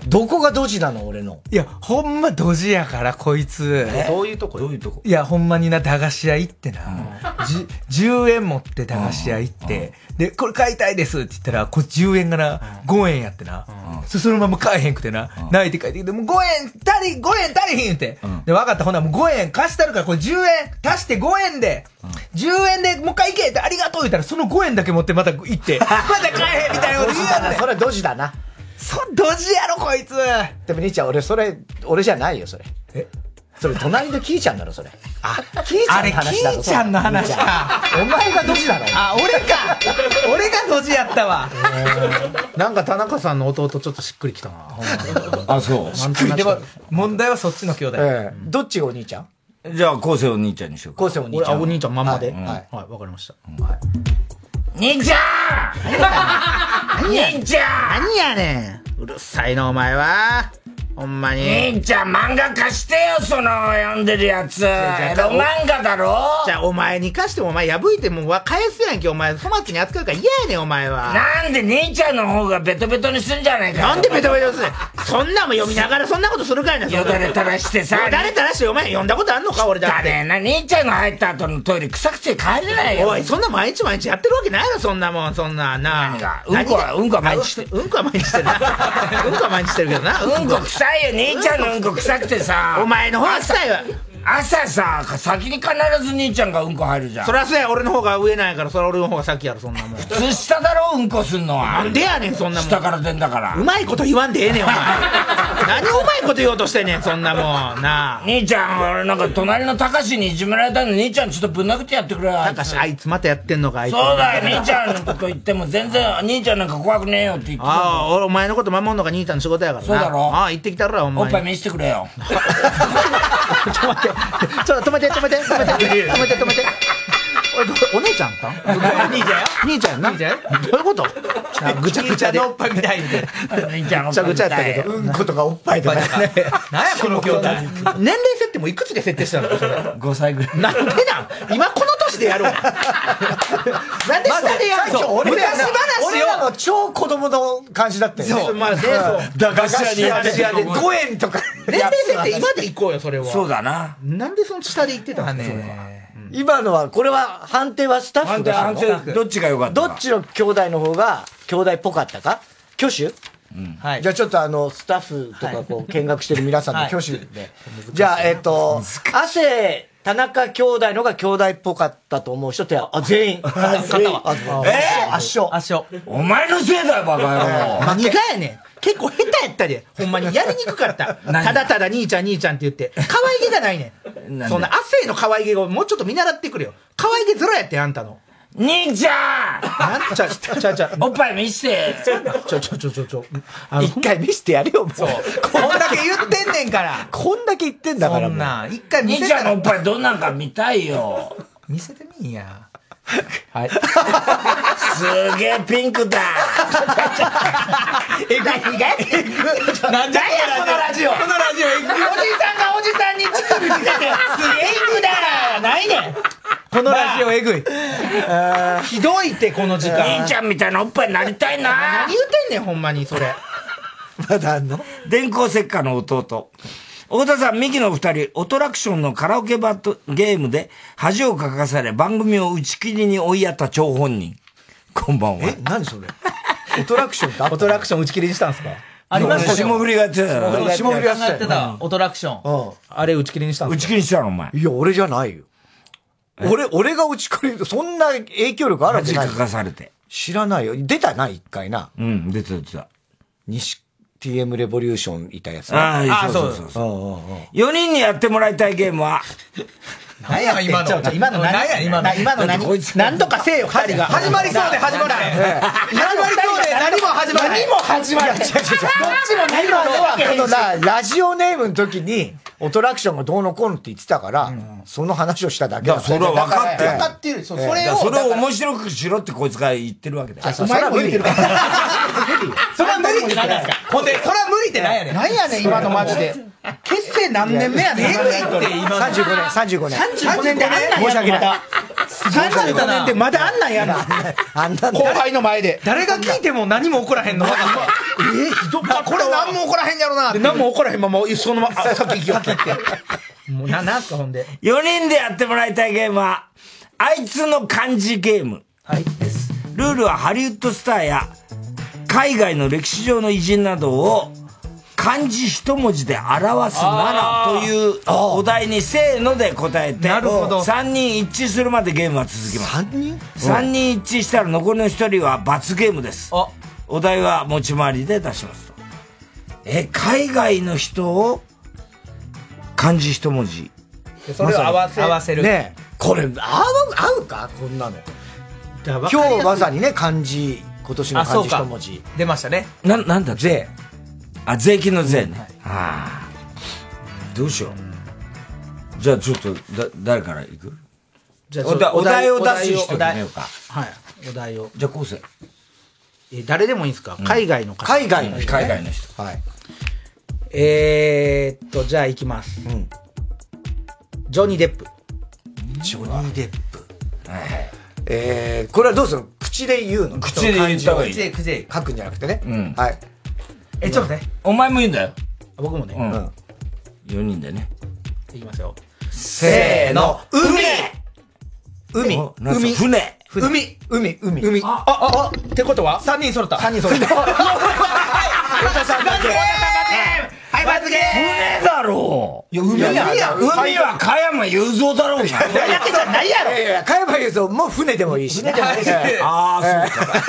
どこがドジなの俺の。 いや、ほんまドジやから、こいつ。 どういうとこどういうとこいや、ほんまにな、駄菓子屋行ってな。じゅうえん持って駄菓子屋行って、で、これ買いたいですって言ったら、これじゅうえんがな、ごえんやってな。そのまま買えへんくてな。泣いて帰ってきて、もうごえん足り、ごえん足りひんって。で、分かった、ほんならもうごえん貸してあるから、これじゅうえん足してごえんで、じゅうえんでもう一回行けってありがとう言ったら、そのごえんだけ持ってまた行って、また買えへんみたいなこと言うやんねん。 それドジだな。 そ、ドジやろ、こいつ。 でも兄ちゃん、俺、それ、俺じゃないよ、それ。 えそれ、隣のキーちゃんだろ、それ。あ、キーちゃんの話だろ。 キーちゃんの話か。 お前がドジだろ。 あ、俺か。俺がドジやったわ。 なんか田中さんの弟ちょっとしっくりきたな。 あ、そう。 しっくり。でも、問題はそっちの兄弟。 どっちがお兄ちゃん？ じゃあ、昴生お兄ちゃんにしようか。 昴生お兄ちゃん。 お兄ちゃんまんまで。 はい。 はい、わかりました。 兄ちゃん兄ちゃん何やねん。うるさいな、お前は。ほんまに。 兄ちゃん、漫画貸してよ、その、読んでるやつ。ロ漫画だろ。 じゃあ、お前に貸しても、お前破いても返すやんけ、お前。粗末に扱うから嫌やねん、お前は。 なんで兄ちゃんの方がベトベトにするんじゃないか。 なんでベトベトにするそんなんも読みながらそんなことするからね。 よだれ垂らしてさ。 よだれ垂らして、お前読んだことあんのか、俺だって。 だねな、兄ちゃんが入った後のトイレ臭くて帰れないよ。 おい、そんな毎日毎日やってるわけないよ、そんなもん、そんな、な。 何がうんこは、うんこは毎日してる。 うんこは毎日してるな。うんこは毎日してるけどな。 うんこ臭いよ、兄ちゃんのうんこ臭くてさ。 お前の方が臭いわ。 朝さ、先に必ず兄ちゃんがうんこ入るじゃん。 そりゃそうや、俺の方が上なんやから、それは俺の方が先やろ、そんなもん。 普通下だろ、うんこすんのは。 なんでやねん、そんなもん。 下から出んだから。 うまいこと言わんでええねん、お前。何うまいこと言おうとしてんねん、そんなもん。なあ。 兄ちゃん、俺なんか隣の高志にいじめられたのに、兄ちゃんちょっとぶん殴ってやってくれよ。 高志、あいつまたやってんのか、あいつ。 そうだよ、兄ちゃんのこと言っても全然、兄ちゃんなんか怖くねえよって言ってた。 ああ、俺お前のこと守んのが兄ちゃんの仕事やからな。 そうだろ。 ああ、行ってきたら、お前。 おっぱい見せてくれよ。 ちょっと待って。ちょっと止めて、止めて、止めて、止めて、止めて。お姉ちゃんか兄ちゃんよ。 兄ちゃんやんな。 兄ちゃんどういうことぐちゃぐちゃで。 おっぱいみたいで。 兄ちゃん、 ぐちゃぐちゃやったけど。 うんことかおっぱいとか。 何やこの兄弟。 年齢設定もいくつで設定したのそれ。 ごさいぐらい。 なんでなん今この年でやろう。なんで下でやるの俺ら俺らの超子供の感じだったよね。 そう、まあ、そう。 駄菓子屋でごえんとか。 年齢設定今で行こうよ、それは。 そうだな。 なんでその下で行ってたんですか今のは、これは判定はスタッフが判定、判定、どっちが良かったどっちの兄弟の方が兄弟っぽかったか挙手はい。じゃあちょっとあの、スタッフとかこう見学してる皆さんの挙手で。じゃあ、えっと、亜生、田中兄弟のが兄弟っぽかったと思う人って、あ、全員。 全員。 えー、圧勝。 圧勝。 お前のせいだよ、バカ野郎。 何がやねん。結構下手やったで。ほんまにやりにくかった。ただただ兄ちゃん兄ちゃんって言って。可愛げがないねん。そんな亜生の可愛げをもうちょっと見習ってくれよ。可愛げゼロやってあんたの。 兄ちゃんなんちゃ、ちゃちゃ。 おっぱい見せて。 ちょちょちょちょちょ。 一回見せてやるよ、もう。 そう。こんだけ言ってんねんから。 こんだけ言ってんだから。 そんな。一回見せ兄ちゃんのおっぱいどんなんか見たいよ。 見せてみんや。はい。 すげえピンクだ。 えぐい。何がえぐなんだよ、このラジオ。このラジオえぐい。 おじさんがおじさんに乳首見せて、すげえピンクだ。ないねん。 このラジオえぐい。 ひどいってこの時間。 兄ちゃんみたいなおっぱいになりたいな。 何言ってんねんほんまにそれ。 まだあんの？ 電光石火の弟。太田さん、ミキの二人、オトラクションのカラオケバトゲームで恥をかかされ番組を打ち切りに追いやった張本人。こんばんは。 え、何それ？オトラクションってあった？ オトラクション打ち切りにしたんすか？ ありましたよ。 霜降りがやってたよ。 霜降りがやってた。オトラクション。 あれ打ち切りにしたんすか？ 打ち切りにしたの、お前。 いや、俺じゃないよ。俺、俺が打ち切り、そんな影響力あるわけない。 恥かかされて。 知らないよ。出たな、一回な。 うん、出てた、出てた。 西、ティーエム レボリューションいたやつ。 ああ、そうそうそう。よにんにやってもらいたいゲームは、 何や、今の。 今の何や、今の。今の何何とかせえよ、二人が。 始まりそうで始まらへん。始まりそうで何も始まらへん。 何も始まらへん。どっちも何も今のは、このラジオネームの時に、オトラクションがどうのこうのって言ってたから、その話をしただけだ。 それは分かってる。 分かってる。それを。それを面白くしろってこいつが言ってるわけだよ。 お前も言ってるから。 それは無理って何ですか？ほんで、それは無理って何やねん。 何やねん、今のマジで。結成何年目やねん。 えぐいって今の。 さんじゅうごねん、さんじゅうごねん。 さんじゅうごねんであんな申し訳ない。 さんじゅうごねんでまだあんなんやんの。後輩の前で。 誰が聞いても何も起こらへんの。えー、ひどかった。 これ何も起こらへんやろな。 何も起こらへんまま、そのまま、さっき行きよって。もうな、なんすかほんで。 よにんでやってもらいたいゲームは、あいつの漢字ゲーム。はい。です。ルールはハリウッドスターや、海外の歴史上の偉人などを、漢字一文字で表すならというお題にせーので答えて、なるほど。さんにん一致するまでゲームは続きます。さんにん ?さん 人一致したら残りのひとりは罰ゲームです。お題は持ち回りで出しますと。え、海外の人を漢字一文字。 それを合わせ、 合わせる。 ねこれ、合う、合うかこんなの。今日まさにね、漢字、今年の漢字一文字。 出ましたね。 な、なんだ、税。あ、税金の税ね。ああ。どうしよう。じゃあちょっと、だ、誰から行くじゃあ、お題を出す人決めようか。 はい。お題を。 じゃあ、昴生。 え、誰でもいいんですか海外の方。 海外の人。 海外の人。 はい。 えーっと、じゃあ行きます。うん。ジョニー・デップ。 ジョニー・デップ。はい。えー、これはどうする口で言うの口で言った方がいい。 口で、口で書くんじゃなくてね。うん。はい。 え、ちょっとね。 お前も言うんだよ。 僕もね。 うん。よにんでね。 いきますよ。 せーの。海海海船海海海海あ、あ、あ、ってことはさんにん揃った。 さんにん揃った。はい、罰ゲーム船だろう。いや、海や。 海は加山雄三だろうが。 それだけじゃないやろ。 いやいや、加山雄三も船でもいいしね。船でもいいし。 ああ、そうか。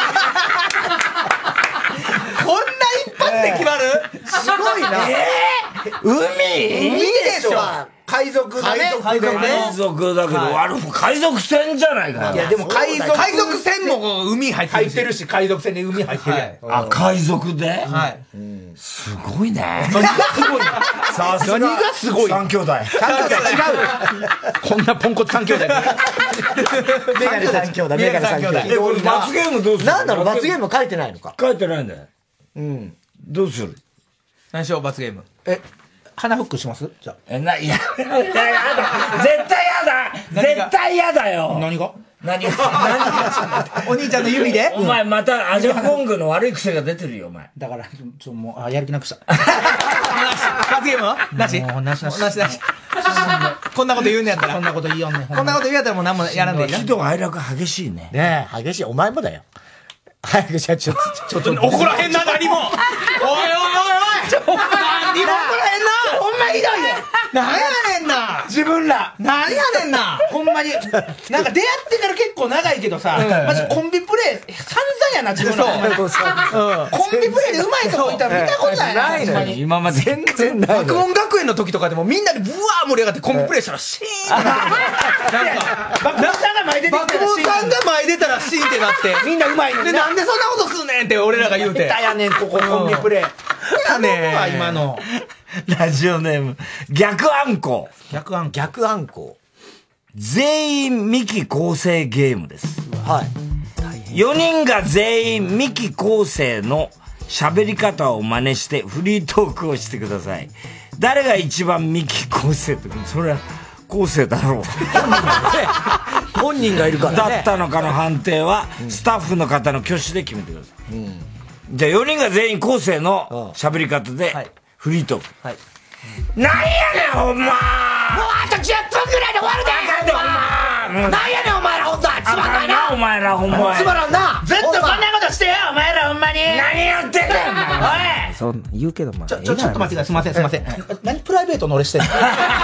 こんな一発で決まるすごいな。 え海海でしょ。 海賊だね。 海賊ね。 海賊だけど、あれ、海賊船じゃないか。 いや、でも海賊、 海賊船も海入ってる。 入ってるし、海賊船で海入ってる。 あ、海賊ではい。 すごいね。 何がすごいさすが。 何がすごい三兄弟。 三兄弟違う。こんなポンコツ三兄弟。 メガネ三兄弟、メガネ三兄弟。 え、これ罰ゲームどうするなんだろう、罰ゲーム書いてないのか。 書いてないんだよ。 うん。 どうする何しよう、罰ゲーム。 え、鼻フックしますじゃあ。 え、な、いや、いや、やだ。絶対やだ絶対やだよ何が何が何お兄ちゃんの指でお前またアジャコングの悪い癖が出てるよ、お前。 だから、ちょ、もう、あ、やる気なくした。 罰ゲームはなしもう、なしなし。 なしなし。こんなこと言うんやったら。 こんなこと言いよんねん。 こんなこと言うんやったらもう何もやらんでいいな。 喜怒哀楽激しいね。 ねえ、激しい。お前もだよ。早く、じゃあちょっと、ちょっと。 怒らへんな、何もおいおいおいおい何も怒らへんなほんまひどいね何やねんな自分ら何やねんなほんまになんか出会ってから結構長いけどさ、マジコンビプレイ散々やな自分らコンビプレイでうまいとこいたら見たことないな。 ないのに今まで全然ない。 爆音学園の時とかでもみんなでブワー盛り上がってコンビプレイしたらシーンってなってなんか爆音さんが前出てきたら爆音さんが前出たらシーンってなってみんなうまいのにでなんでそんなことすんねんって俺らが言うて下手やねんここコンビプレイやねん今のラジオネーム逆あんこ逆あんこ逆あんこ全員ミキ構成ゲームです。 はいよにんが全員ミキ構成の喋り方を真似してフリートークをしてください。誰が一番ミキ構成ってそれは構成だろう本人がいるからねだったのかの判定はスタッフの方の挙手で決めてください、うん、じゃあよにんが全員構成の喋り方でフリートーク、はい、なんやねんほんまもうあとじゅっぷんぐらいで終わるでほんまなんやねんお前らほんとつまんないなお前らほんまつまらんなずっとこんなことしてよお前らほんまに何やってんだよお前おいそう言うけどまあちょちょちょっと待ってくださいすいませんすいません何プライベートの俺してんの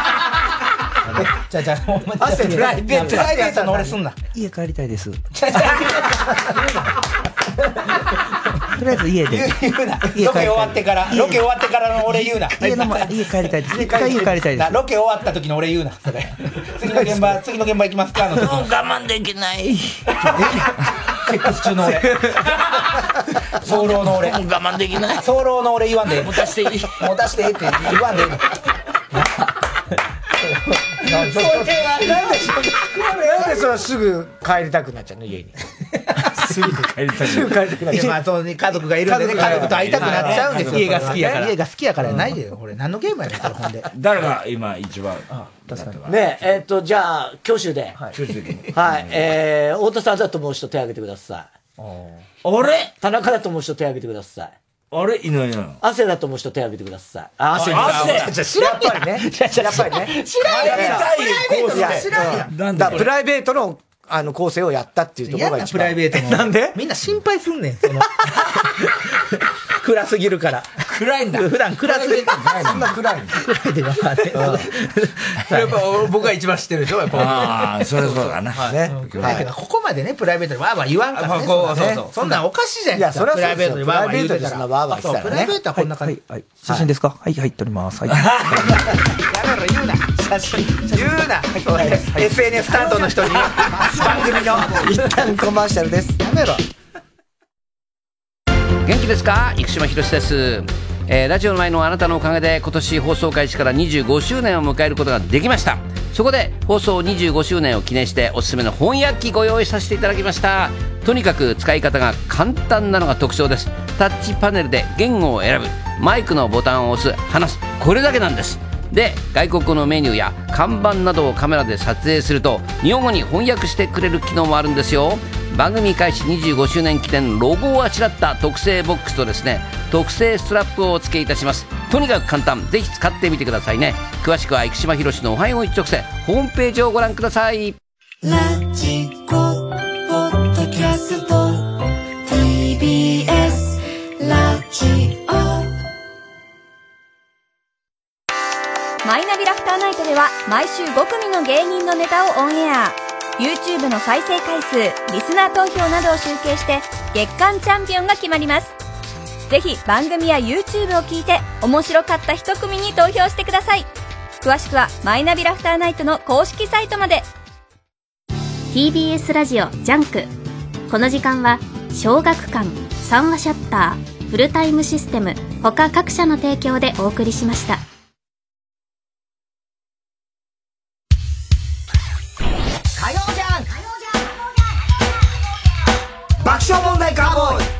じゃあじゃあお前汗プライベートプライベートの俺すんな家帰りたいですとりあえず家で言うなロケ終わってからロケ終わってからの俺言うな家の家帰りたいです一回家帰りたいですロケ終わった時の俺言うなそれ次の現場次の現場行きますかもう我慢できないセックス中の俺早漏の俺もう我慢できない早漏の俺言わんで持たしていい持たしていいって言わんでいいのそれはなんでしょうなんでそれすぐ帰りたくなっちゃうの家にすぐ帰りたくすぐ帰りたくなっちゃう。 まあ、そうね、家族がいるんでね、家族と会いたくなっちゃうんですよ。 家が好きやから。 家が好きやからないでよ。これ、何のゲームやねん、これ、ほんで。 誰が今一番。 確かに。ねえ、えっと、じゃあ、挙手で。 挙手で。 はい。えー、太田さんだと思う人手挙げてください。 あれ田中だと思う人手挙げてください。 あれいないな。 汗だと思う人手挙げてください。あ、汗。 汗知らんやん。やっぱりね。やっぱりね。 知らんやん。 プライベートの知らんやん。 なんだ、プライベートの、あの、構成をやったっていうところが一番。 プライベートの。 なんでみんな心配すんねん、その。暗すぎるから。 暗いんだ。 普段暗すぎる。 そんな暗い暗いで、まあね。 やっぱ僕が一番知ってるでしょ、やっぱ。 ああ、それそうだな。 ね。 だけど、ここまでね、プライベートでわーわー言わんからね。そうそう。そんなんおかしいじゃないですか。プライベートでわーわー言うてたら。そう、プライベートはこんな感じ。 はい。写真ですか？はい、はい、撮ります。はい。 やめろ、言うな。写真。言うな。エスエヌエス 担当の人に。番組の。 一旦コマーシャルです。 やめろ。 元気ですか？生島博です。えー、ラジオの前のあなたのおかげで今年放送開始からにじゅうごしゅうねんを迎えることができました。そこで放送にじゅうごしゅうねんを記念しておすすめの翻訳機ご用意させていただきました。とにかく使い方が簡単なのが特徴です。タッチパネルで言語を選ぶ、マイクのボタンを押す、話す、これだけなんです。で、外国語のメニューや看板などをカメラで撮影すると日本語に翻訳してくれる機能もあるんですよ。番組開始にじゅうごしゅうねん記念ロゴをあしらった特製ボックスとですね、特製ストラップをお付けいたします。とにかく簡単、ぜひ使ってみてくださいね。詳しくは生島博のおはよう一直線ホームページをご覧ください。 ラジコポッドキャスト ティービーエス ラジオ。 マイナビラフターナイトでは毎週ごくみの芸人のネタをオンエア。 YouTube の再生回数、リスナー投票などを集計して月間チャンピオンが決まります。ぜひ番組や YouTube を聞いて面白かった一組に投票してください。詳しくはマイナビラフターナイトの公式サイトまで。 ティービーエス ラジオジャンク。この時間は小学館、三話シャッター、フルタイムシステム他各社の提供でお送りしました。 火曜じゃん爆笑問題カーボーイ。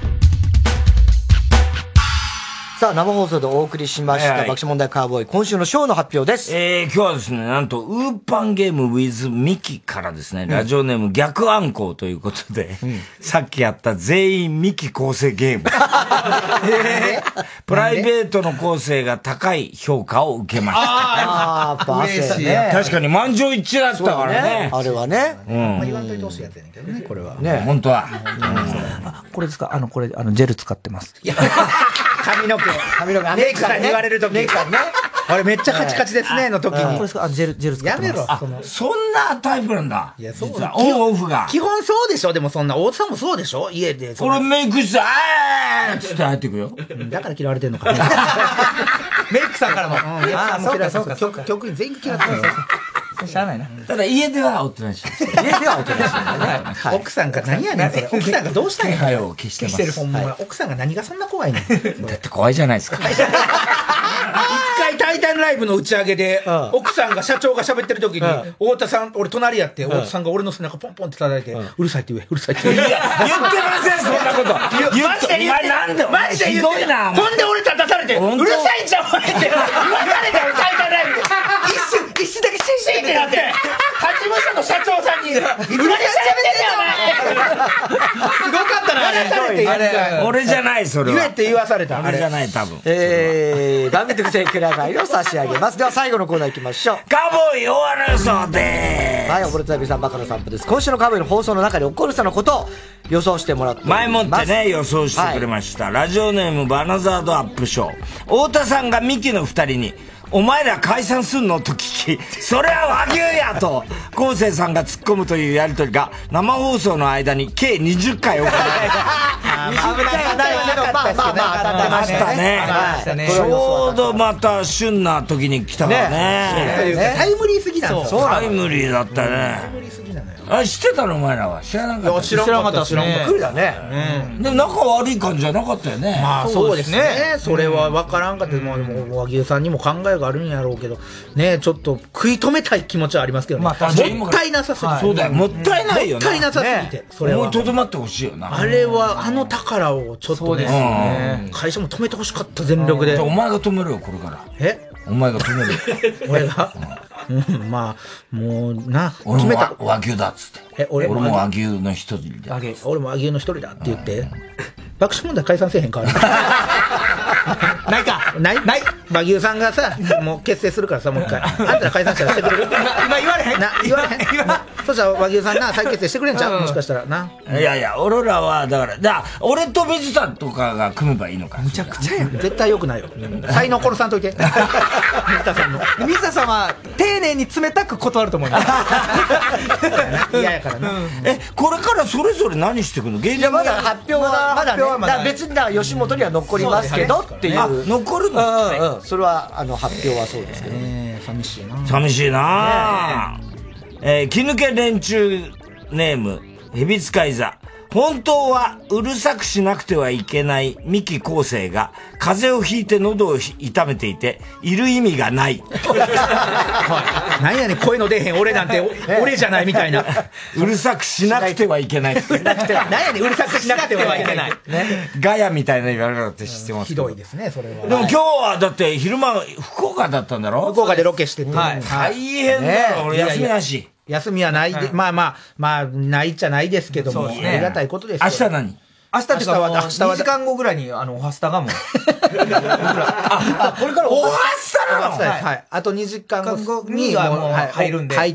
さあ、生放送でお送りしました、はいはい、爆笑問題カーボーイ、今週のショーの発表です。 えー、今日はですね、なんと、ウーパンゲーム with ミキからですね、ラジオネーム逆暗号ということで、うん、さっきやった全員ミキ構成ゲーム。えー、プライベートの構成が高い評価を受けました。 ああ、嬉しいね。確かに満場一致だったからね。ねあれはね。 うん。言わんといてほしいやつやねんけどね、これは。 ね、本当は。 これですか？あの、これ、あの、ジェル使ってます。いや髪の毛。髪の毛。メイクさんに言われるとき。メイクさんね。あれめっちゃカチカチですね、の時に。 これですか？あ、ジェル、ジェル使ってます。 やめろ。 あ、そんなタイプなんだ。 いや、そうだ。オンオフが。 基本そうでしょ？でもそんな、大津さんもそうでしょ？家で。 これメイクして、あーつって入ってくよ。 だから嫌われてんのか。 メイクさんからも。 ああ、そうか、そうか、そうか。局員全員嫌ってる。 しゃあないな。 ただ家ではおとなしい。 家ではおとなしいね。 奥さんが何やねん、それ。奥さんがどうしたんや。 はよ、消してます。 消してる本物。奥さんが何がそんな怖いねん。 だって怖いじゃないですか。 一回タイタンライブの打ち上げで、奥さんが社長が喋ってる時に、太田さん、俺隣やって、太田さんが俺の背中ポンポンって叩いて、うるさいって言え、うるさいって言え。 いや、言ってません、そんなこと。 マジで言って。 なんでマジで言って。 ひどいな。 ほんで俺立たされて、うるさいんじゃん、お前って。言われたよ、タイタンライブで。一瞬、一瞬だけシンシンってなって、他事務所の社長さんに、うるさい喋ってんだよ、お前。すごかったな、あれ。 俺じゃない、それは。 言えって言わされた。 俺じゃない、多分。 えー、番組特製クラファイルを差し上げます。では最後のコーナー行きましょう。 カーボーイ大穴予想でーす。 はい、おぼれたびさんバカの散歩です。今週のカーボーイの放送の中で起こるさのことを予想してもらっております。 前もってね、予想してくれました。はい、ラジオネームバナザードアップショー。太田さんがミキの二人に、お前ら解散すんのと聞き、それは和牛やと、昴生さんが突っ込むというやりとりが、生放送の間に計にじゅっかい行われた。 にじゅっかいはないけど、まあまあまあ当たってましたね。 ちょうどまた旬な時に来たからね。 タイムリーすぎなんですよ。 タイムリーだったね。 タイムリーすぎなのよ。 あ、知ってたのお前らは。知らなかった。 いや知らなかったですね。 びっくりだね。 うん。でも仲悪い感じじゃなかったよね。 まあそうですね。それは分からんかって、もう和牛さんにも考えがあるんやろうけど、ね、ちょっと食い止めたい気持ちはありますけどね。もったいなさすぎて。 そうだよ。もったいないよな。 もったいなさすぎて。それは。 思いとどまってほしいよな。 あれは、あの宝をちょっとね、会社も止めてほしかった、全力で。 お前が止めるよ、これから。 えお前が止める。 俺がうん、まあ、もうな、決めた。 和牛だっつって。 え、俺も和牛の一人で。 俺も和牛の一人だって言って、爆笑問題解散せえへんかないかないない和牛さんがさ、もう結成するからさ、もう一回。あんたら解散したらしてくれる今言われへんな、言われへんそしたら和牛さんな、再結成してくれんちゃうもしかしたらな。 いやいや、俺らは、だから、だ俺と水田とかが組めばいいのか。 むちゃくちゃやん。絶対良くないよ。才能殺さんといて。水田さんの。 水田さんは、丁寧に冷たく断ると思います。 嫌やからな。 え、これからそれぞれ何してくの？芸人まだ発表は、まだね、別にだから吉本には残りますけどっていう。 残るの？ うん、それは、あの、発表はそうですけど。 寂しいな。 寂しいな。えー、気抜け連中ネーム、ヘビ使い座。本当はうるさくしなくてはいけない三木昴生が風邪をひいて喉を痛めていて、いる意味がない。 何やねん、声の出へん俺なんて、俺じゃないみたいな。 うるさくしなくてはいけない。 何やねん、うるさくしなくてはいけない。 ね。ガヤみたいな言われ方って知ってます。 ひどいですね、それは。 でも今日はだって昼間、福岡だったんだろ？ 福岡でロケしてて。 大変だよ、俺休みなし。 休みはないで、まあまあ、まあ、ないっちゃないですけども、ありがたいことですよ。 明日何？ 明日っていうか、明日はにじかんごぐらいに、あの、おはスタがもう。 あ、これからおはスタなの？ はい。あとにじかんごにもう入るんで。 入って、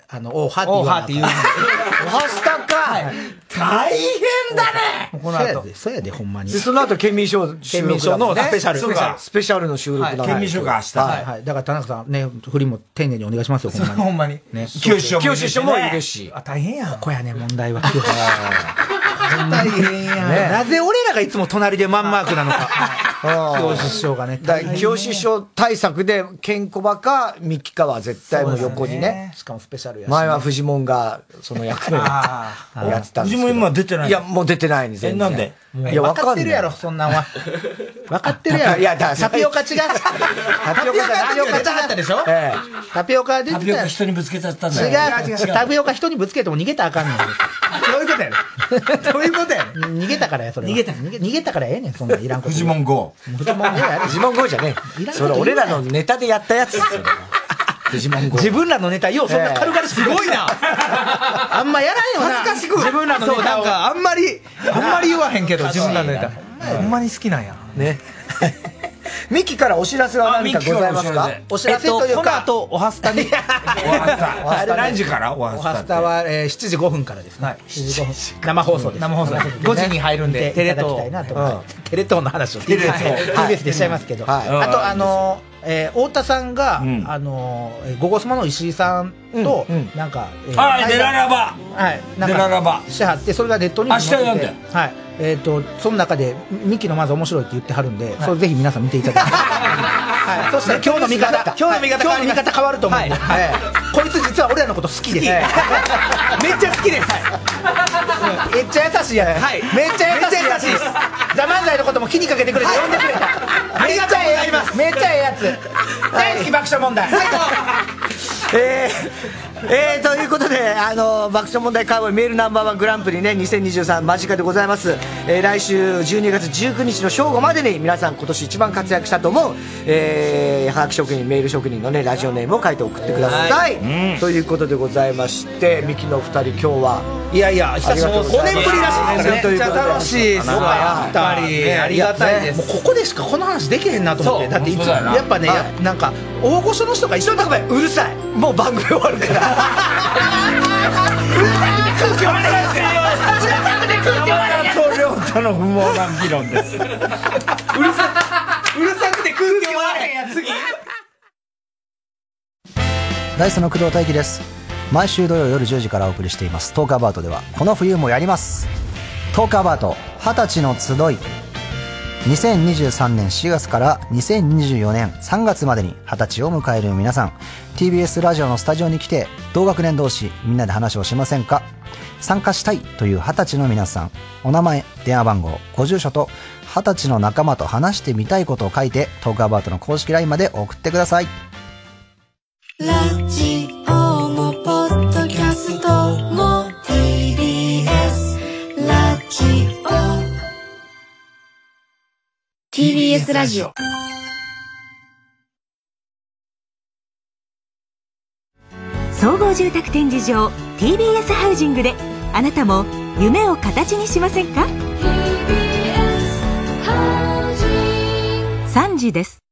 あの、おはって言う。 おはって言うんで。 おはスタか。 大変だね。 この後。そうやで、ほんまに。 その後、県民賞、 県民賞のスペシャル。 スペシャルの収録だね。 県民賞が明日。 はい。だから田中さんね、振りも丁寧にお願いしますよ、ほんまに。 ほんまに。 ね。 清志師匠もいるし。 あ、大変やん。 ここやね、問題は。大変や。なぜ俺らがいつも隣でマンマークなのか。清志師匠がね。 清志師匠対策で、ケンコバか、ミキかは絶対もう横にね。 しかもスペシャルやし。 前はフジモンが、その役目をやってたんですけど。 フジモン今出てない？ いや、もう出てないんですよ。 え、なんで？ いや、分かってるやろ、そんなんは。分かってるやろ。 いや、だから、 タピオカ違う。タピオカタピオカ違ったでしょ？タピオカ出てた。 タピオカ人にぶつけちゃったんだよ。 違う、違う。タピオカ人にぶつけても逃げたらあかんねん。 そういうことやねそういうことやね逃げたからや、それ。逃げた。逃げたからええねん、そんなんいらんこと。 フジモンゴー。 フジモンゴーや。 フジモンゴーじゃねえ。それ俺らのネタでやったやつですよ。フジモンゴー。 自分らのネタ、ようそんな軽々しく。 すごいなあんまやらんよな。 恥ずかしく。 自分らのネタを。 そう、なんかあんまり、あんまり言わへんけど、自分らのネタ。ほんまに好きなんや。 ね。ミキからお知らせは何かございますか？ お知らせというか、 この後、おはスタに。 おはスタ。何時からおはスタ？ おはスタはしちじごふんからですね。しちじごふん。生放送です。 生放送。ごじに入るんで、 テレ東。テレ東の話を。テレ東。ティービーエス でしちゃいますけど。あと、あの、えー、太田さんが、うん、あのー、ゴゴスマの石井さんと、うんうん、なんか、 えー、はい、デララバはい、なんか、 デララバしてはって、それがネットにも載ってて、 はい、えっ、ー、と、その中で、ミキのまず面白いって言ってはるんで、はい、それぜひ皆さん見ていただいて。はい、そしたら今日の見方、今日の見方、今日の見方変わると思うんで、はい、こいつ実は俺らのこと好きです。めっちゃ好きです。めっちゃ優しいやつ。はい、めっちゃ優しいやつです。ザ・漫才のことも気にかけてくれて呼んでくれた。めっちゃええやつ。めっちゃええやつ。大好き爆笑問題。最高。 えー、えー、ということで、あの爆笑問題カーボーイメールナンバーワングランプリね、にせんにじゅうさん間近でございます。えー、来週じゅうにがつじゅうくにちの正午までに皆さん今年一番活躍したと思う、えー、はがき職人、メール職人のね、ラジオネームを書いて送ってください。うん、ということでございまして、ミキのふたり今日は、 いやいや、久しぶりごねんぶりらしいですね。 めっちゃ楽しいですわ、やっぱり。ありがたいです。 もうここでしかこの話できへんなと思って。だっていつも、やっぱね、なんか、大御所の人が一緒に食べ、 うるさい。もう番組終わるから。うるさくて空気悪いですよ。うるさくて空気悪いですよ。 山田亮太の不毛な議論です。うるさ、 うるさくて空気悪いや次。 ダイスの工藤大輝です。毎週土曜夜じゅうじからお送りしていますトークアバウトでは、この冬もやります。トークアバウトはたちの集い。 にせんにじゅうさんねんしがつからにせんにじゅうよねんさんがつまでにはたちを迎える皆さん、 ティービーエス ラジオのスタジオに来て同学年同士みんなで話をしませんか。参加したいというはたちの皆さん、お名前、電話番号、ご住所とはたちの仲間と話してみたいことを書いてトークアバウトの公式 ライン まで送ってください。 ラジオもポッドキャストも ティービーエス ラジオ ティービーエス ラジオ総合住宅展示場 ティービーエス ハウジングであなたも夢を形にしませんか。さんじです。